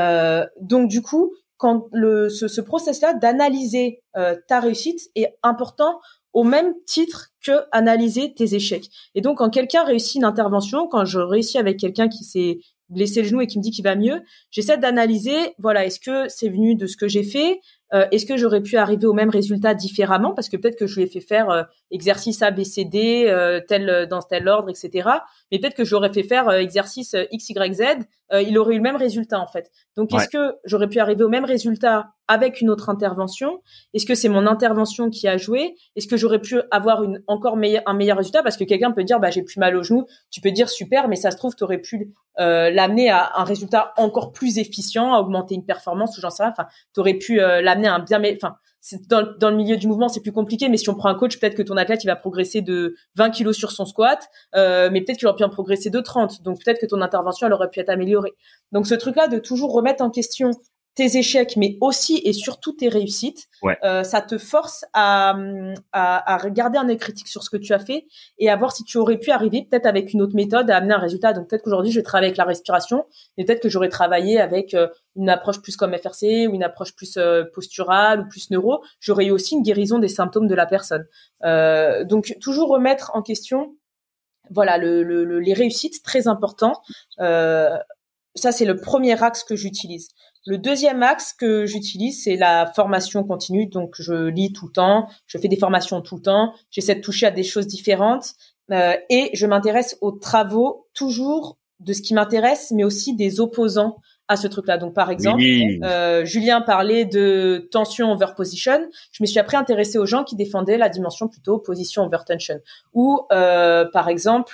Donc, du coup, quand ce process-là d'analyser ta réussite est important au même titre que analyser tes échecs. Et donc, quand quelqu'un réussit une intervention, quand je réussis avec quelqu'un qui s'est blessé le genou et qui me dit qu'il va mieux, j'essaie d'analyser, voilà, est-ce que c'est venu de ce que j'ai fait, est-ce que j'aurais pu arriver au même résultat différemment, parce que peut-être que je lui ai fait faire exercice A, B, C, D, dans tel ordre, etc. Mais peut-être que je lui aurais fait faire exercice X, Y, Z, il aurait eu le même résultat en fait. Donc est-ce que j'aurais pu arriver au même résultat avec une autre intervention? Est-ce que c'est mon intervention qui a joué? Est-ce que j'aurais pu avoir un meilleur résultat? Parce que quelqu'un peut dire j'ai plus mal au genou, tu peux dire super, mais ça se trouve t'aurais pu l'amener à un résultat encore plus efficient, à augmenter une performance ou j'en sais rien. Enfin, t'aurais pu l'amener à un bien, mais enfin, dans le milieu du mouvement, c'est plus compliqué. Mais si on prend un coach, peut-être que ton athlète il va progresser de 20 kilos sur son squat, mais peut-être qu'il aurait pu en progresser de 30. Donc peut-être que ton intervention elle aurait pu être améliorée. Donc ce truc-là de toujours remettre en question tes échecs, mais aussi et surtout tes réussites, ça te force à regarder un œil critique sur ce que tu as fait et à voir si tu aurais pu arriver peut-être avec une autre méthode à amener un résultat. Donc peut-être qu'aujourd'hui je vais travailler avec la respiration, mais peut-être que j'aurais travaillé avec une approche plus comme FRC ou une approche plus posturale ou plus neuro. J'aurais eu aussi une guérison des symptômes de la personne. Donc toujours remettre en question, voilà, les réussites, très important. Ça c'est le premier axe que j'utilise. Le deuxième axe que j'utilise, c'est la formation continue. Donc, je lis tout le temps, je fais des formations tout le temps, j'essaie de toucher à des choses différentes et je m'intéresse aux travaux toujours de ce qui m'intéresse, mais aussi des opposants à ce truc-là. Donc, par exemple, Julien parlait de tension over position. Je me suis après intéressée aux gens qui défendaient la dimension plutôt position over tension. Ou, par exemple,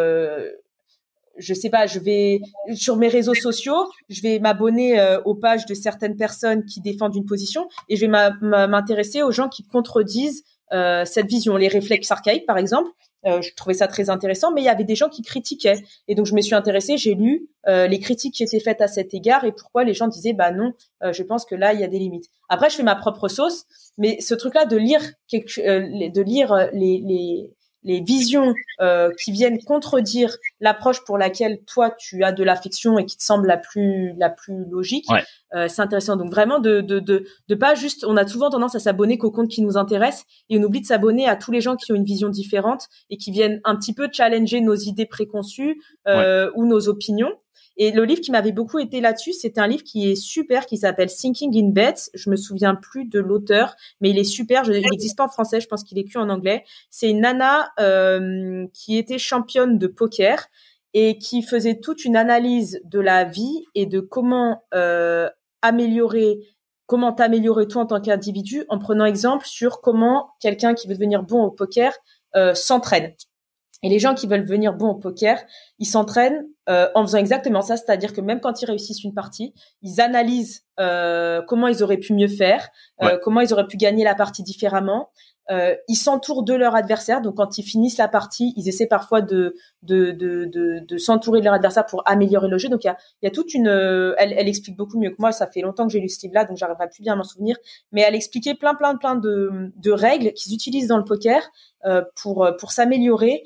je sais pas, je vais sur mes réseaux sociaux, je vais m'abonner aux pages de certaines personnes qui défendent une position et je vais m'intéresser aux gens qui contredisent cette vision. Les réflexes archaïques, par exemple, je trouvais ça très intéressant, mais il y avait des gens qui critiquaient. Et donc, je me suis intéressée, j'ai lu les critiques qui étaient faites à cet égard et pourquoi les gens disaient, bah non, je pense que là, il y a des limites. Après, je fais ma propre sauce, mais ce truc-là de lire les visions qui viennent contredire l'approche pour laquelle toi tu as de l'affection et qui te semble la plus logique, c'est intéressant. Donc vraiment de pas juste, on a souvent tendance à s'abonner qu'aux comptes qui nous intéressent et on oublie de s'abonner à tous les gens qui ont une vision différente et qui viennent un petit peu challenger nos idées préconçues ou nos opinions. Et le livre qui m'avait beaucoup été là-dessus, c'était un livre qui est super, qui s'appelle Thinking in Bets. Je me souviens plus de l'auteur, mais il est super. Il n'existe pas en français, je pense qu'il est que en anglais. C'est une nana qui était championne de poker et qui faisait toute une analyse de la vie et de comment t'améliorer toi en tant qu'individu en prenant exemple sur comment quelqu'un qui veut devenir bon au poker s'entraîne. Et les gens qui veulent devenir bons au poker, ils s'entraînent en faisant exactement ça, c'est-à-dire que même quand ils réussissent une partie, ils analysent comment ils auraient pu mieux faire, comment ils auraient pu gagner la partie différemment. Ils s'entourent de leur adversaire, donc quand ils finissent la partie, ils essaient parfois de s'entourer de leur adversaire pour améliorer le jeu. Donc il y a toute une, elle explique beaucoup mieux que moi. Ça fait longtemps que j'ai lu ce livre-là, donc j'arriverai plus bien à m'en souvenir. Mais elle expliquait plein de règles qu'ils utilisent dans le poker pour s'améliorer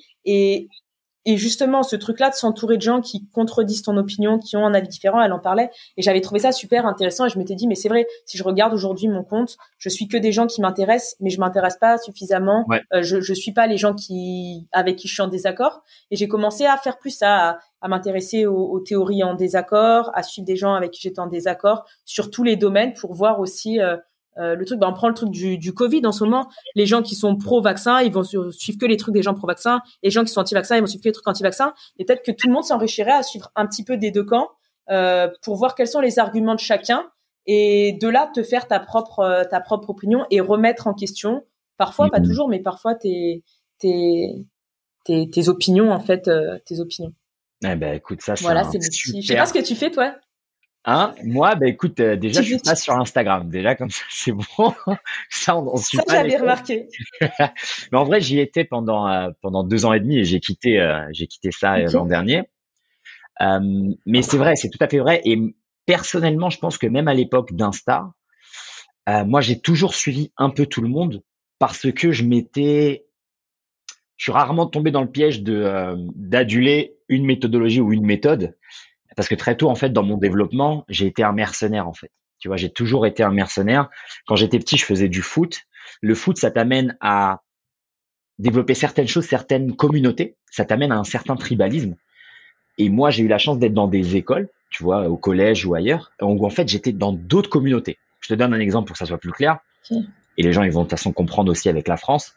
et justement, ce truc-là de s'entourer de gens qui contredisent ton opinion, qui ont un avis différent, elle en parlait. Et j'avais trouvé ça super intéressant. Et je m'étais dit, mais c'est vrai, si je regarde aujourd'hui mon compte, je suis que des gens qui m'intéressent, mais je m'intéresse pas suffisamment. Je suis pas les gens avec qui je suis en désaccord. Et j'ai commencé à faire plus ça, à m'intéresser aux théories en désaccord, à suivre des gens avec qui j'étais en désaccord sur tous les domaines pour voir aussi le truc. On prend le truc du Covid en ce moment. Les gens qui sont pro-vaccin, ils vont suivre que les trucs des gens pro-vaccin. Les gens qui sont anti-vaccin, ils vont suivre que les trucs anti-vaccin. Et peut-être que tout le monde s'enrichirait à suivre un petit peu des deux camps pour voir quels sont les arguments de chacun et de là te faire ta propre opinion et remettre en question. Parfois, pas toujours, mais parfois tes opinions en fait, tes opinions. Eh ben écoute, ça voilà, c'est super. Je sais pas ce que tu fais toi. Moi, écoute, déjà, je suis pas sur Instagram. Déjà, comme ça, c'est bon. Ça, on suit pas. J'avais remarqué. Mais en vrai, j'y étais pendant 2 ans et demi et j'ai quitté ça l'an dernier. Mais c'est vrai, c'est tout à fait vrai. Et personnellement, je pense que même à l'époque d'Insta, moi, j'ai toujours suivi un peu tout le monde parce que je suis rarement tombé dans le piège d'aduler une méthodologie ou une méthode. Parce que très tôt, en fait, dans mon développement, j'ai été un mercenaire, en fait. Tu vois, j'ai toujours été un mercenaire. Quand j'étais petit, je faisais du foot. Le foot, ça t'amène à développer certaines choses, certaines communautés. Ça t'amène à un certain tribalisme. Et moi, j'ai eu la chance d'être dans des écoles, tu vois, au collège ou ailleurs, où en fait, j'étais dans d'autres communautés. Je te donne un exemple pour que ça soit plus clair. Et les gens, ils vont de toute façon comprendre aussi avec la France.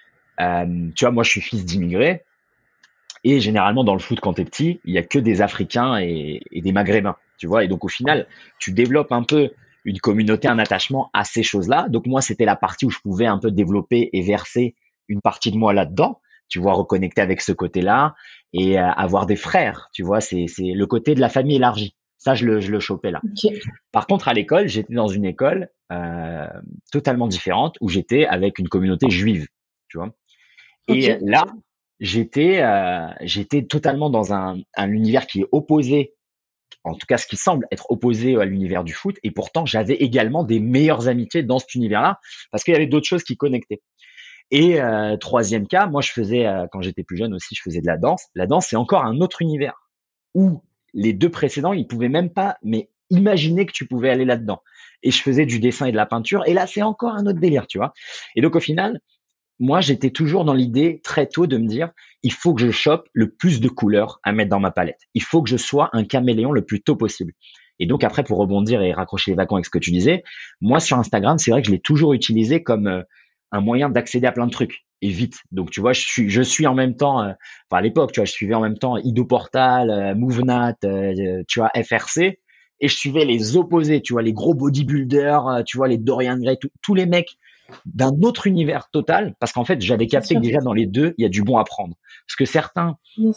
Tu vois, moi, je suis fils d'immigrés. Et généralement, dans le foot, quand t'es petit, il y a que des Africains et des Maghrébins, tu vois. Et donc, au final, tu développes un peu une communauté, un attachement à ces choses-là. Donc, moi, c'était la partie où je pouvais un peu développer et verser une partie de moi là-dedans, tu vois, reconnecter avec ce côté-là et avoir des frères, tu vois. C'est le côté de la famille élargie. Ça, je le chopais là. Okay. Par contre, à l'école, j'étais dans une école totalement différente où j'étais avec une communauté juive, tu vois. Et là, j'étais totalement dans un univers qui est opposé, en tout cas ce qui semble être opposé à l'univers du foot, et pourtant j'avais également des meilleures amitiés dans cet univers-là parce qu'il y avait d'autres choses qui connectaient. Et troisième cas, moi je faisais quand j'étais plus jeune aussi, je faisais de la danse. La danse, c'est encore un autre univers où les deux précédents, ils pouvaient même pas imaginer que tu pouvais aller là-dedans. Et je faisais du dessin et de la peinture, et là c'est encore un autre délire, tu vois. Et donc au final, moi, j'étais toujours dans l'idée très tôt de me dire, il faut que je chope le plus de couleurs à mettre dans ma palette. Il faut que je sois un caméléon le plus tôt possible. Et donc après, pour rebondir et raccrocher les wagons avec ce que tu disais, moi sur Instagram, c'est vrai que je l'ai toujours utilisé comme un moyen d'accéder à plein de trucs. et vite. Donc, tu vois, je suis en même temps, à l'époque, tu vois, je suivais en même temps Ido Portal, Mouvenat, tu vois, FRC, et je suivais les opposés, tu vois, les gros bodybuilders, tu vois, les Dorian Gray, tous les mecs d'un autre univers total, parce qu'en fait, j'avais capté que déjà dans les deux, il y a du bon à prendre. Parce que certains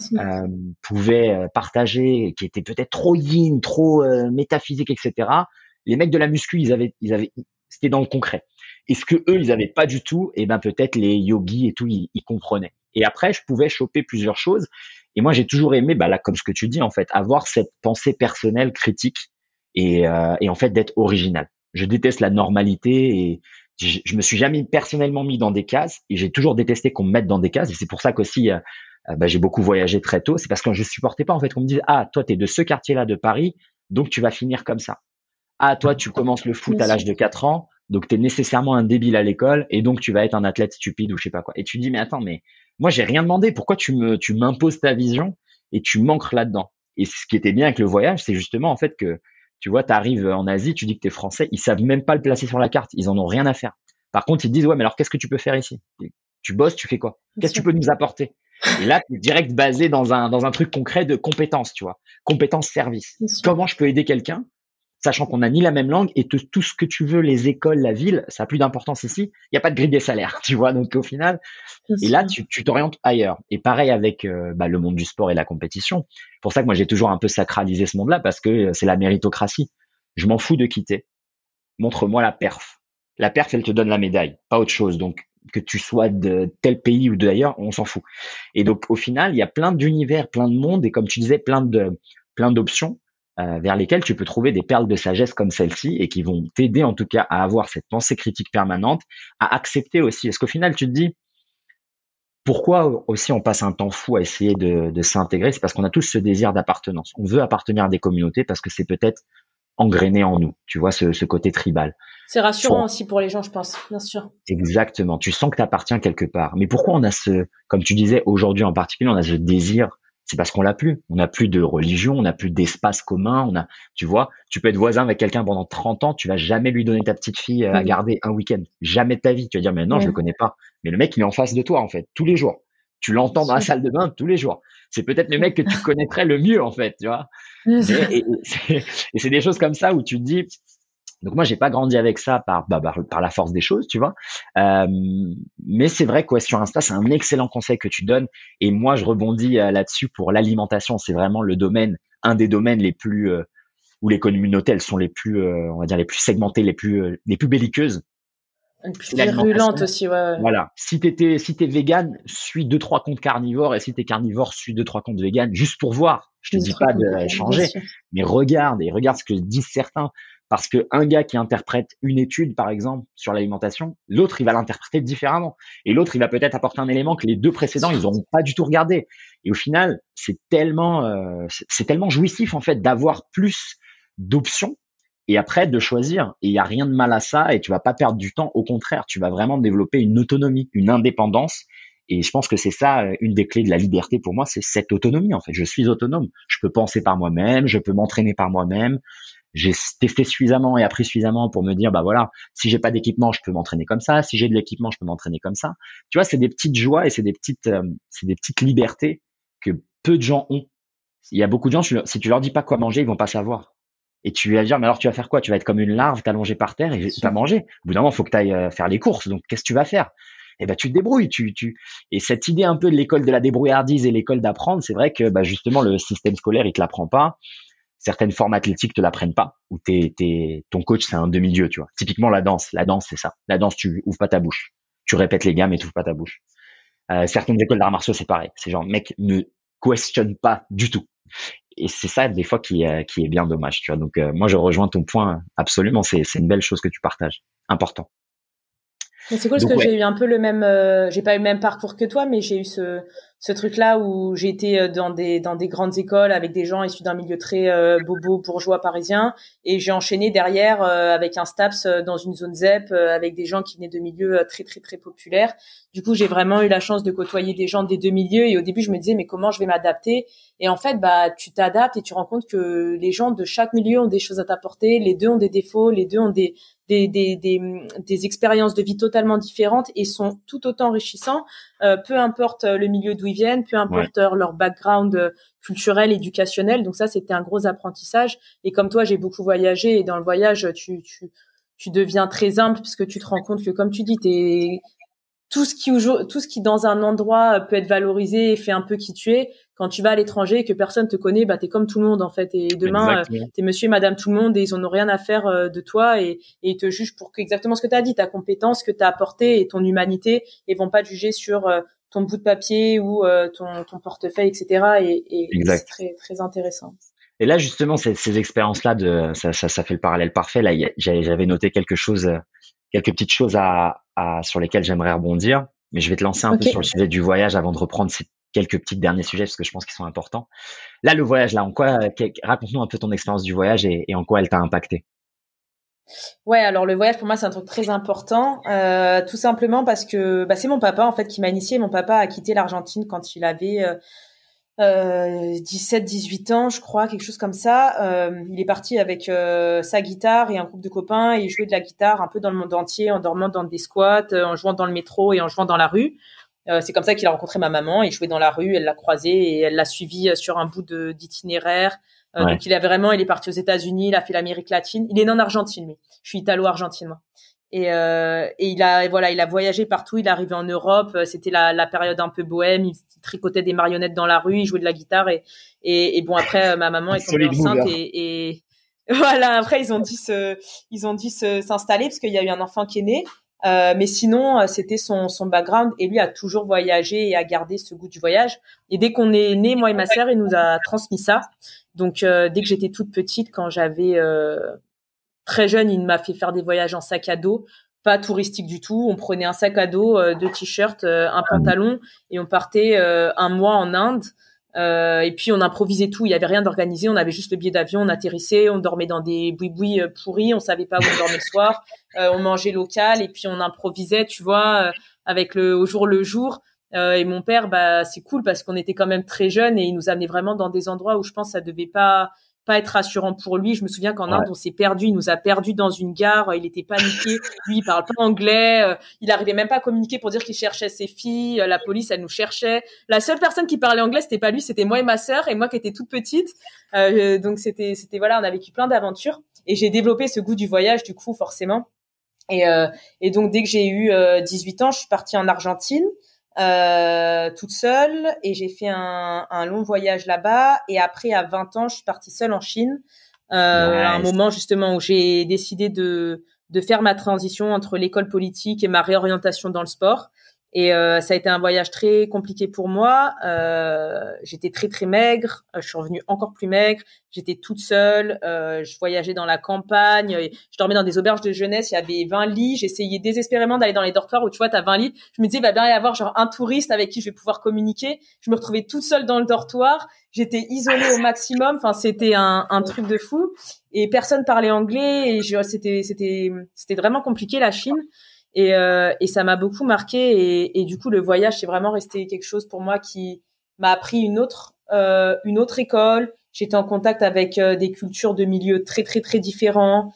pouvaient partager, qui étaient peut-être trop yin, trop métaphysique, etc. Les mecs de la muscu, c'était dans le concret. Et ce que eux, ils avaient pas du tout, et ben peut-être les yogis et tout, ils comprenaient. Et après, je pouvais choper plusieurs choses. Et moi, j'ai toujours aimé, bah là, comme ce que tu dis, en fait, avoir cette pensée personnelle critique et en fait d'être original. Je déteste la normalité et je me suis jamais personnellement mis dans des cases et j'ai toujours détesté qu'on me mette dans des cases. Et c'est pour ça qu'aussi, j'ai beaucoup voyagé très tôt. C'est parce que je supportais pas en fait qu'on me dise ah toi t'es de ce quartier-là de Paris, donc tu vas finir comme ça. Ah toi tu commences le foot à l'âge de 4 ans, donc t'es nécessairement un débile à l'école et donc tu vas être un athlète stupide ou je sais pas quoi. Et tu dis mais attends mais moi j'ai rien demandé. Pourquoi tu m'imposes ta vision et tu m'ancres là-dedans? Et ce qui était bien avec le voyage, c'est justement en fait que tu vois, t'arrives en Asie, tu dis que t'es français, ils savent même pas le placer sur la carte, ils en ont rien à faire. Par contre, ils te disent ouais, mais alors qu'est-ce que tu peux faire ici? Tu bosses, tu fais quoi? Qu'est-ce que tu peux nous apporter? Et là, tu es direct basé dans un truc concret de compétences, tu vois, compétences service. Comment je peux aider quelqu'un, sachant qu'on n'a ni la même langue et tout ce que tu veux, les écoles, la ville, ça a plus d'importance ici. Il n'y a pas de grille des salaires, tu vois. Donc au final, et là, tu t'orientes ailleurs. Et pareil avec le monde du sport et la compétition. Pour ça que moi, j'ai toujours un peu sacralisé ce monde-là parce que c'est la méritocratie. Je m'en fous de quitter. Montre-moi la perf. La perf, elle te donne la médaille, pas autre chose. Donc, que tu sois de tel pays ou d'ailleurs, on s'en fout. Et donc, au final, il y a plein d'univers, plein de mondes et comme tu disais, plein d'options vers lesquelles tu peux trouver des perles de sagesse comme celle-ci et qui vont t'aider en tout cas à avoir cette pensée critique permanente, à accepter aussi. Parce qu'au final, tu te dis, pourquoi aussi on passe un temps fou à essayer de s'intégrer? C'est parce qu'on a tous ce désir d'appartenance. On veut appartenir à des communautés parce que c'est peut-être engrainé en nous, tu vois, ce côté tribal. C'est rassurant aussi pour les gens, je pense, bien sûr. Exactement, tu sens que tu appartiens quelque part. Mais pourquoi on a comme tu disais, aujourd'hui en particulier, on a ce désir? C'est parce qu'on l'a plus. On n'a plus de religion, on n'a plus d'espace commun. Tu vois, tu peux être voisin avec quelqu'un pendant 30 ans, tu vas jamais lui donner ta petite fille à garder un week-end. Jamais de ta vie. Tu vas dire, mais non, je le connais pas. Mais le mec, il est en face de toi, en fait, tous les jours. Tu l'entends dans la salle de bain tous les jours. C'est peut-être le mec que tu connaîtrais le mieux, en fait, tu vois. Et c'est des choses comme ça où tu te dis, donc moi j'ai pas grandi avec ça par la force des choses, tu vois. Mais c'est vrai que sur Insta c'est un excellent conseil que tu donnes et moi je rebondis là-dessus pour l'alimentation. C'est vraiment un des domaines les plus où les communautés elles sont les plus on va dire les plus segmentées, les plus belliqueuses. Les plus virulentes aussi, ouais. Voilà. Si t'es vegan, suis 2-3 comptes carnivores et si t'es carnivore, suis 2-3 comptes vegan juste pour voir. Je te dis pas de changer, mais regarde ce que disent certains. Parce que un gars qui interprète une étude, par exemple, sur l'alimentation, l'autre, il va l'interpréter différemment. Et l'autre, il va peut-être apporter un élément que les deux précédents, ils n'auront pas du tout regardé. Et au final, c'est tellement jouissif, en fait, d'avoir plus d'options et après de choisir. Et il n'y a rien de mal à ça et tu vas pas perdre du temps. Au contraire, tu vas vraiment développer une autonomie, une indépendance. Et je pense que c'est ça, une des clés de la liberté pour moi, c'est cette autonomie, en fait. Je suis autonome. Je peux penser par moi-même, je peux m'entraîner par moi-même. J'ai testé suffisamment et appris suffisamment pour me dire, bah voilà, si j'ai pas d'équipement, je peux m'entraîner comme ça. Si j'ai de l'équipement, je peux m'entraîner comme ça. Tu vois, c'est des petites joies et c'est des petites libertés que peu de gens ont. Il y a beaucoup de gens, si tu leur dis pas quoi manger, ils vont pas savoir. Et tu vas dire, mais alors tu vas faire quoi? Tu vas être comme une larve, t'allonger par terre et pas manger. Au bout d'un moment, il faut que tu ailles faire les courses. Donc, qu'est-ce que tu vas faire? Eh ben, tu te débrouilles. Et cette idée un peu de l'école de la débrouillardise et l'école d'apprendre, c'est vrai que, bah, justement, le système scolaire, il te l'apprend pas. Certaines formes athlétiques te l'apprennent pas, où ton coach, c'est un demi-dieu, tu vois. Typiquement, la danse, c'est ça. La danse, tu ouvres pas ta bouche. Tu répètes les gammes et tu ouvres pas ta bouche. Certaines écoles d'arts martiaux, c'est pareil. C'est genre, mec, ne questionne pas du tout. Et c'est ça, des fois, qui est bien dommage, tu vois. Donc, moi, je rejoins ton point, absolument. C'est une belle chose que tu partages. Important. Mais c'est cool parce que j'ai eu un peu le même, j'ai pas eu le même parcours que toi, mais j'ai eu ce ce truc-là où j'ai été dans des grandes écoles avec des gens issus d'un milieu très bobo bourgeois parisien, et j'ai enchaîné derrière avec un STAPS dans une zone ZEP avec des gens qui venaient de milieux très très très populaires. Du coup, j'ai vraiment eu la chance de côtoyer des gens des deux milieux, et au début je me disais mais comment je vais m'adapter, et en fait tu t'adaptes et tu rends compte que les gens de chaque milieu ont des choses à t'apporter, les deux ont des défauts, les deux ont des expériences de vie totalement différentes et sont tout autant enrichissants, peu importe le milieu d'où ils viennent, peu importe leur background culturel, éducationnel. Donc ça, c'était un gros apprentissage. Et comme toi, j'ai beaucoup voyagé, et dans le voyage, tu deviens très humble, parce que tu te rends compte que, comme tu dis, tout ce qui dans un endroit peut être valorisé et fait un peu qui tu es. Quand tu vas à l'étranger et que personne te connaît, t'es comme tout le monde en fait. Et demain, t'es monsieur et madame tout le monde, et ils en ont rien à faire de toi, et ils te jugent pour exactement ce que t'as dit, ta compétence que t'as apportée et ton humanité, et vont pas te juger sur ton bout de papier ou ton portefeuille, etc. Et c'est très très intéressant. Et là justement, ces expériences-là, ça fait le parallèle parfait. Là, j'avais noté quelques petites choses sur lesquelles j'aimerais rebondir, mais je vais te lancer un peu sur le sujet du voyage avant de reprendre ces quelques petits derniers sujets, parce que je pense qu'ils sont importants. Là, le voyage, raconte-nous un peu ton expérience du voyage et en quoi elle t'a impacté. Ouais, alors le voyage pour moi c'est un truc très important, tout simplement parce que c'est mon papa en fait qui m'a initié. Mon papa a quitté l'Argentine quand il avait 17-18 ans, je crois, quelque chose comme ça. Il est parti avec sa guitare et un groupe de copains, et il jouait de la guitare un peu dans le monde entier, en dormant dans des squats, en jouant dans le métro et en jouant dans la rue. C'est comme ça qu'il a rencontré ma maman. Il jouait dans la rue, elle l'a croisé et elle l'a suivi sur un bout d'itinéraire. Donc il est parti aux États-Unis, il a fait l'Amérique latine. Il est né en Argentine, lui. Je suis italo-argentine, moi. Et il a voyagé partout. Il est arrivé en Europe. C'était la période un peu bohème. Il tricotait des marionnettes dans la rue. Il jouait de la guitare. Et bon, après, ma maman est tombée enceinte, et voilà. Après, ils ont dû s'installer parce qu'il y a eu un enfant qui est né. Mais sinon, c'était son background, et lui a toujours voyagé et a gardé ce goût du voyage. Et dès qu'on est né, moi et ma sœur, il nous a transmis ça. Donc, dès que j'étais toute petite, quand j'avais très jeune, il m'a fait faire des voyages en sac à dos, pas touristique du tout. On prenait un sac à dos, 2 t-shirts, un pantalon, et on partait un mois en Inde. Et puis on improvisait tout, il y avait rien d'organisé, on avait juste le billet d'avion, on atterrissait, on dormait dans des boui-boui pourris, on savait pas où on dormait le soir, on mangeait local, et puis on improvisait, tu vois, avec au jour le jour. Et mon père, c'est cool parce qu'on était quand même très jeunes, et il nous amenait vraiment dans des endroits où je pense que ça devait pas être rassurant pour lui. Je me souviens qu'en Inde, on s'est perdu, il nous a perdus dans une gare, il était paniqué, lui il parle pas anglais, il arrivait même pas à communiquer pour dire qu'il cherchait ses filles, la police elle nous cherchait. La seule personne qui parlait anglais, c'était pas lui, c'était moi et ma sœur, et moi qui étais toute petite. Donc c'était voilà, on a vécu plein d'aventures, et j'ai développé ce goût du voyage du coup forcément. Et donc dès que j'ai eu 18 ans, je suis partie en Argentine. Toute seule, et j'ai fait un long voyage là-bas, et après à 20 ans je suis partie seule en Chine, à un moment justement où j'ai décidé de faire ma transition entre l'école politique et ma réorientation dans le sport. Et ça a été un voyage très compliqué pour moi. J'étais très très maigre, je suis revenue encore plus maigre, j'étais toute seule, je voyageais dans la campagne, je dormais dans des auberges de jeunesse, il y avait 20 lits, j'essayais désespérément d'aller dans les dortoirs où tu vois t'as 20 lits. Je me disais il va bien y avoir genre un touriste avec qui je vais pouvoir communiquer. Je me retrouvais toute seule dans le dortoir, j'étais isolée au maximum, enfin c'était un truc de fou, et personne parlait anglais, et c'était vraiment compliqué la Chine. Et ça m'a beaucoup marqué, et du coup le voyage c'est vraiment resté quelque chose pour moi qui m'a appris une autre école. J'étais en contact avec des cultures de milieux très très très différents.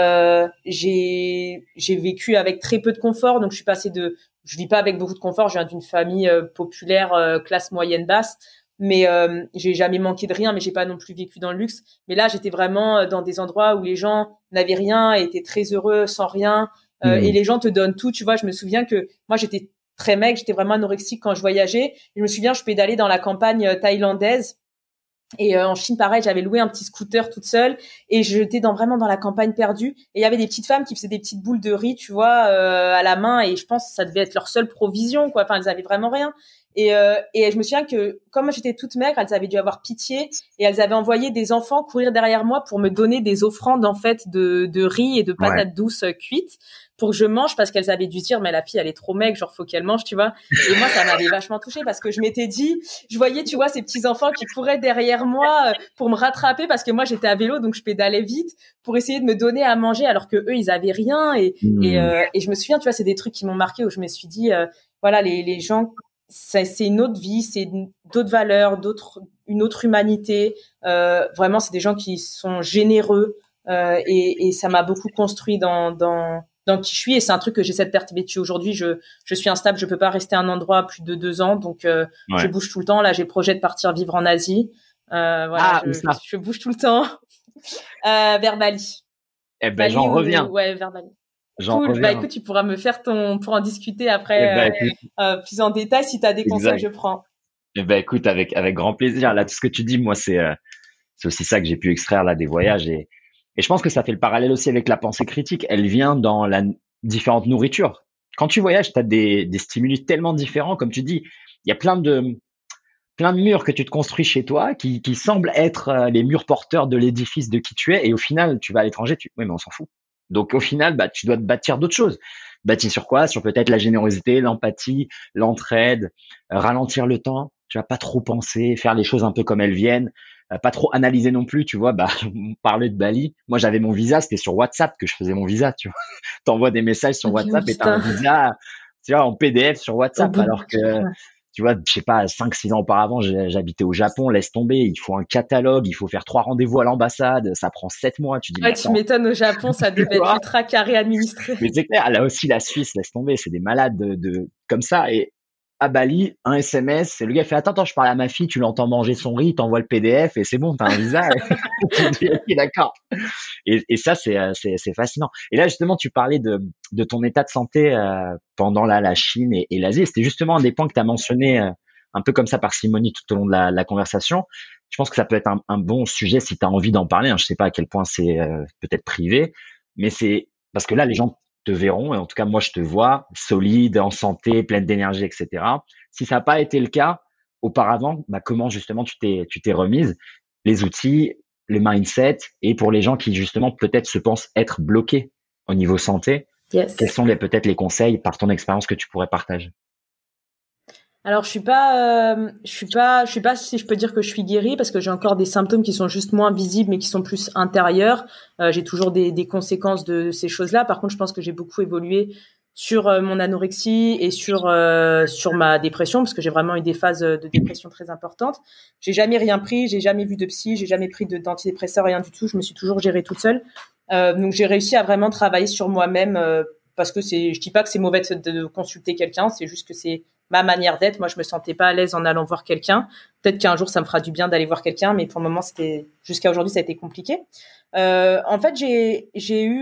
J'ai vécu avec très peu de confort, donc je vis pas avec beaucoup de confort. Je viens d'une famille populaire, classe moyenne basse, mais j'ai jamais manqué de rien, mais j'ai pas non plus vécu dans le luxe. Mais là j'étais vraiment dans des endroits où les gens n'avaient rien et étaient très heureux sans rien. Et les gens te donnent tout, tu vois. Je me souviens que moi j'étais très maigre, j'étais vraiment anorexique quand je voyageais. Je me souviens, je pédalais dans la campagne thaïlandaise, et en Chine pareil, j'avais loué un petit scooter toute seule, et j'étais vraiment dans la campagne perdue, et il y avait des petites femmes qui faisaient des petites boules de riz, tu vois, à la main, et je pense que ça devait être leur seule provision, quoi. Enfin, elles avaient vraiment rien. Et je me souviens que comme j'étais toute maigre, elles avaient dû avoir pitié et elles avaient envoyé des enfants courir derrière moi pour me donner des offrandes en fait de riz et de patates douces cuites pour que je mange, parce qu'elles avaient dû dire mais la fille elle est trop maigre, genre faut qu'elle mange, tu vois. Et moi ça m'avait vachement touchée parce que je m'étais dit, je voyais tu vois ces petits enfants qui couraient derrière moi pour me rattraper parce que moi j'étais à vélo donc je pédalais vite pour essayer de me donner à manger alors que eux ils avaient rien et je me souviens tu vois c'est des trucs qui m'ont marqué où je me suis dit voilà les gens c'est une autre vie, c'est d'autres valeurs, une autre humanité. Vraiment, c'est des gens qui sont généreux et ça m'a beaucoup construit dans qui je suis. Et c'est un truc que j'essaie de perpétuer aujourd'hui. Je suis instable, je peux pas rester à un endroit plus de 2 ans, donc je bouge tout le temps. Là, j'ai le projet de partir vivre en Asie. Voilà, je bouge tout le temps vers Bali. Eh ben, j'en reviens. Ouais, vers Bali. Cool. Bah écoute, tu pourras me faire pour en discuter après plus en détail si tu as des conseils, je prends. Eh ben écoute, avec grand plaisir. Là, tout ce que tu dis, moi, c'est aussi ça que j'ai pu extraire là des voyages et je pense que ça fait le parallèle aussi avec la pensée critique. Elle vient dans la différente nourriture. Quand tu voyages, tu as des stimuli tellement différents, comme tu dis. Il y a plein de murs que tu te construis chez toi qui semblent être les murs porteurs de l'édifice de qui tu es et au final, tu vas à l'étranger, oui, mais on s'en fout. Donc au final, tu dois te bâtir d'autres choses. Bâtir sur quoi? Sur peut-être la générosité, l'empathie, l'entraide, ralentir le temps. Tu vas pas trop penser, faire les choses un peu comme elles viennent, pas trop analyser non plus. Tu vois, on parlait de Bali. Moi, j'avais mon visa, c'était sur WhatsApp que je faisais mon visa. Tu vois, t'envoies des messages sur WhatsApp et t'as un visa, tu vois, en PDF sur WhatsApp, alors que tu vois, je sais pas, 5-6 ans auparavant, j'habitais au Japon, laisse tomber, il faut un catalogue, il faut faire 3 rendez-vous à l'ambassade, ça prend 7 mois, tu dis. Ouais, tu m'étonnes, au Japon, ça devait être ultra carré administré. Mais c'est clair, là aussi, la Suisse, laisse tomber, c'est des malades comme ça. Et à Bali, un SMS, et le gars fait, attends, je parle à ma fille, tu l'entends manger son riz, il t'envoie le PDF et c'est bon, t'as un visa. Tu dis, ok, d'accord. Et ça, c'est fascinant. Et là, justement, tu parlais de ton état de santé pendant la Chine et l'Asie. C'était justement un des points que tu as mentionné un peu comme ça par Simonie tout au long de la conversation. Je pense que ça peut être un bon sujet si tu as envie d'en parler. Je sais pas à quel point c'est peut-être privé, mais c'est parce que là, les gens te verront, et en tout cas, moi, je te vois solide, en santé, pleine d'énergie, etc. Si ça n'a pas été le cas auparavant, comment justement tu t'es remise, les outils, le mindset, et pour les gens qui justement peut-être se pensent être bloqués au niveau santé, quels sont peut-être les conseils par ton expérience que tu pourrais partager? Alors je suis pas si je peux dire que je suis guérie parce que j'ai encore des symptômes qui sont juste moins visibles mais qui sont plus intérieurs. J'ai toujours des conséquences de ces choses-là. Par contre, je pense que j'ai beaucoup évolué sur mon anorexie et sur ma dépression parce que j'ai vraiment eu des phases de dépression très importantes. J'ai jamais rien pris, j'ai jamais vu de psy, j'ai jamais pris d'antidépresseurs, rien du tout. Je me suis toujours gérée toute seule. Donc j'ai réussi à vraiment travailler sur moi-même parce que je dis pas que c'est mauvais de consulter quelqu'un, c'est juste que c'est ma manière d'être. Moi, je me sentais pas à l'aise en allant voir quelqu'un. Peut-être qu'un jour, ça me fera du bien d'aller voir quelqu'un, mais pour le moment, jusqu'à aujourd'hui, ça a été compliqué. En fait, j'ai eu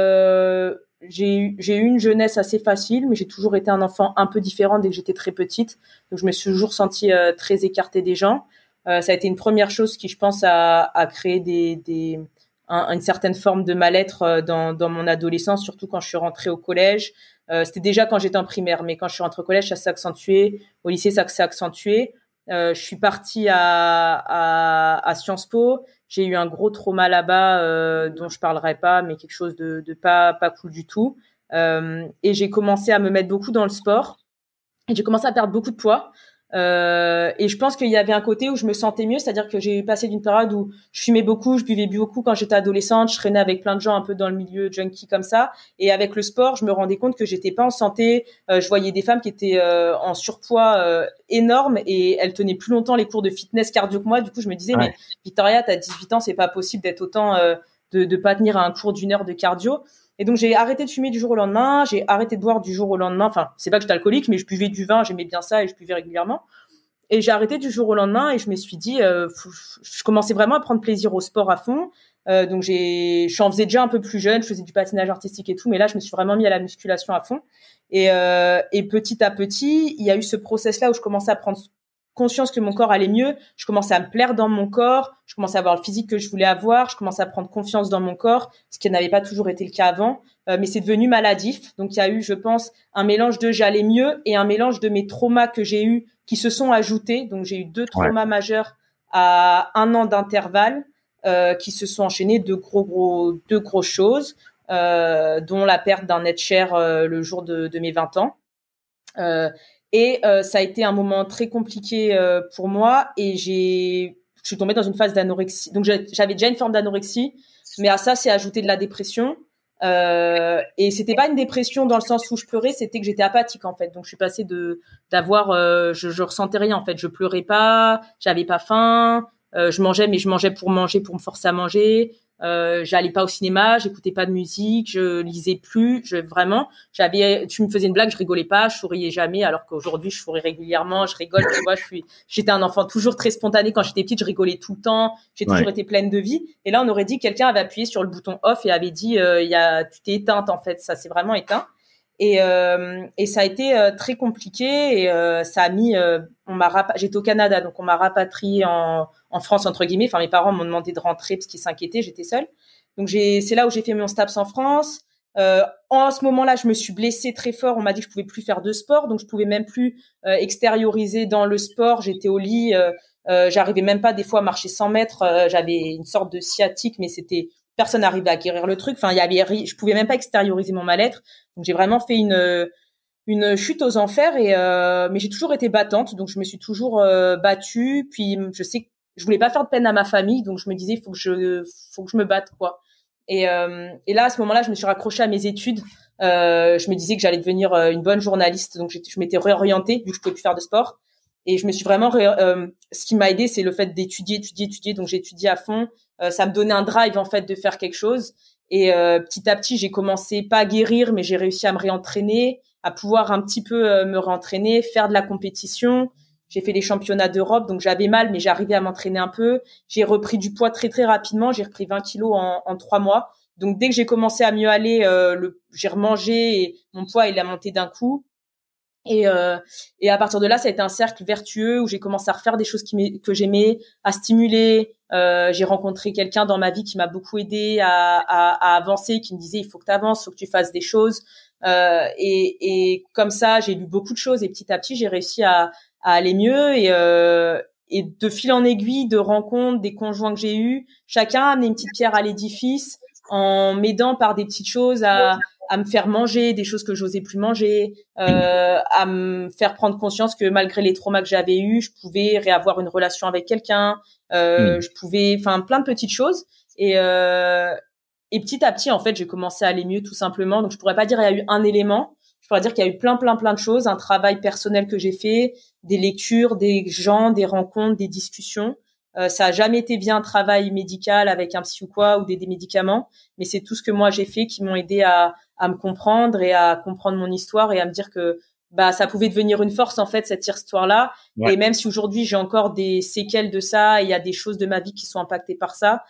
une jeunesse assez facile, mais j'ai toujours été un enfant un peu différent dès que j'étais très petite. Donc, je me suis toujours sentie très écartée des gens. Ça a été une première chose qui, je pense, a créé une certaine forme de mal-être dans mon adolescence, surtout quand je suis rentrée au collège. C'était déjà quand j'étais en primaire, mais quand je suis rentrée au collège, ça s'est accentué. Au lycée, ça s'est accentué. Je suis partie à Sciences Po. J'ai eu un gros trauma là-bas dont je parlerai pas, mais quelque chose de pas cool du tout. Et j'ai commencé à me mettre beaucoup dans le sport. Et j'ai commencé à perdre beaucoup de poids. Et je pense qu'il y avait un côté où je me sentais mieux, c'est-à-dire que j'ai passé d'une période où je fumais beaucoup, je buvais beaucoup quand j'étais adolescente, je traînais avec plein de gens un peu dans le milieu junkie comme ça, et avec le sport, je me rendais compte que j'étais pas en santé. Je voyais des femmes qui étaient en surpoids énorme et elles tenaient plus longtemps les cours de fitness cardio que moi. Du coup, je me disais, mais Victoria, t'as 18 ans, c'est pas possible d'être autant de pas tenir un cours d'1 heure de cardio. Et donc, j'ai arrêté de fumer du jour au lendemain, j'ai arrêté de boire du jour au lendemain. Enfin, c'est pas que j'étais alcoolique, mais je buvais du vin, j'aimais bien ça et je buvais régulièrement. Et j'ai arrêté du jour au lendemain et je me suis dit, je commençais vraiment à prendre plaisir au sport à fond. Donc, j'en faisais déjà un peu plus jeune, je faisais du patinage artistique et tout, mais là, je me suis vraiment mis à la musculation à fond. Et petit à petit, il y a eu ce process-là où je commençais à prendre conscience que mon corps allait mieux, je commençais à me plaire dans mon corps, je commençais à avoir le physique que je voulais avoir, je commençais à prendre confiance dans mon corps, ce qui n'avait pas toujours été le cas avant, mais c'est devenu maladif. Donc il y a eu, je pense, un mélange de j'allais mieux et un mélange de mes traumas que j'ai eu qui se sont ajoutés. Donc, j'ai eu 2 traumas majeurs à 1 an d'intervalle qui se sont enchaînés, deux grosses choses, dont la perte d'un être cher le jour de mes 20 ans. Et ça a été un moment très compliqué pour moi et je suis tombée dans une phase d'anorexie. Donc j'avais déjà une forme d'anorexie, mais à ça c'est ajouté de la dépression. Et c'était pas une dépression dans le sens où je pleurais, c'était que j'étais apathique en fait. Donc je suis passée je ressentais rien en fait. Je pleurais pas, j'avais pas faim, je mangeais mais je mangeais pour me forcer à manger. J'allais pas au cinéma, j'écoutais pas de musique, je lisais plus, tu me faisais une blague, je rigolais pas, je souriais jamais, alors qu'aujourd'hui je souris régulièrement, je rigole, tu vois, j'étais un enfant toujours très spontané quand j'étais petite, je rigolais tout le temps, j'ai toujours été pleine de vie, et là on aurait dit que quelqu'un avait appuyé sur le bouton off et avait dit, tu t'es éteinte en fait, ça s'est vraiment éteint. Et ça a été très compliqué et ça a mis j'étais au Canada donc on m'a rapatriée en France entre guillemets, enfin mes parents m'ont demandé de rentrer parce qu'ils s'inquiétaient, j'étais seule. Donc c'est là où j'ai fait mon STAPS en France. En ce moment-là, je me suis blessée très fort, on m'a dit que je pouvais plus faire de sport, donc je pouvais même plus extérioriser dans le sport, j'étais au lit, j'arrivais même pas des fois à marcher 100 mètres, j'avais une sorte de sciatique mais personne n'arrivait à guérir le truc. Enfin, je pouvais même pas extérioriser mon mal-être. Donc, j'ai vraiment fait une chute aux enfers mais j'ai toujours été battante. Donc, je me suis toujours battue. Puis, je sais que je voulais pas faire de peine à ma famille. Donc, je me disais, faut que je me batte, quoi. Et là, à ce moment-là, je me suis raccrochée à mes études. Je me disais que j'allais devenir une bonne journaliste. Donc, je m'étais réorientée vu que je pouvais plus faire de sport. Et je me suis vraiment ce qui m'a aidé, c'est le fait d'étudier. Donc j'ai étudié à fond. Ça me donnait un drive en fait de faire quelque chose. Et petit à petit, j'ai commencé pas à guérir, mais j'ai réussi à me réentraîner, à pouvoir un petit peu me réentraîner, faire de la compétition. J'ai fait les championnats d'Europe, donc j'avais mal, mais j'arrivais à m'entraîner un peu. J'ai repris du poids très très rapidement. J'ai repris 20 kilos en 3 mois. Donc dès que j'ai commencé à mieux aller, j'ai remangé et mon poids il a monté d'un coup. Et à partir de là, ça a été un cercle vertueux où j'ai commencé à refaire des choses que j'aimais, à stimuler. J'ai rencontré quelqu'un dans ma vie qui m'a beaucoup aidé à avancer, qui me disait il faut que tu avances, il faut que tu fasses des choses. Et comme ça, j'ai lu beaucoup de choses et petit à petit, j'ai réussi à aller mieux. Et de fil en aiguille, de rencontres, des conjoints que j'ai eus, chacun a amené une petite pierre à l'édifice en m'aidant par des petites choses à me faire manger des choses que j'osais plus manger, à me faire prendre conscience que malgré les traumas que j'avais eus, je pouvais réavoir une relation avec quelqu'un, je pouvais, enfin plein de petites choses et petit à petit en fait j'ai commencé à aller mieux tout simplement. Donc je pourrais pas dire il y a eu un élément, je pourrais dire qu'il y a eu plein de choses, un travail personnel que j'ai fait, des lectures, des gens, des rencontres, des discussions. Ça a jamais été via un travail médical avec un psy ou quoi ou des médicaments, mais c'est tout ce que moi j'ai fait qui m'ont aidé à me comprendre et à comprendre mon histoire et à me dire que ça pouvait devenir une force en fait cette histoire-là. Ouais. Et même si aujourd'hui j'ai encore des séquelles de ça et il y a des choses de ma vie qui sont impactées par ça,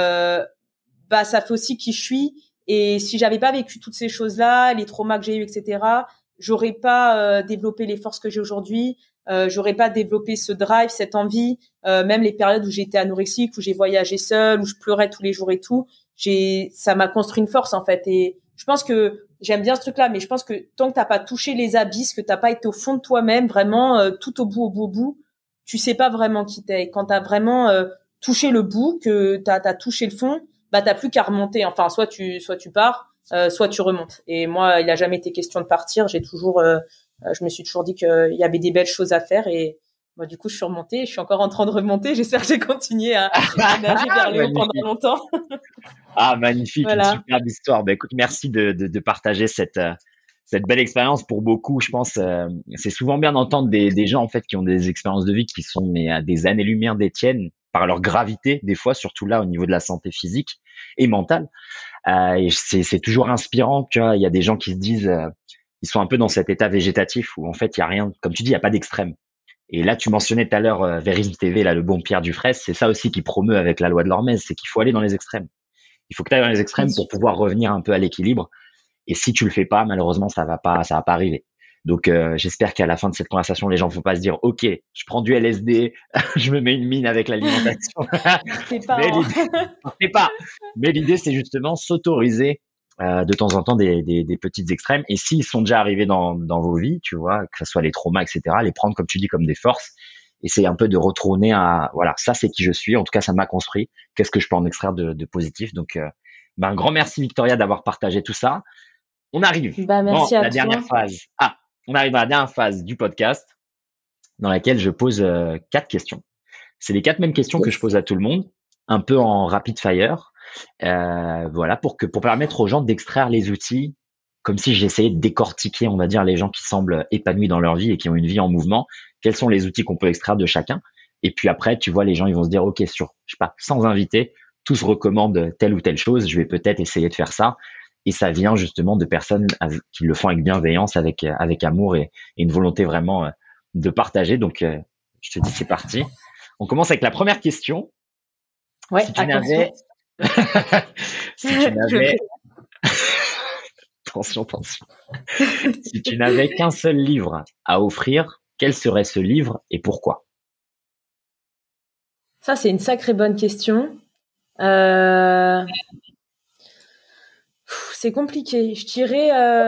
ça fait aussi qui je suis. Et si j'avais pas vécu toutes ces choses-là, les traumas que j'ai eu, etc., j'aurais pas développé les forces que j'ai aujourd'hui. J'aurais pas développé ce drive, cette envie, même les périodes où j'étais anorexique, où j'ai voyagé seule, où je pleurais tous les jours et tout, ça m'a construit une force en fait. Et je pense que j'aime bien ce truc-là, mais je pense que tant que t'as pas touché les abysses, que t'as pas été au fond de toi-même, vraiment tout au bout, tu sais pas vraiment qui t'es. Et quand t'as vraiment touché le bout, que t'as touché le fond, t'as plus qu'à remonter. Enfin, soit tu pars, soit tu remontes. Et moi, il a jamais été question de partir. Je me suis toujours dit qu'il y avait des belles choses à faire et moi, du coup, je suis remontée. Je suis encore en train de remonter. J'espère que j'ai continué à nager vers le haut pendant longtemps. Ah, magnifique, voilà. Une superbe histoire. Écoute, merci de partager cette belle expérience. Pour beaucoup, je pense, c'est souvent bien d'entendre des gens en fait qui ont des expériences de vie qui sont à des années-lumière des tiennes par leur gravité, des fois, surtout là au niveau de la santé physique et mentale. Et c'est toujours inspirant. Tu vois, il y a des gens qui se disent ils sont un peu dans cet état végétatif où en fait il y a rien, comme tu dis, il y a pas d'extrême. Et là tu mentionnais tout à l'heure Verisme TV, là le bon Pierre Dufraisse, c'est ça aussi qui promeut avec la loi de l'Hormèse, c'est qu'il faut aller dans les extrêmes. Il faut que tu ailles dans les extrêmes pour pouvoir revenir un peu à l'équilibre. Et si tu le fais pas, malheureusement ça va pas arriver. Donc j'espère qu'à la fin de cette conversation, les gens vont pas se dire OK, je prends du LSD, je me mets une mine avec l'alimentation. C'est pas. Mais l'idée c'est justement s'autoriser de temps en temps des petites extrêmes. Et s'ils sont déjà arrivés dans vos vies, tu vois, que ce soit les traumas, etc., les prendre, comme tu dis, comme des forces. Et c'est un peu de retourner à, voilà, ça c'est qui je suis. En tout cas, ça m'a construit. Qu'est-ce que je peux en extraire de positif? Donc, un grand merci Victoria d'avoir partagé tout ça. On arrive merci dans à la dernière phase. On arrive à la dernière phase du podcast dans laquelle je pose 4 questions. C'est les 4 mêmes questions que je pose à tout le monde, un peu en rapid fire. Voilà, pour permettre aux gens d'extraire les outils, comme si j'essayais de décortiquer, on va dire, les gens qui semblent épanouis dans leur vie et qui ont une vie en mouvement. Quels sont les outils qu'on peut extraire de chacun? Et puis après, tu vois, les gens, ils vont se dire, OK, je sais pas, sans inviter, tous recommandent telle ou telle chose, je vais peut-être essayer de faire ça. Et ça vient justement de personnes qui le font avec bienveillance, avec amour et une volonté vraiment de partager. Donc, je te dis, c'est parti. On commence avec la première question. Ouais, si tu n'avais attention. Si tu n'avais qu'un seul livre à offrir, quel serait ce livre et pourquoi? Ça, c'est une sacrée bonne question. C'est compliqué. Je dirais...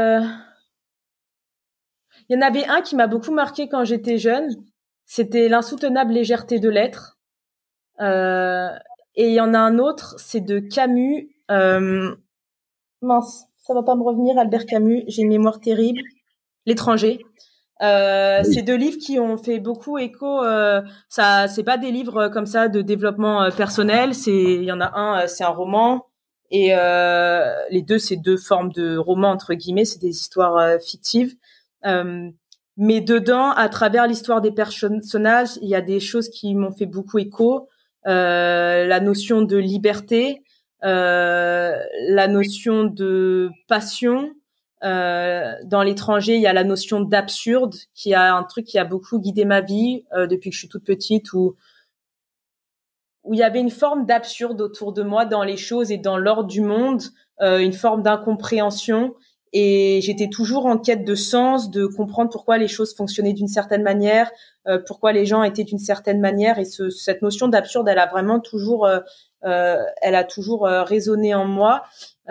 Il y en avait un qui m'a beaucoup marqué quand j'étais jeune. C'était L'insoutenable légèreté de l'être. Et il y en a un autre, c'est de Camus. Mince, ça va pas me revenir, Albert Camus. J'ai une mémoire terrible. L'étranger. Oui. C'est 2 livres qui ont fait beaucoup écho. Ça, c'est pas des livres comme ça de développement personnel. Il y en a un, c'est un roman. Et les deux, c'est 2 formes de romans entre guillemets, c'est des histoires fictives. Mais dedans, à travers l'histoire des personnages, il y a des choses qui m'ont fait beaucoup écho. La notion de liberté, la notion de passion. Dans l'étranger, il y a la notion d'absurde, qui a un truc qui a beaucoup guidé ma vie depuis que je suis toute petite, où il y avait une forme d'absurde autour de moi dans les choses et dans l'ordre du monde, une forme d'incompréhension. Et j'étais toujours en quête de sens, de comprendre pourquoi les choses fonctionnaient d'une certaine manière, pourquoi les gens étaient d'une certaine manière. Et cette notion d'absurde, elle a vraiment toujours, résonné en moi.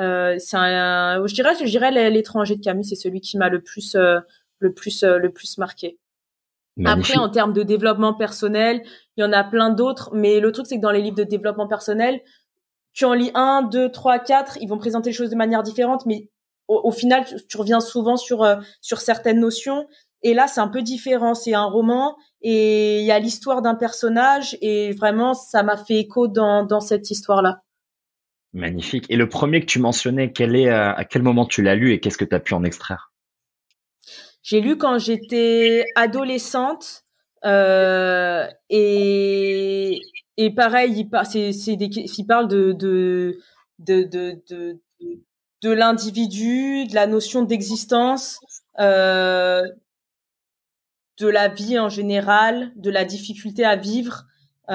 Je dirais L'étranger de Camus, c'est celui qui m'a le plus marqué. Magnifique. Après, en termes de développement personnel, il y en a plein d'autres, mais le truc, c'est que dans les livres de développement personnel, tu en lis 1, 2, 3, 4, ils vont présenter les choses de manière différente, mais au final, tu reviens souvent sur certaines notions. Et là, c'est un peu différent. C'est un roman et il y a l'histoire d'un personnage et vraiment, ça m'a fait écho dans cette histoire-là. Magnifique. Et le premier que tu mentionnais, à quel moment tu l'as lu et qu'est-ce que tu as pu en extraire? J'ai lu quand j'étais adolescente et pareil, il parle de l'individu, de la notion d'existence, de la vie en général, de la difficulté à vivre.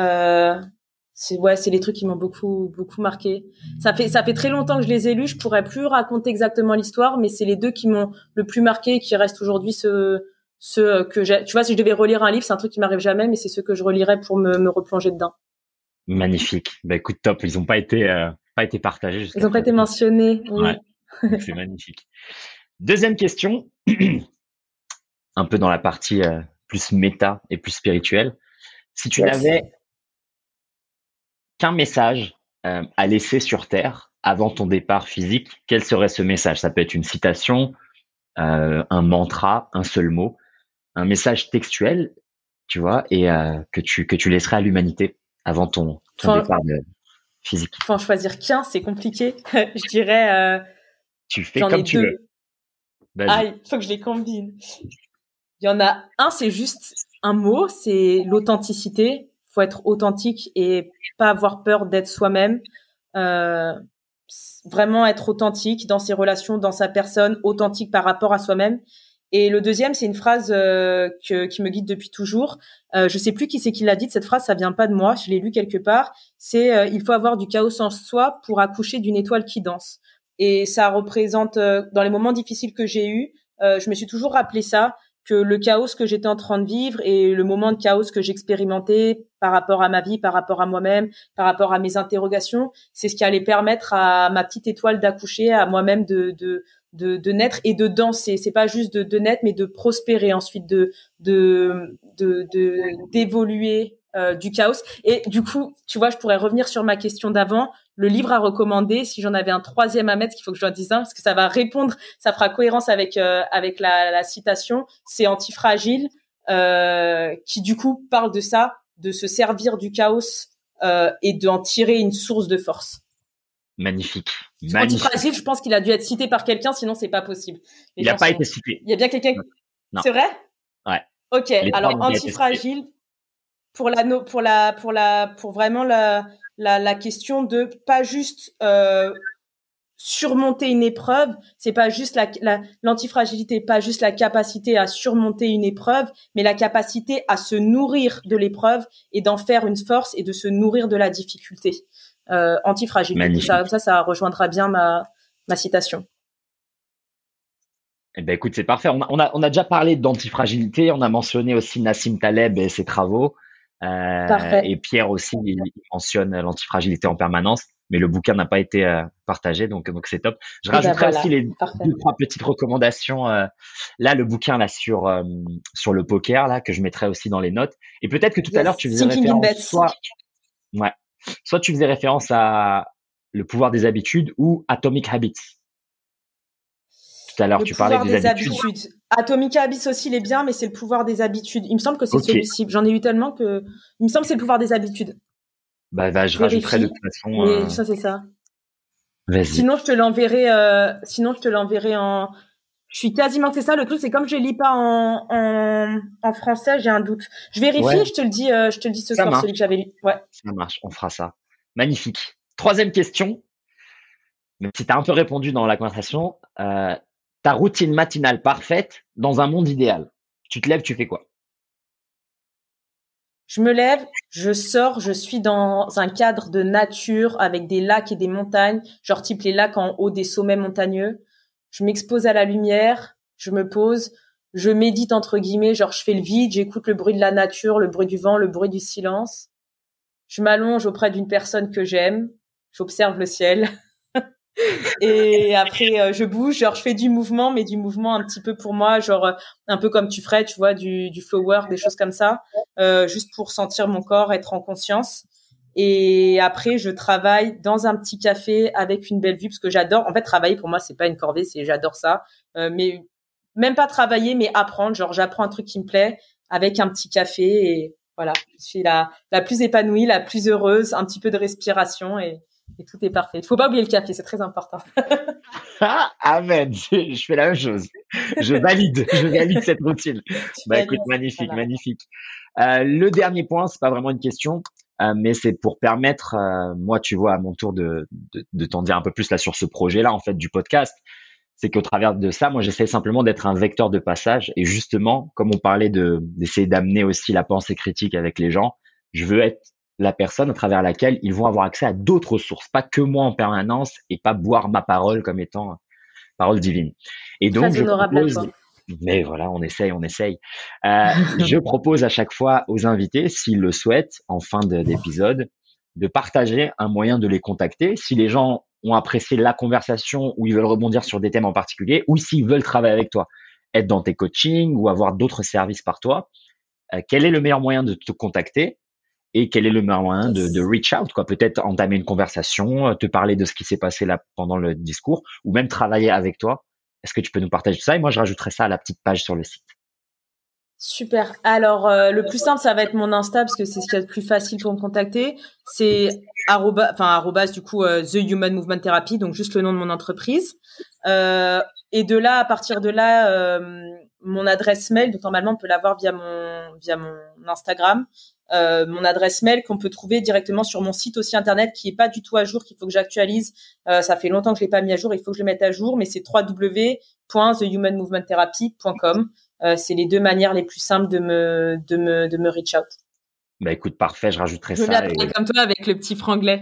C'est les trucs qui m'ont beaucoup marqué. Ça fait très longtemps que je les ai lus, je pourrais plus raconter exactement l'histoire, mais c'est les 2 qui m'ont le plus marqué et qui restent aujourd'hui ceux que j'ai. Tu vois, si je devais relire un livre, c'est un truc qui m'arrive jamais, mais c'est ceux que je relirais pour me replonger dedans. Magnifique. Écoute, top. Ils ont pas été partagés. Ils ont pas été mentionnés. Oui. Ouais. C'est magnifique. Deuxième question, un peu dans la partie plus méta et plus spirituelle. Si tu n'avais qu'un message à laisser sur Terre avant ton départ physique, quel serait ce message? Ça peut être une citation, un mantra, un seul mot, un message textuel, tu vois, et que tu laisserais à l'humanité avant ton départ physique. Faut en choisir qu'un, c'est compliqué. Je dirais. Tu fais comme tu veux. Vas-y. Il faut que je les combine. Il y en a un, c'est juste un mot, c'est l'authenticité. Faut être authentique et pas avoir peur d'être soi-même. Vraiment être authentique dans ses relations, dans sa personne, authentique par rapport à soi-même. Et le deuxième, c'est une phrase qui me guide depuis toujours. Je sais plus qui c'est qui l'a dit. Cette phrase, ça vient pas de moi. Je l'ai lu quelque part. C'est il faut avoir du chaos en soi pour accoucher d'une étoile qui danse. Et ça représente dans les moments difficiles que j'ai eus, je me suis toujours rappelé ça, que le chaos que j'étais en train de vivre et le moment de chaos que j'expérimentais par rapport à ma vie, par rapport à moi-même, par rapport à mes interrogations, c'est ce qui allait permettre à ma petite étoile d'accoucher, à moi-même de naître et de danser. C'est pas juste de naître, mais de prospérer ensuite, d'évoluer du chaos. Et du coup, tu vois, je pourrais revenir sur ma question d'avant. Le livre à recommander, si j'en avais un troisième à mettre, qu'il faut que j'en dise un, parce que ça va répondre, ça fera cohérence avec la citation. C'est Antifragile, qui du coup parle de ça, de se servir du chaos et d'en tirer une source de force. Magnifique. Antifragile, je pense qu'il a dû être cité par quelqu'un, sinon c'est pas possible. Il n'a pas été cité. Il y a bien quelqu'un. Non. C'est vrai? Ouais. Ok. Alors Antifragile, pour vraiment la question de pas juste surmonter une épreuve, c'est pas juste l'antifragilité, pas juste la capacité à surmonter une épreuve, mais la capacité à se nourrir de l'épreuve et d'en faire une force et de se nourrir de la difficulté. Antifragile. Ça rejoindra bien ma citation. Eh ben écoute, c'est parfait. On a déjà parlé d'antifragilité, on a mentionné aussi Nassim Taleb et ses travaux. Et Pierre aussi, il mentionne l'antifragilité en permanence, mais le bouquin n'a pas été partagé, donc c'est top. Je rajouterai aussi les 2-3 petites recommandations. Là, le bouquin là sur le poker là que je mettrai aussi dans les notes. Et peut-être que tout à l'heure tu faisais référence, soit tu faisais référence à Le pouvoir des habitudes ou Atomic Habits. Tout à l'heure, tu parlais des habitudes. Atomic Habits aussi, il est bien, mais c'est Le pouvoir des habitudes. Il me semble que c'est celui-ci. J'en ai eu tellement que il me semble que c'est Le pouvoir des habitudes. Bah, je rajouterai de toute façon. Mais ça, c'est ça. Vas-y. Sinon, je te l'enverrai en. Je suis quasiment que c'est ça. Le truc, c'est comme je lis pas en français, j'ai un doute. Je vérifie et je te le dis ce soir, celui que j'avais lu. Ouais. Ça marche, on fera ça. Magnifique. Troisième question. Mais si tu as un peu répondu dans la conversation, ta routine matinale parfaite dans un monde idéal. Tu te lèves, tu fais quoi? Je me lève, je sors, je suis dans un cadre de nature avec des lacs et des montagnes, genre type les lacs en haut des sommets montagneux. Je m'expose à la lumière, je me pose, je médite entre guillemets, genre je fais le vide, j'écoute le bruit de la nature, le bruit du vent, le bruit du silence. Je m'allonge auprès d'une personne que j'aime, j'observe le ciel. Et après je bouge, genre je fais du mouvement, mais du mouvement un petit peu pour moi, genre un peu comme tu ferais, tu vois, du flow work, des choses comme ça, juste pour sentir mon corps, être en conscience. Et après je travaille dans un petit café avec une belle vue, parce que j'adore. En fait, travailler pour moi c'est pas une corvée, j'adore ça. Mais même pas travailler, mais apprendre, genre j'apprends un truc qui me plaît avec un petit café et voilà, je suis la plus épanouie, la plus heureuse, un petit peu de respiration et tout est parfait. Il faut pas oublier le café, c'est très important. Amen. Je fais la même chose. Je valide cette routine. Écoute, magnifique, voilà. Magnifique. Le dernier point, c'est pas vraiment une question, mais c'est pour permettre, moi, tu vois, à mon tour de t'en dire un peu plus là sur ce projet-là, en fait, du podcast. C'est qu'au travers de ça, moi, j'essaie simplement d'être un vecteur de passage. Et justement, comme on parlait d'essayer d'amener aussi la pensée critique avec les gens, je veux être la personne à travers laquelle ils vont avoir accès à d'autres sources, pas que moi en permanence et pas boire ma parole comme étant parole divine. Et donc, je propose, mais voilà, on essaye. Je propose à chaque fois aux invités, s'ils le souhaitent, en fin d'épisode, de partager un moyen de les contacter. Si les gens ont apprécié la conversation ou ils veulent rebondir sur des thèmes en particulier ou s'ils veulent travailler avec toi, être dans tes coachings ou avoir d'autres services par toi, quel est le meilleur moyen de te contacter? Et quel est le meilleur moyen de reach out, quoi? Peut-être entamer une conversation, te parler de ce qui s'est passé là pendant le discours, ou même travailler avec toi. Est-ce que tu peux nous partager tout ça? Et moi, je rajouterai ça à la petite page sur le site. Super. Alors, le plus simple, ça va être mon Insta, parce que c'est ce qui est le plus facile pour me contacter. C'est arrobas, du coup, The Human Movement Therapy, donc juste le nom de mon entreprise. Et de là, à partir de là, mon adresse mail, donc normalement, on peut l'avoir via mon Instagram. Mon adresse mail qu'on peut trouver directement sur mon site aussi internet qui est pas du tout à jour, qu'il faut que j'actualise. Ça fait longtemps que je l'ai pas mis à jour, il faut que je le mette à jour, mais c'est www.thehumanmovementtherapy.com. C'est les deux manières les plus simples de me reach out. Bah écoute, parfait, je rajouterai Je veux ça. bien parler comme toi avec le petit franglais.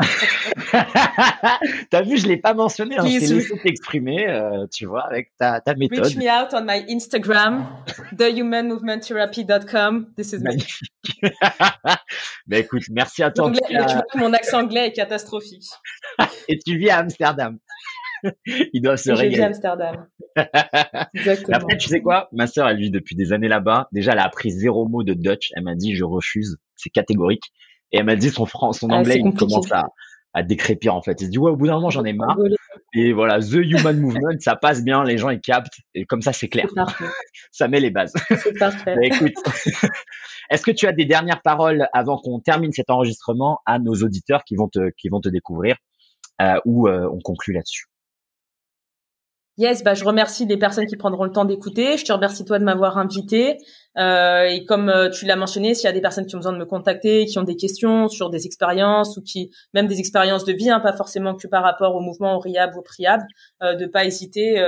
T'as vu, je l'ai pas mentionné, hein, je t'ai Please. laissé t'exprimer, tu vois, avec ta méthode. Reach me out on my Instagram, thehumanmovementtherapy.com. This is me. Magnifique. Bah écoute, merci à toi. Tu vois que mon accent anglais est catastrophique. Et tu vis à Amsterdam. Ils doivent se régaler. Je vis à Amsterdam. Exactement. Après, tu sais quoi? Ma sœur, elle vit depuis des années là-bas. Déjà, elle a appris 0 mot de Dutch. Elle m'a dit, je refuse. C'est catégorique. Et elle m'a dit, son anglais, il commence à décrépir, en fait. Elle se dit, ouais, au bout d'un moment, j'en ai marre. Et voilà, The Human Movement, ça passe bien, les gens, ils captent. Et comme ça, c'est clair. Ça met les bases. C'est parfait. Mais écoute, est-ce que tu as des dernières paroles avant qu'on termine cet enregistrement à nos auditeurs qui vont te découvrir, ou on conclut là-dessus? Yes, je remercie les personnes qui prendront le temps d'écouter. Je te remercie toi de m'avoir invité. Et comme tu l'as mentionné, s'il y a des personnes qui ont besoin de me contacter, qui ont des questions sur des expériences ou qui même des expériences de vie, pas forcément que par rapport au mouvement, au rehab ou au priab, de pas hésiter.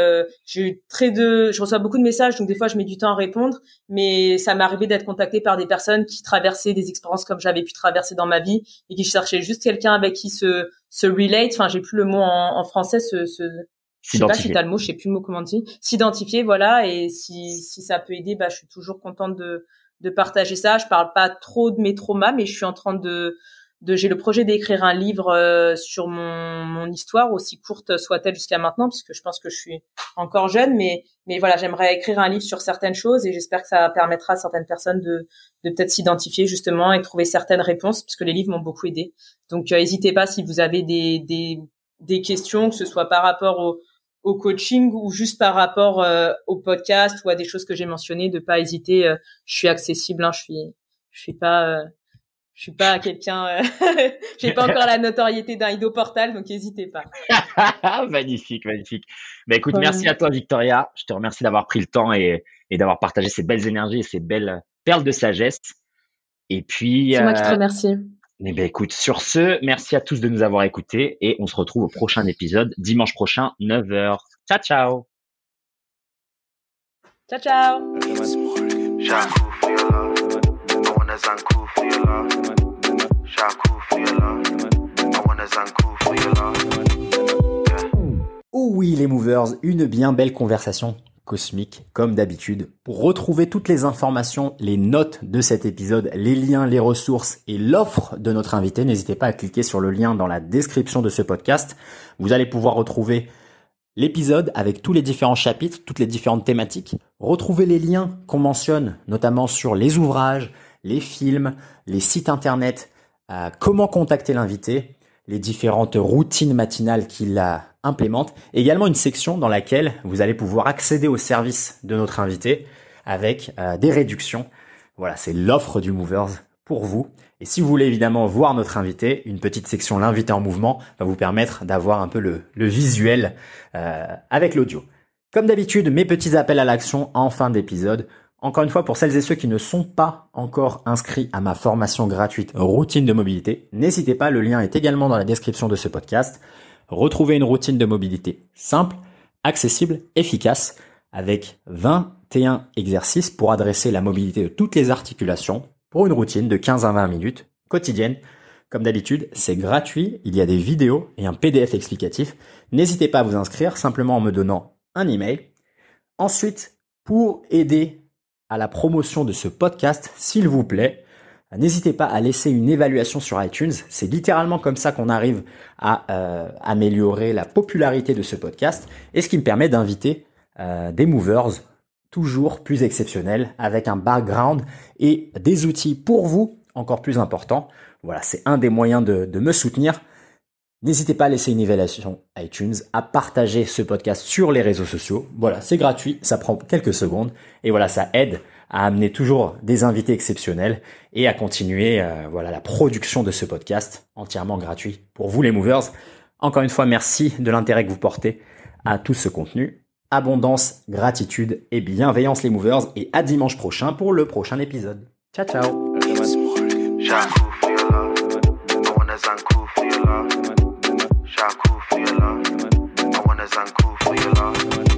Je reçois beaucoup de messages, donc des fois je mets du temps à répondre, mais ça m'est arrivé d'être contactée par des personnes qui traversaient des expériences comme j'avais pu traverser dans ma vie et qui cherchaient juste quelqu'un avec qui se relate. Enfin, j'ai plus le mot en français. Je sais pas si t'as le mot, je sais plus le mot comment on dit. S'identifier, voilà. Et si ça peut aider, je suis toujours contente de partager ça. Je parle pas trop de mes traumas, mais je suis en train j'ai le projet d'écrire un livre sur mon histoire, aussi courte soit-elle jusqu'à maintenant, parce que je pense que je suis encore jeune, mais voilà, j'aimerais écrire un livre sur certaines choses et j'espère que ça permettra à certaines personnes de peut-être s'identifier justement et trouver certaines réponses, parce que les livres m'ont beaucoup aidé. Donc, n'hésitez pas si vous avez des questions, que ce soit par rapport au coaching ou juste par rapport au podcast ou à des choses que j'ai mentionnées, de pas hésiter. Je suis accessible, je suis pas quelqu'un, j'ai pas encore la notoriété d'un Ido Portal, donc n'hésitez pas. Magnifique. Écoute, merci à toi, Victoria. Je te remercie d'avoir pris le temps et d'avoir partagé ces belles énergies et ces belles perles de sagesse. Et puis, c'est moi qui te remercie. Écoute, sur ce, merci à tous de nous avoir écoutés et on se retrouve au prochain épisode, dimanche prochain, 9h. Ciao. Oh oui, les movers, une bien belle conversation cosmique, comme d'habitude. Pour retrouver toutes les informations, les notes de cet épisode, les liens, les ressources et l'offre de notre invité, n'hésitez pas à cliquer sur le lien dans la description de ce podcast. Vous allez pouvoir retrouver l'épisode avec tous les différents chapitres, toutes les différentes thématiques. Retrouvez les liens qu'on mentionne, notamment sur les ouvrages, les films, les sites internet, comment contacter l'invité, les différentes routines matinales qu'il implémente. Également une section dans laquelle vous allez pouvoir accéder aux services de notre invité avec des réductions. Voilà, c'est l'offre du Movers pour vous. Et si vous voulez évidemment voir notre invité, une petite section l'invité en mouvement va vous permettre d'avoir un peu le visuel avec l'audio. Comme d'habitude, mes petits appels à l'action en fin d'épisode. Encore une fois, pour celles et ceux qui ne sont pas encore inscrits à ma formation gratuite Routine de mobilité, n'hésitez pas, le lien est également dans la description de ce podcast. Retrouvez une routine de mobilité simple, accessible, efficace, avec 21 exercices pour adresser la mobilité de toutes les articulations pour une routine de 15 à 20 minutes quotidienne. Comme d'habitude, c'est gratuit, il y a des vidéos et un PDF explicatif. N'hésitez pas à vous inscrire simplement en me donnant un email. Ensuite, pour aider à la promotion de ce podcast, s'il vous plaît, n'hésitez pas à laisser une évaluation sur iTunes. C'est littéralement comme ça qu'on arrive à améliorer la popularité de ce podcast et ce qui me permet d'inviter des movers toujours plus exceptionnels avec un background et des outils pour vous encore plus importants. Voilà, c'est un des moyens de me soutenir. N'hésitez pas à laisser une évaluation iTunes, à partager ce podcast sur les réseaux sociaux. Voilà, c'est gratuit, ça prend quelques secondes. Et voilà, ça aide à amener toujours des invités exceptionnels et à continuer la production de ce podcast entièrement gratuit pour vous les movers. Encore une fois, merci de l'intérêt que vous portez à tout ce contenu. Abondance, gratitude et bienveillance les movers. Et à dimanche prochain pour le prochain épisode. Ciao, ciao. Cool for your love. I wanna cool for your love.